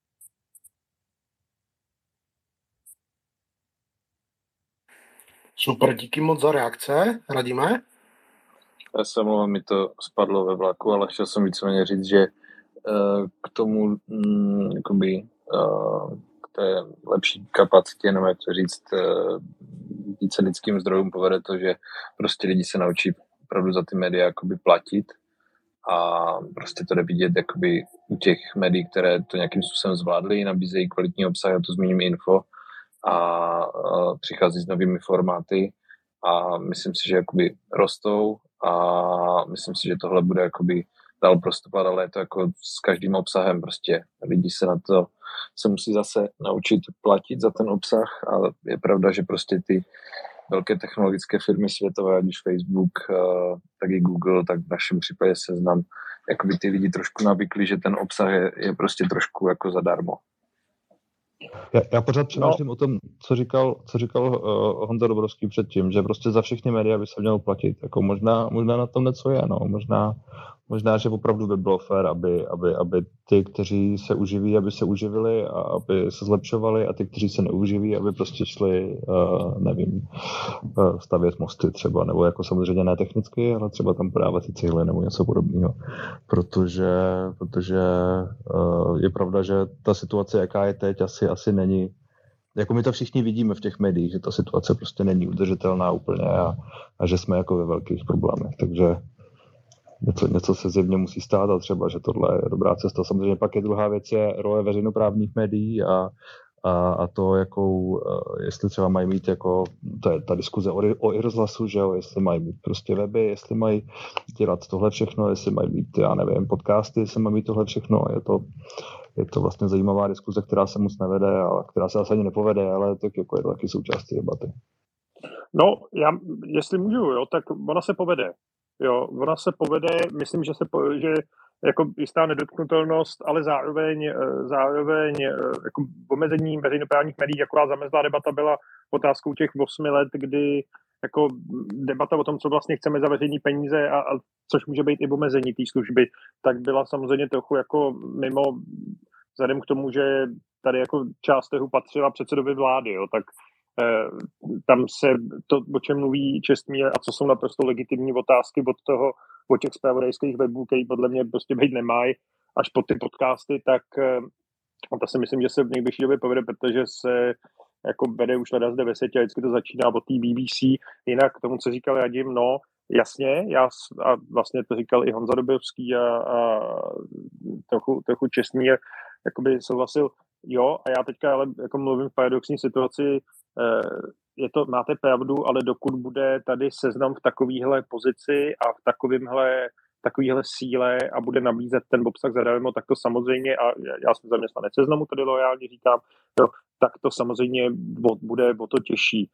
Super, díky moc za reakce. Radíme? Já se mluvím, mi to spadlo ve vlaku, ale chtěl jsem víceméně říct, že uh, k tomu mm, jakoby, uh, k té lepší kapacitě, nebo jak to říct, uh, více lidským zdrojům povede to, že prostě lidi se naučí opravdu za ty média jakoby platit a prostě to jde vidět jakoby u těch médií, které to nějakým způsobem zvládly, nabízejí kvalitní obsah, já to zmíním Info, a, a přichází s novými formáty a myslím si, že jakoby rostou a myslím si, že tohle bude jakoby dál prostupovat, ale je to jako s každým obsahem prostě. Lidi se na to se musí zase naučit platit za ten obsah a je pravda, že prostě ty velké technologické firmy světové, ať už Facebook, tak i Google, tak v našem případě Seznam, jakoby ty lidi trošku navykli, že ten obsah je, je prostě trošku jako zadarmo. Já, já pořád přemýšlím no. o tom, co říkal, co říkal uh, Honza Dobrovský předtím, že prostě za všechny média by se mělo platit. Jako možná, možná na tom něco je, no. Možná, možná, že opravdu by bylo fér, aby, aby, aby ty, kteří se uživí, aby se uživili a aby se zlepšovali a ty, kteří se neuživí, aby prostě šli, uh, nevím, uh, stavět mosty třeba, nebo jako samozřejmě ne technicky, ale třeba tam podávat ty cihly nebo něco podobného. Protože, protože uh, je pravda, že ta situace, jaká je teď, asi, asi není, jako my to všichni vidíme v těch médiích, že ta situace prostě není udržitelná úplně a, a že jsme jako ve velkých problémech, takže Něco, něco se zjevně musí stát a třeba, že tohle je dobrá cesta. Samozřejmě pak je druhá věc, je role veřejnoprávních médií a, a, a to, jakou, jestli třeba mají mít jako, to je ta diskuze o, o iRozhlasu, že jo, jestli mají mít prostě weby, jestli mají dělat tohle všechno, jestli mají mít, já nevím, podcasty, jestli mají mít tohle všechno. Je to, je to vlastně zajímavá diskuze, která se moc nevede, ale která se asi ani nepovede, ale tak jako je to taky součástí debaty. No, já, jestli můžu, jo, tak ona se povede. Jo, ona se povede, myslím, že se po, že jako jistá nedotknutelnost, ale zároveň, zároveň jako omezení veřejnoprávních médií, akorát zamezlá debata byla otázkou těch osmi let, kdy jako debata o tom, co vlastně chceme za veřejný peníze a, a což může být i omezení té služby, tak byla samozřejmě trochu jako mimo, vzhledem k tomu, že tady jako část toho patřila předsedovi vlády, jo, tak tam se to, o čem mluví Čestmír a co jsou naprosto legitimní otázky od toho, od těch zpravodajských webů, který podle mě prostě být nemají, až po ty podcasty, tak a to si myslím, že se v nejbližší době povede, protože se jako vede už leda zde ve světě a vždycky to začíná od té B B C. Jinak k tomu, co říkal Radim, no jasně, já a vlastně to říkal i Honza Dobrovský a, a trochu, trochu Čestmír jakoby souhlasil, jo, a já teďka ale jako mluvím v paradoxní situaci, je to, máte pravdu, ale dokud bude tady Seznam v takovéhle pozici a v takovémhle, takovéhle síle a bude nabízet ten obsah zadarmo, tak to samozřejmě, a já jsem zaměstnanec Seznamu, tady loajálně říkám, jo, tak to samozřejmě bude o to těžší.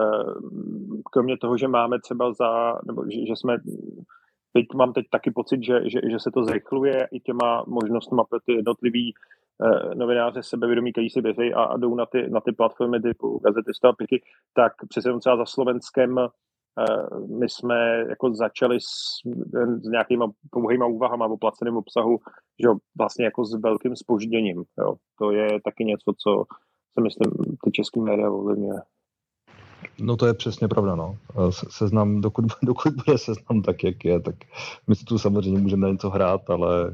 Kromě toho, že máme třeba za, nebo že, že jsme, teď mám teď taky pocit, že, že, že se to zrychluje i těma možnostmi pro ty jednotlivý novináře sebevědomí, kteří si věří a, a jdou na ty, na ty platformy typu Gazety, Stapiky, tak přece třeba za Slovenskem my jsme jako začali s, s nějakýma pouhýma úvahama o placeném obsahu, že vlastně jako s velkým zpožděním. Jo. To je taky něco, co si myslím, ty český média ovlivňuje. No to je přesně pravda, no. Seznam, dokud, dokud bude Seznam tak, jak je, tak my si tu samozřejmě můžeme na něco hrát, ale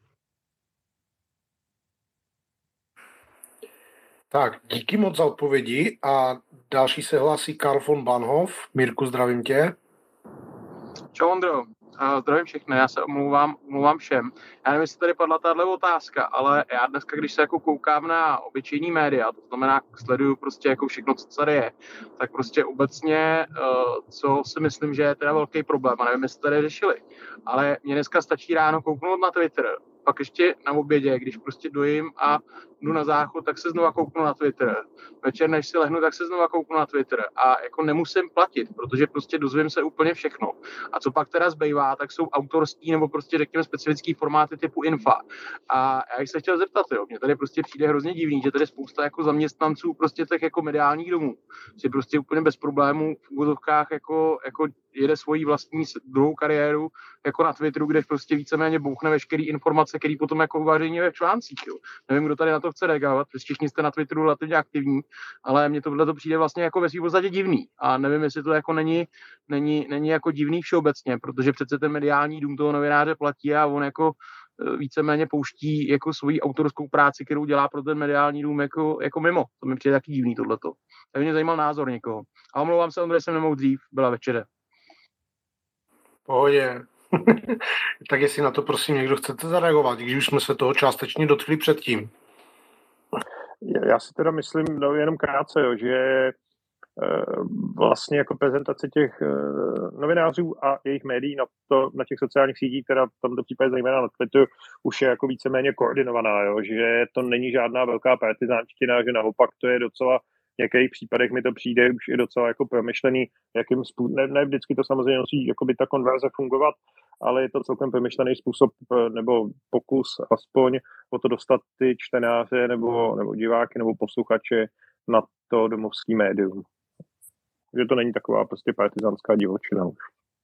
tak, díky moc za odpovědi a další se hlásí Karl von Bahnhof. Mirku, zdravím tě. Čau, Ondro. Uh, zdravím všechny, já se omlouvám, omlouvám všem. Já nevím, jestli tady padla tato otázka, ale já dneska, když se jako koukám na obyčejný média, to znamená, sleduju prostě jako všechno, co tady je, tak prostě obecně, uh, co si myslím, že je teda velký problém, a nevím, jestli tady řešili, ale mě dneska stačí ráno kouknout na Twitter, pak ještě na obědě, když prostě dojím a jdu na záchod, tak se znova kouknu na Twitter. Večer, než si lehnu, tak se znova kouknu na Twitter. A jako nemusím platit, protože prostě dozvím se úplně všechno. A co pak teda zbývá, tak jsou autorský nebo prostě řekněme specifický formáty typu Infa. A já bych se chtěl zeptat, jo, mně tady prostě přijde hrozně divný, že tady spousta jako zaměstnanců prostě těch jako mediálních domů si prostě úplně bez problémů v úvodovkách jako, jako jede svoji vlastní druhou kariéru jako na Twitteru, kde prostě víceméně bouchne veškerý informace, který potom jako uvářejí ve článcích. Jo. Nevím, kdo tady na to chce reagovat, protože všichni jste na Twitteru relativně aktivní, ale mně tohle to přijde vlastně jako ve svým podstatě divný. A nevím, jestli to jako není, není, není jako divný všeobecně, protože přece ten mediální dům toho novináře platí a on jako víceméně pouští jako svoji autorskou práci, kterou dělá pro ten mediální dům jako, jako mimo. To mi přijde taky divný tohleto. Tak mě zajímal názor někoho. A omlouvám se, Ondrej, jsem nemohl dřív, byla večere. Pohodě. Tak jestli na to prosím někdo chcete zareagovat, když už jsme se toho částečně dotkli předtím. Já si teda myslím, no jenom krátce, jo, že vlastně jako prezentace těch novinářů a jejich médií na, to, na těch sociálních sítích, teda v tomto případě zejména na Twitteru, už je jako víceméně koordinovaná, jo, že to není žádná velká partizánština, že naopak to je docela v některých případech mi to přijde už i docela jako promyšlený, jakým způsobem, ne, ne vždycky to samozřejmě musí jako by ta konverze fungovat, ale je to celkem promyšlený způsob nebo pokus aspoň o to dostat ty čtenáře nebo, nebo diváky nebo posluchače na to domovský médium. Že to není taková prostě partizánská divočina už.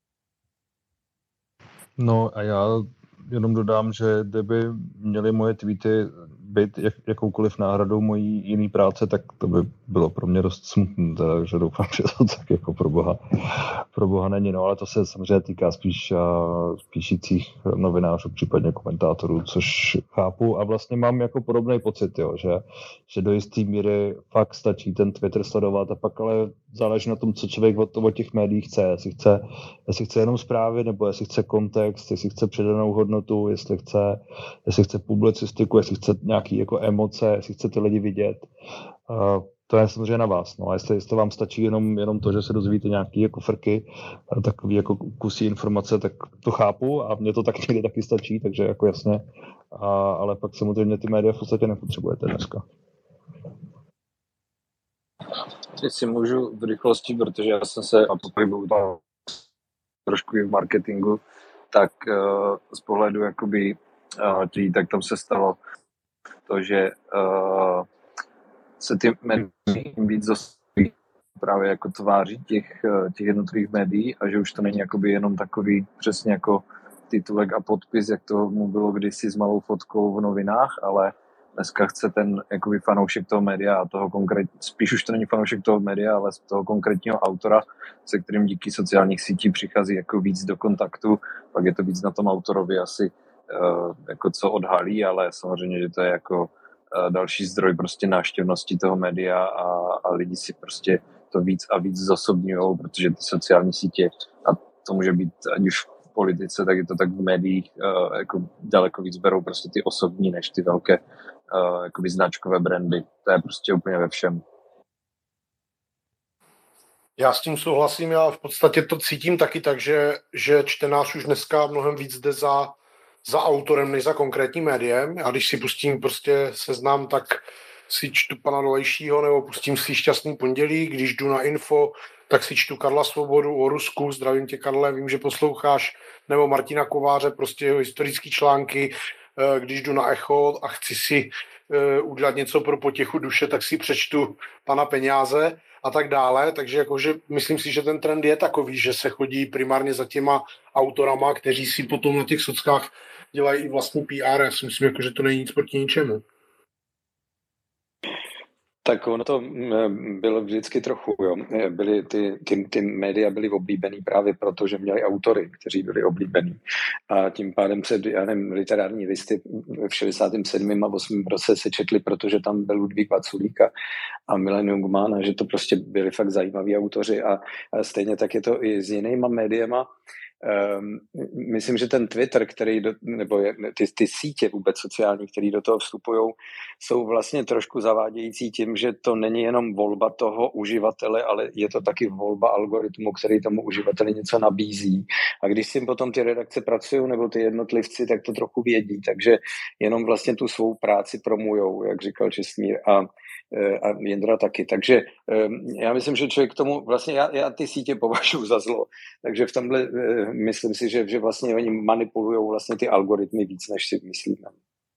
No a já jenom dodám, že kdyby měly moje tweety být jak, jakoukoliv náhradou mojí jiný práce, tak to by bylo pro mě dost smutné, takže doufám, že to tak jako pro boha, pro boha není. No ale to se samozřejmě týká spíš uh, píšících novinářů, případně komentátorů, což chápu a vlastně mám jako podobný pocit, jo, že, že do jistý míry fakt stačí ten Twitter sledovat a pak ale záleží na tom, co člověk od, od těch médií chce. Jestli chce, jestli chce jenom zprávy, nebo jestli chce kontext, jestli chce přidanou hodnotu, jestli chce, jestli chce publicistiku, jestli chce nějaký jako emoce, jestli chce ty lidi vidět. Uh, to je samozřejmě na vás. No. A jestli, jestli vám stačí jenom, jenom to, že se dozvíte nějaký jako frky, takový jako kusí informace, tak to chápu a mně to tak někdy taky stačí, takže jako jasně. A, ale pak samozřejmě ty média v podstatě nepotřebujete dneska. Jestli můžu v rychlosti, protože já jsem se a pohybuju trošku i v marketingu, tak uh, z pohledu jakoby uh, tý, tak tam se stalo to, že uh, se ty média víc zostují právě jako tváří těch, těch jednotlivých médií a že už to není jakoby jenom takový přesně jako titulek a podpis, jak to mu bylo kdysi s malou fotkou v novinách, ale dneska chce ten jakoby fanoušek toho média a toho konkrétního, spíš už to není fanoušek toho média, ale z toho konkrétního autora, se kterým díky sociálních sítí přichází jako víc do kontaktu, pak je to víc na tom autorovi asi uh, jako co odhalí, ale samozřejmě, že to je jako uh, další zdroj prostě návštěvnosti toho média a, a lidi si prostě to víc a víc zosobňujou, protože ty sociální sítě, a to může být ať už v politice, tak je to tak v médiích, uh, jako daleko víc berou prostě ty osobní, než ty velké uh, jakoby značkové brandy. To je prostě úplně ve všem. Já s tím souhlasím, já v podstatě to cítím taky tak, že, že čtenář už dneska mnohem víc jde za, za autorem, než za konkrétním médiem. A když si pustím prostě seznam, tak si čtu pana Dolejšího nebo pustím si Šťastný pondělí, když jdu na info, tak si čtu Karla Svobodu o Rusku, zdravím tě Karle, vím, že posloucháš, nebo Martina Kováře, prostě jeho historické články, když jdu na Echo a chci si udělat něco pro potěchu duše, tak si přečtu pana Peňáze a tak dále, takže jakože myslím si, že ten trend je takový, že se chodí primárně za těma autorama, kteří si potom na těch sockách dělají i vlastní P R, já si myslím, jako, že to není nic proti ničemu. Tak ono to bylo vždycky trochu, jo. Byly ty, ty, ty média byly oblíbený právě proto, že měli autory, kteří byli oblíbení. A tím pádem se, já nevím, literární listy v šedesátém sedmém a osmém roce se četli, protože tam byl Ludvík Vaculík a Milan Jungmann, a že to prostě byli fakt zajímaví autoři a, a stejně tak je to i s jinýma médiama. Um, myslím, že ten Twitter, který do, nebo ty, ty sítě vůbec sociální, které do toho vstupují, jsou vlastně trošku zavádějící tím, že to není jenom volba toho uživatele, ale je to taky volba algoritmu, který tomu uživateli něco nabízí. A když s tím potom ty redakce pracují, nebo ty jednotlivci, tak to trochu vědí. Takže jenom vlastně tu svou práci promujou, jak říkal Čestmír a, a Jindra taky. Takže já myslím, že člověk k tomu, vlastně já, já ty sítě považuji za zlo. Takže v tomhle myslím si, že, že vlastně oni manipulují vlastně ty algoritmy víc, než si myslíme.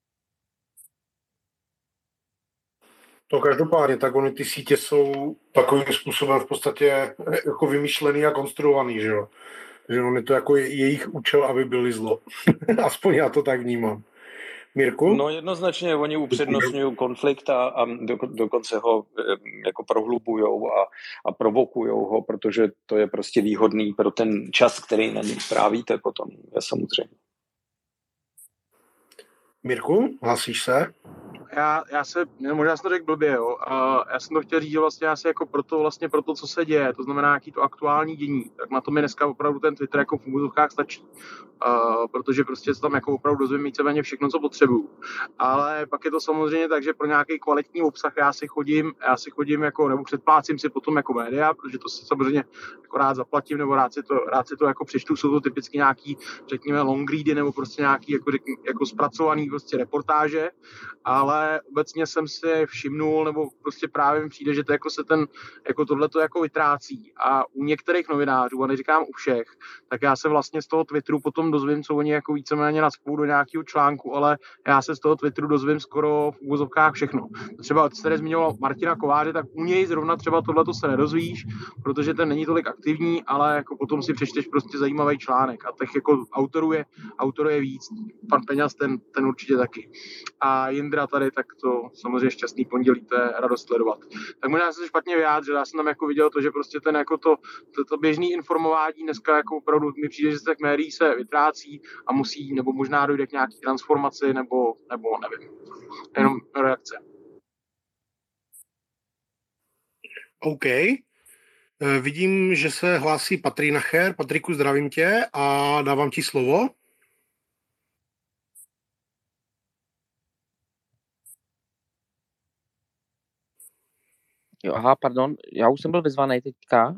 To každopádně, tak oni ty sítě jsou takovým způsobem v podstatě jako vymyšlený a konstruovaný, že jo. Že on je to jako jejich účel, aby byli zlo. Aspoň já to tak vnímám. Mirku? No jednoznačně, oni upřednostňují konflikt a, a do, dokonce ho jako prohlubujou a, a provokujou ho, protože to je prostě výhodný pro ten čas, který na něm strávíte potom, je samozřejmě. Mirku, hlasíš se? Já, já se, možná jsem to řekl blbě, jo. A já jsem to chtěl říct, že vlastně já se jako proto, vlastně proto, co se děje, to znamená jaký to aktuální dění, tak na to mi dneska opravdu ten Twitter jako v úvozovkách stačí. Uh, protože prostě se tam jako opravdu dozvím víceméně všechno, co potřebuju. Ale pak je to samozřejmě tak, že pro nějaký kvalitní obsah já si chodím, já si chodím jako, nebo předplácím si potom jako média, protože to si samozřejmě jako rád zaplatím, nebo rád si to, rád si to jako přečtu, jsou to typicky nějaký, řekněme, long ready, nebo prostě nějaký jako, jako zpracovaný prostě reportáže, ale obecně jsem si všimnul, nebo prostě právě mi přijde, že to jako se ten, jako tohleto jako vytrácí. A u některých novinářů, a neříkám u všech, tak já se vlastně z toho Twitteru potom dozvím, co oni jako víceméně nacpou do nějakého článku, ale já se z toho Twitteru dozvím skoro v úvozovkách všechno. Třeba jste tady zmiňoval Martina Kováře, tak u něj zrovna třeba tohleto se nedozvíš, protože ten není tolik aktivní, ale jako potom si přečteš prostě zajímavý článek a těch jako autorů je, autorů je víc. Pan Peňaz, ten, ten určitě taky. A Jindra tady, tak to samozřejmě šťastný pondělí, to je radost sledovat. Tak možná jsem se špatně vyjádřil, já jsem tam jako viděl to, že prostě ten jako to, to, to běžný informování dneska jako opravdu mi přijde, že z těch médií se vytrácí a musí, nebo možná dojde k nějaký transformaci, nebo, nebo nevím. Jenom reakce. OK. Vidím, že se hlásí Patrik Nacher. Patriku, zdravím tě a dávám ti slovo. Jo, aha, pardon, já už jsem byl vyzvaný teďka.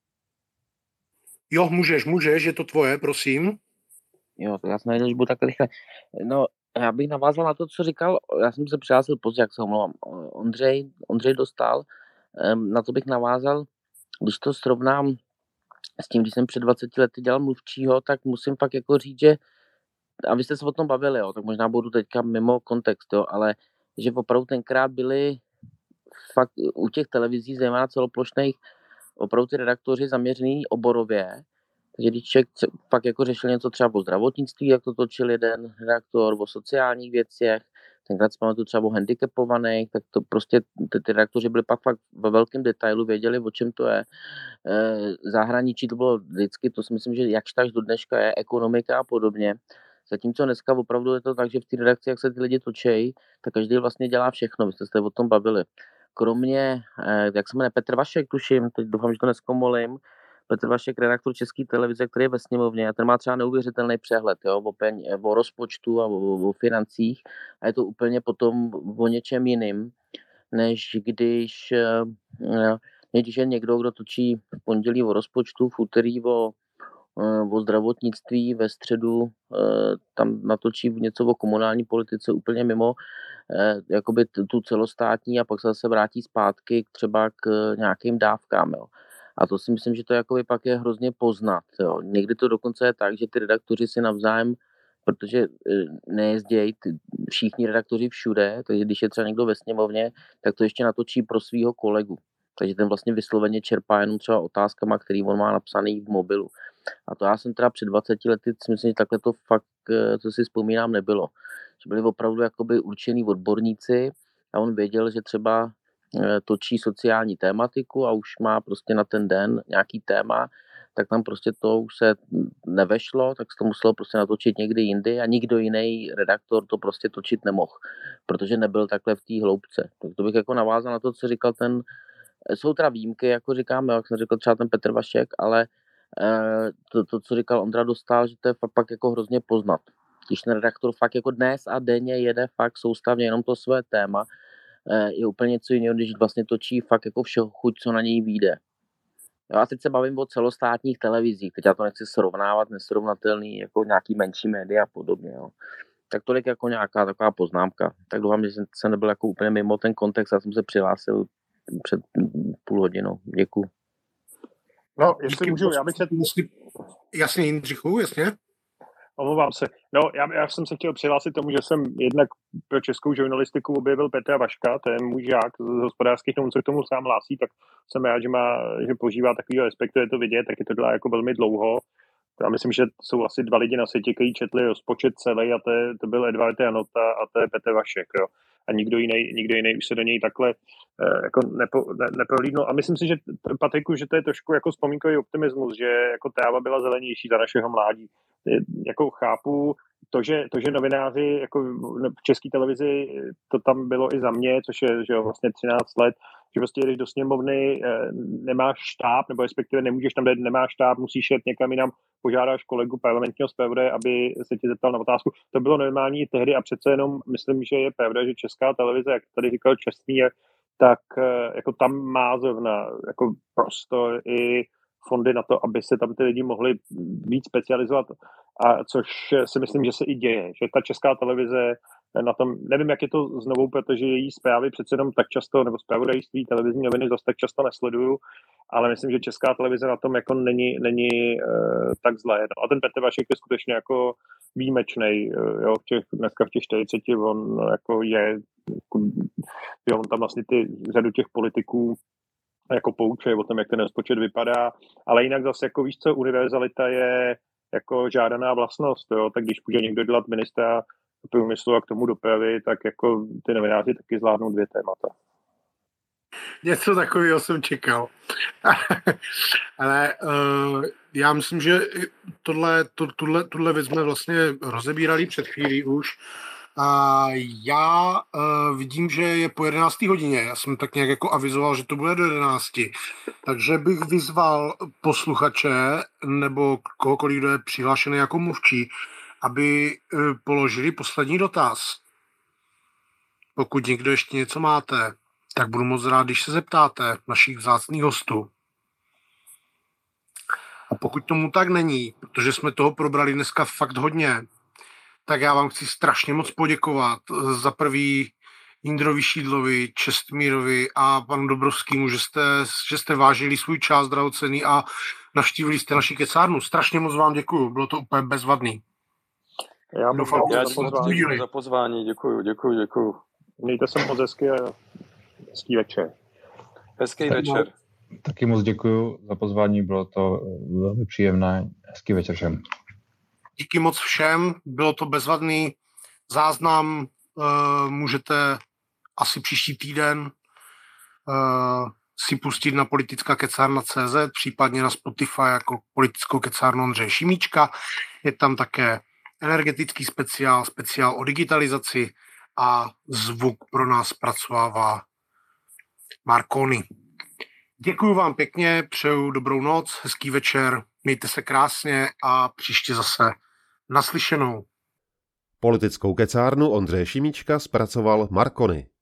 Jo, můžeš, můžeš, je to tvoje, prosím. Jo, to já jsem nevěděl, že budu tak rychle. No, já bych navázal na to, co říkal, já jsem se přihlásil pozdě, jak se omlouvám. Ondřej, Ondřej dostal, na to bych navázal, když to srovnám s tím, když jsem před dvaceti lety dělal mluvčího, tak musím fakt jako říct, že, a vy jste se o tom bavili, jo, tak možná budu teďka mimo kontext, jo, ale že opravdu tenkrát byli fakt u těch televizí, zejména celoplošných, opravdu ty redaktoři zaměřený oborově. Takže když člověk fakt jako řešil něco třeba o zdravotnictví, jak to točil jeden redaktor, o sociálních věcech, tenkrát jsme tu třeba o handicapovaných, tak to prostě ty, ty redaktoři byli pak fakt ve velkém detailu, věděli, o čem to je. E, zahraničí to bylo vždycky, to si myslím, že jakž tak do dneška je, ekonomika a podobně. Zatímco dneska opravdu je to tak, že v té redakci, jak se ty lidi točejí, tak každý vlastně dělá všechno, vy jste se o tom bavili. Kromě, jak se jmenuje, Petr Vašek, tuším, teď doufám, že to neskomolím, Petr Vašek, redaktor České televize, který je ve sněmovně, a ten má třeba neuvěřitelný přehled, jo, o, peň, o rozpočtu a o, o financích, a je to úplně potom o něčem jiným, než když, když je někdo, kdo točí v pondělí o rozpočtu, v úterý o, o zdravotnictví, ve středu tam natočí něco o komunální politice úplně mimo jakoby tu celostátní, a pak se zase vrátí zpátky třeba k nějakým dávkám. Jo. A to si myslím, že to jakoby pak je hrozně poznat. Jo. Někdy to dokonce je tak, že ty redaktoři si navzájem, protože nejezdějí všichni redaktoři všude, takže když je třeba někdo ve sněmovně, tak to ještě natočí pro svýho kolegu. Takže ten vlastně vysloveně čerpá jenom třeba otázkama, který on má napsaný v mobilu. A to já jsem teda před dvaceti lety, myslím, že takhle to fakt, co si vzpomínám, nebylo. Že byli opravdu jakoby určený odborníci a on věděl, že třeba točí sociální tématiku a už má prostě na ten den nějaký téma, tak tam prostě to už se nevešlo, tak se to muselo prostě natočit někdy jindy a nikdo jiný redaktor to prostě točit nemohl, protože nebyl takhle v té hloubce. Tak to bych jako navázal na to, co říkal ten, jsou teda výjimky, jako říkáme, jak jsem řekl třeba ten Petr Vašek, ale to, to, co říkal Ondra Dostál, že to je fakt jako hrozně poznat. Když ten redaktor fakt jako dnes a denně jede fakt soustavně jenom to své téma, je úplně něco jiného, když vlastně točí fakt jako všeho chuť, co na něj vyjde. Jo, a teď se bavím o celostátních televizích, teď já to nechci srovnávat, nesrovnatelný, jako nějaký menší média a podobně, jo. Tak tolik jako nějaká taková poznámka. Tak doufám, že jsem nebyl jako úplně mimo ten kontext, já jsem se přihlásil před půl hodinou. Děkuju. No, jestli můžu, já bych se... Jasně, Jindřichu, jasně. Omlouvám se. No, já, já jsem se chtěl přihlásit tomu, že jsem jednak pro českou žurnalistiku objevil Petra Vaška, to je můj žák z hospodářských novin, co k tomu sám hlásí, tak jsem rád, že, má, že požívá takovýho respektu, je to vidět, tak je to dělá jako velmi dlouho. Já myslím, že jsou asi dva lidi na světě, kteří četli rozpočet celý a to, je, to byl Edvard Janota a to je Petr Vašek. Jo. A nikdo jiný, nikdo jiný už se do něj takhle eh, jako nepo, ne, neprohlídnul. A myslím si, že Patriku, že to je trošku jako vzpomínkový optimismus, že jako tráva byla zelenější za našeho mládí. Jako chápu to, že, to, že novináři jako v české televizi, to tam bylo i za mě, což je že jo, vlastně třináct let, že prostě jdeš do sněmovny, nemáš štáb, nebo respektive nemůžeš tam, nemáš štáb, musíš jet někam jinam, požádáš kolegu parlamentního zpravodaje, aby se ti zeptal na otázku. To bylo normální i tehdy a přece jenom myslím, že je pravda, že česká televize, jak tady říkal Čestný, tak jako tam má zrovna jako prostor i fondy na to, aby se tam ty lidi mohli víc specializovat, a což si myslím, že se i děje, že ta česká televize na tom, nevím, jak je to znovu, protože její zprávy přece jenom tak často, nebo zpravodajství, televizní noviny zase tak často nesleduju, ale myslím, že česká televize na tom jako není, není uh, tak zlé. No. A ten Petr Vašek je skutečně jako výjimečnej, jo, v těch, dneska v těch čtyřiceti on jako je, jo, on tam vlastně ty řadu těch politiků jako poučuje o tom, jak ten rozpočet vypadá, ale jinak zase jako víš co, univerzalita je jako žádaná vlastnost, jo, tak když může někdo dělat ministra průmyslu a k tomu dopravy, tak jako ty novináři taky zvládnou dvě témata. Něco takového jsem čekal. Ale uh, já myslím, že tohle, to, tuhle, tuhle věc jsme vlastně rozebírali před chvílí už. A já uh, vidím, že je po jedenácté hodině. Já jsem tak nějak jako avizoval, že to bude do jedenácti. Takže bych vyzval posluchače nebo kohokoliv, kdo je přihlášený jako mluvčí, aby uh, položili poslední dotaz. Pokud někdo ještě něco máte, tak budu moc rád, když se zeptáte našich vzácných hostů. A pokud tomu tak není, protože jsme toho probrali dneska fakt hodně, tak já vám chci strašně moc poděkovat za prvý Jindrovi Šídlovi, Čestmírovi a panu Dobrovskému, že jste, že jste vážili svůj čas drahocenný a navštívili jste naši kecárnu. Strašně moc vám děkuju, bylo to úplně bezvadný. Já doufám, já moc děkuji za pozvání, děkuju, děkuju, děkuju. Mějte se moc hezky a hezký večer. Hezký večer. Taky moc děkuju za pozvání, bylo to velmi příjemné. Hezký večer všem. Díky moc všem, bylo to bezvadný. Záznam uh, můžete asi příští týden uh, si pustit na politická kecárna tečka cé zet, případně na Spotify jako politickou kecárnu Ondřeje Šimíčka. Je tam také energetický speciál, speciál o digitalizaci a zvuk pro nás zpracovává Marconi. Děkuju vám pěkně, přeju dobrou noc, hezký večer, mějte se krásně a příště zase naslyšenou. Politickou kecárnu Ondřeje Šimíčka zpracoval Marconi.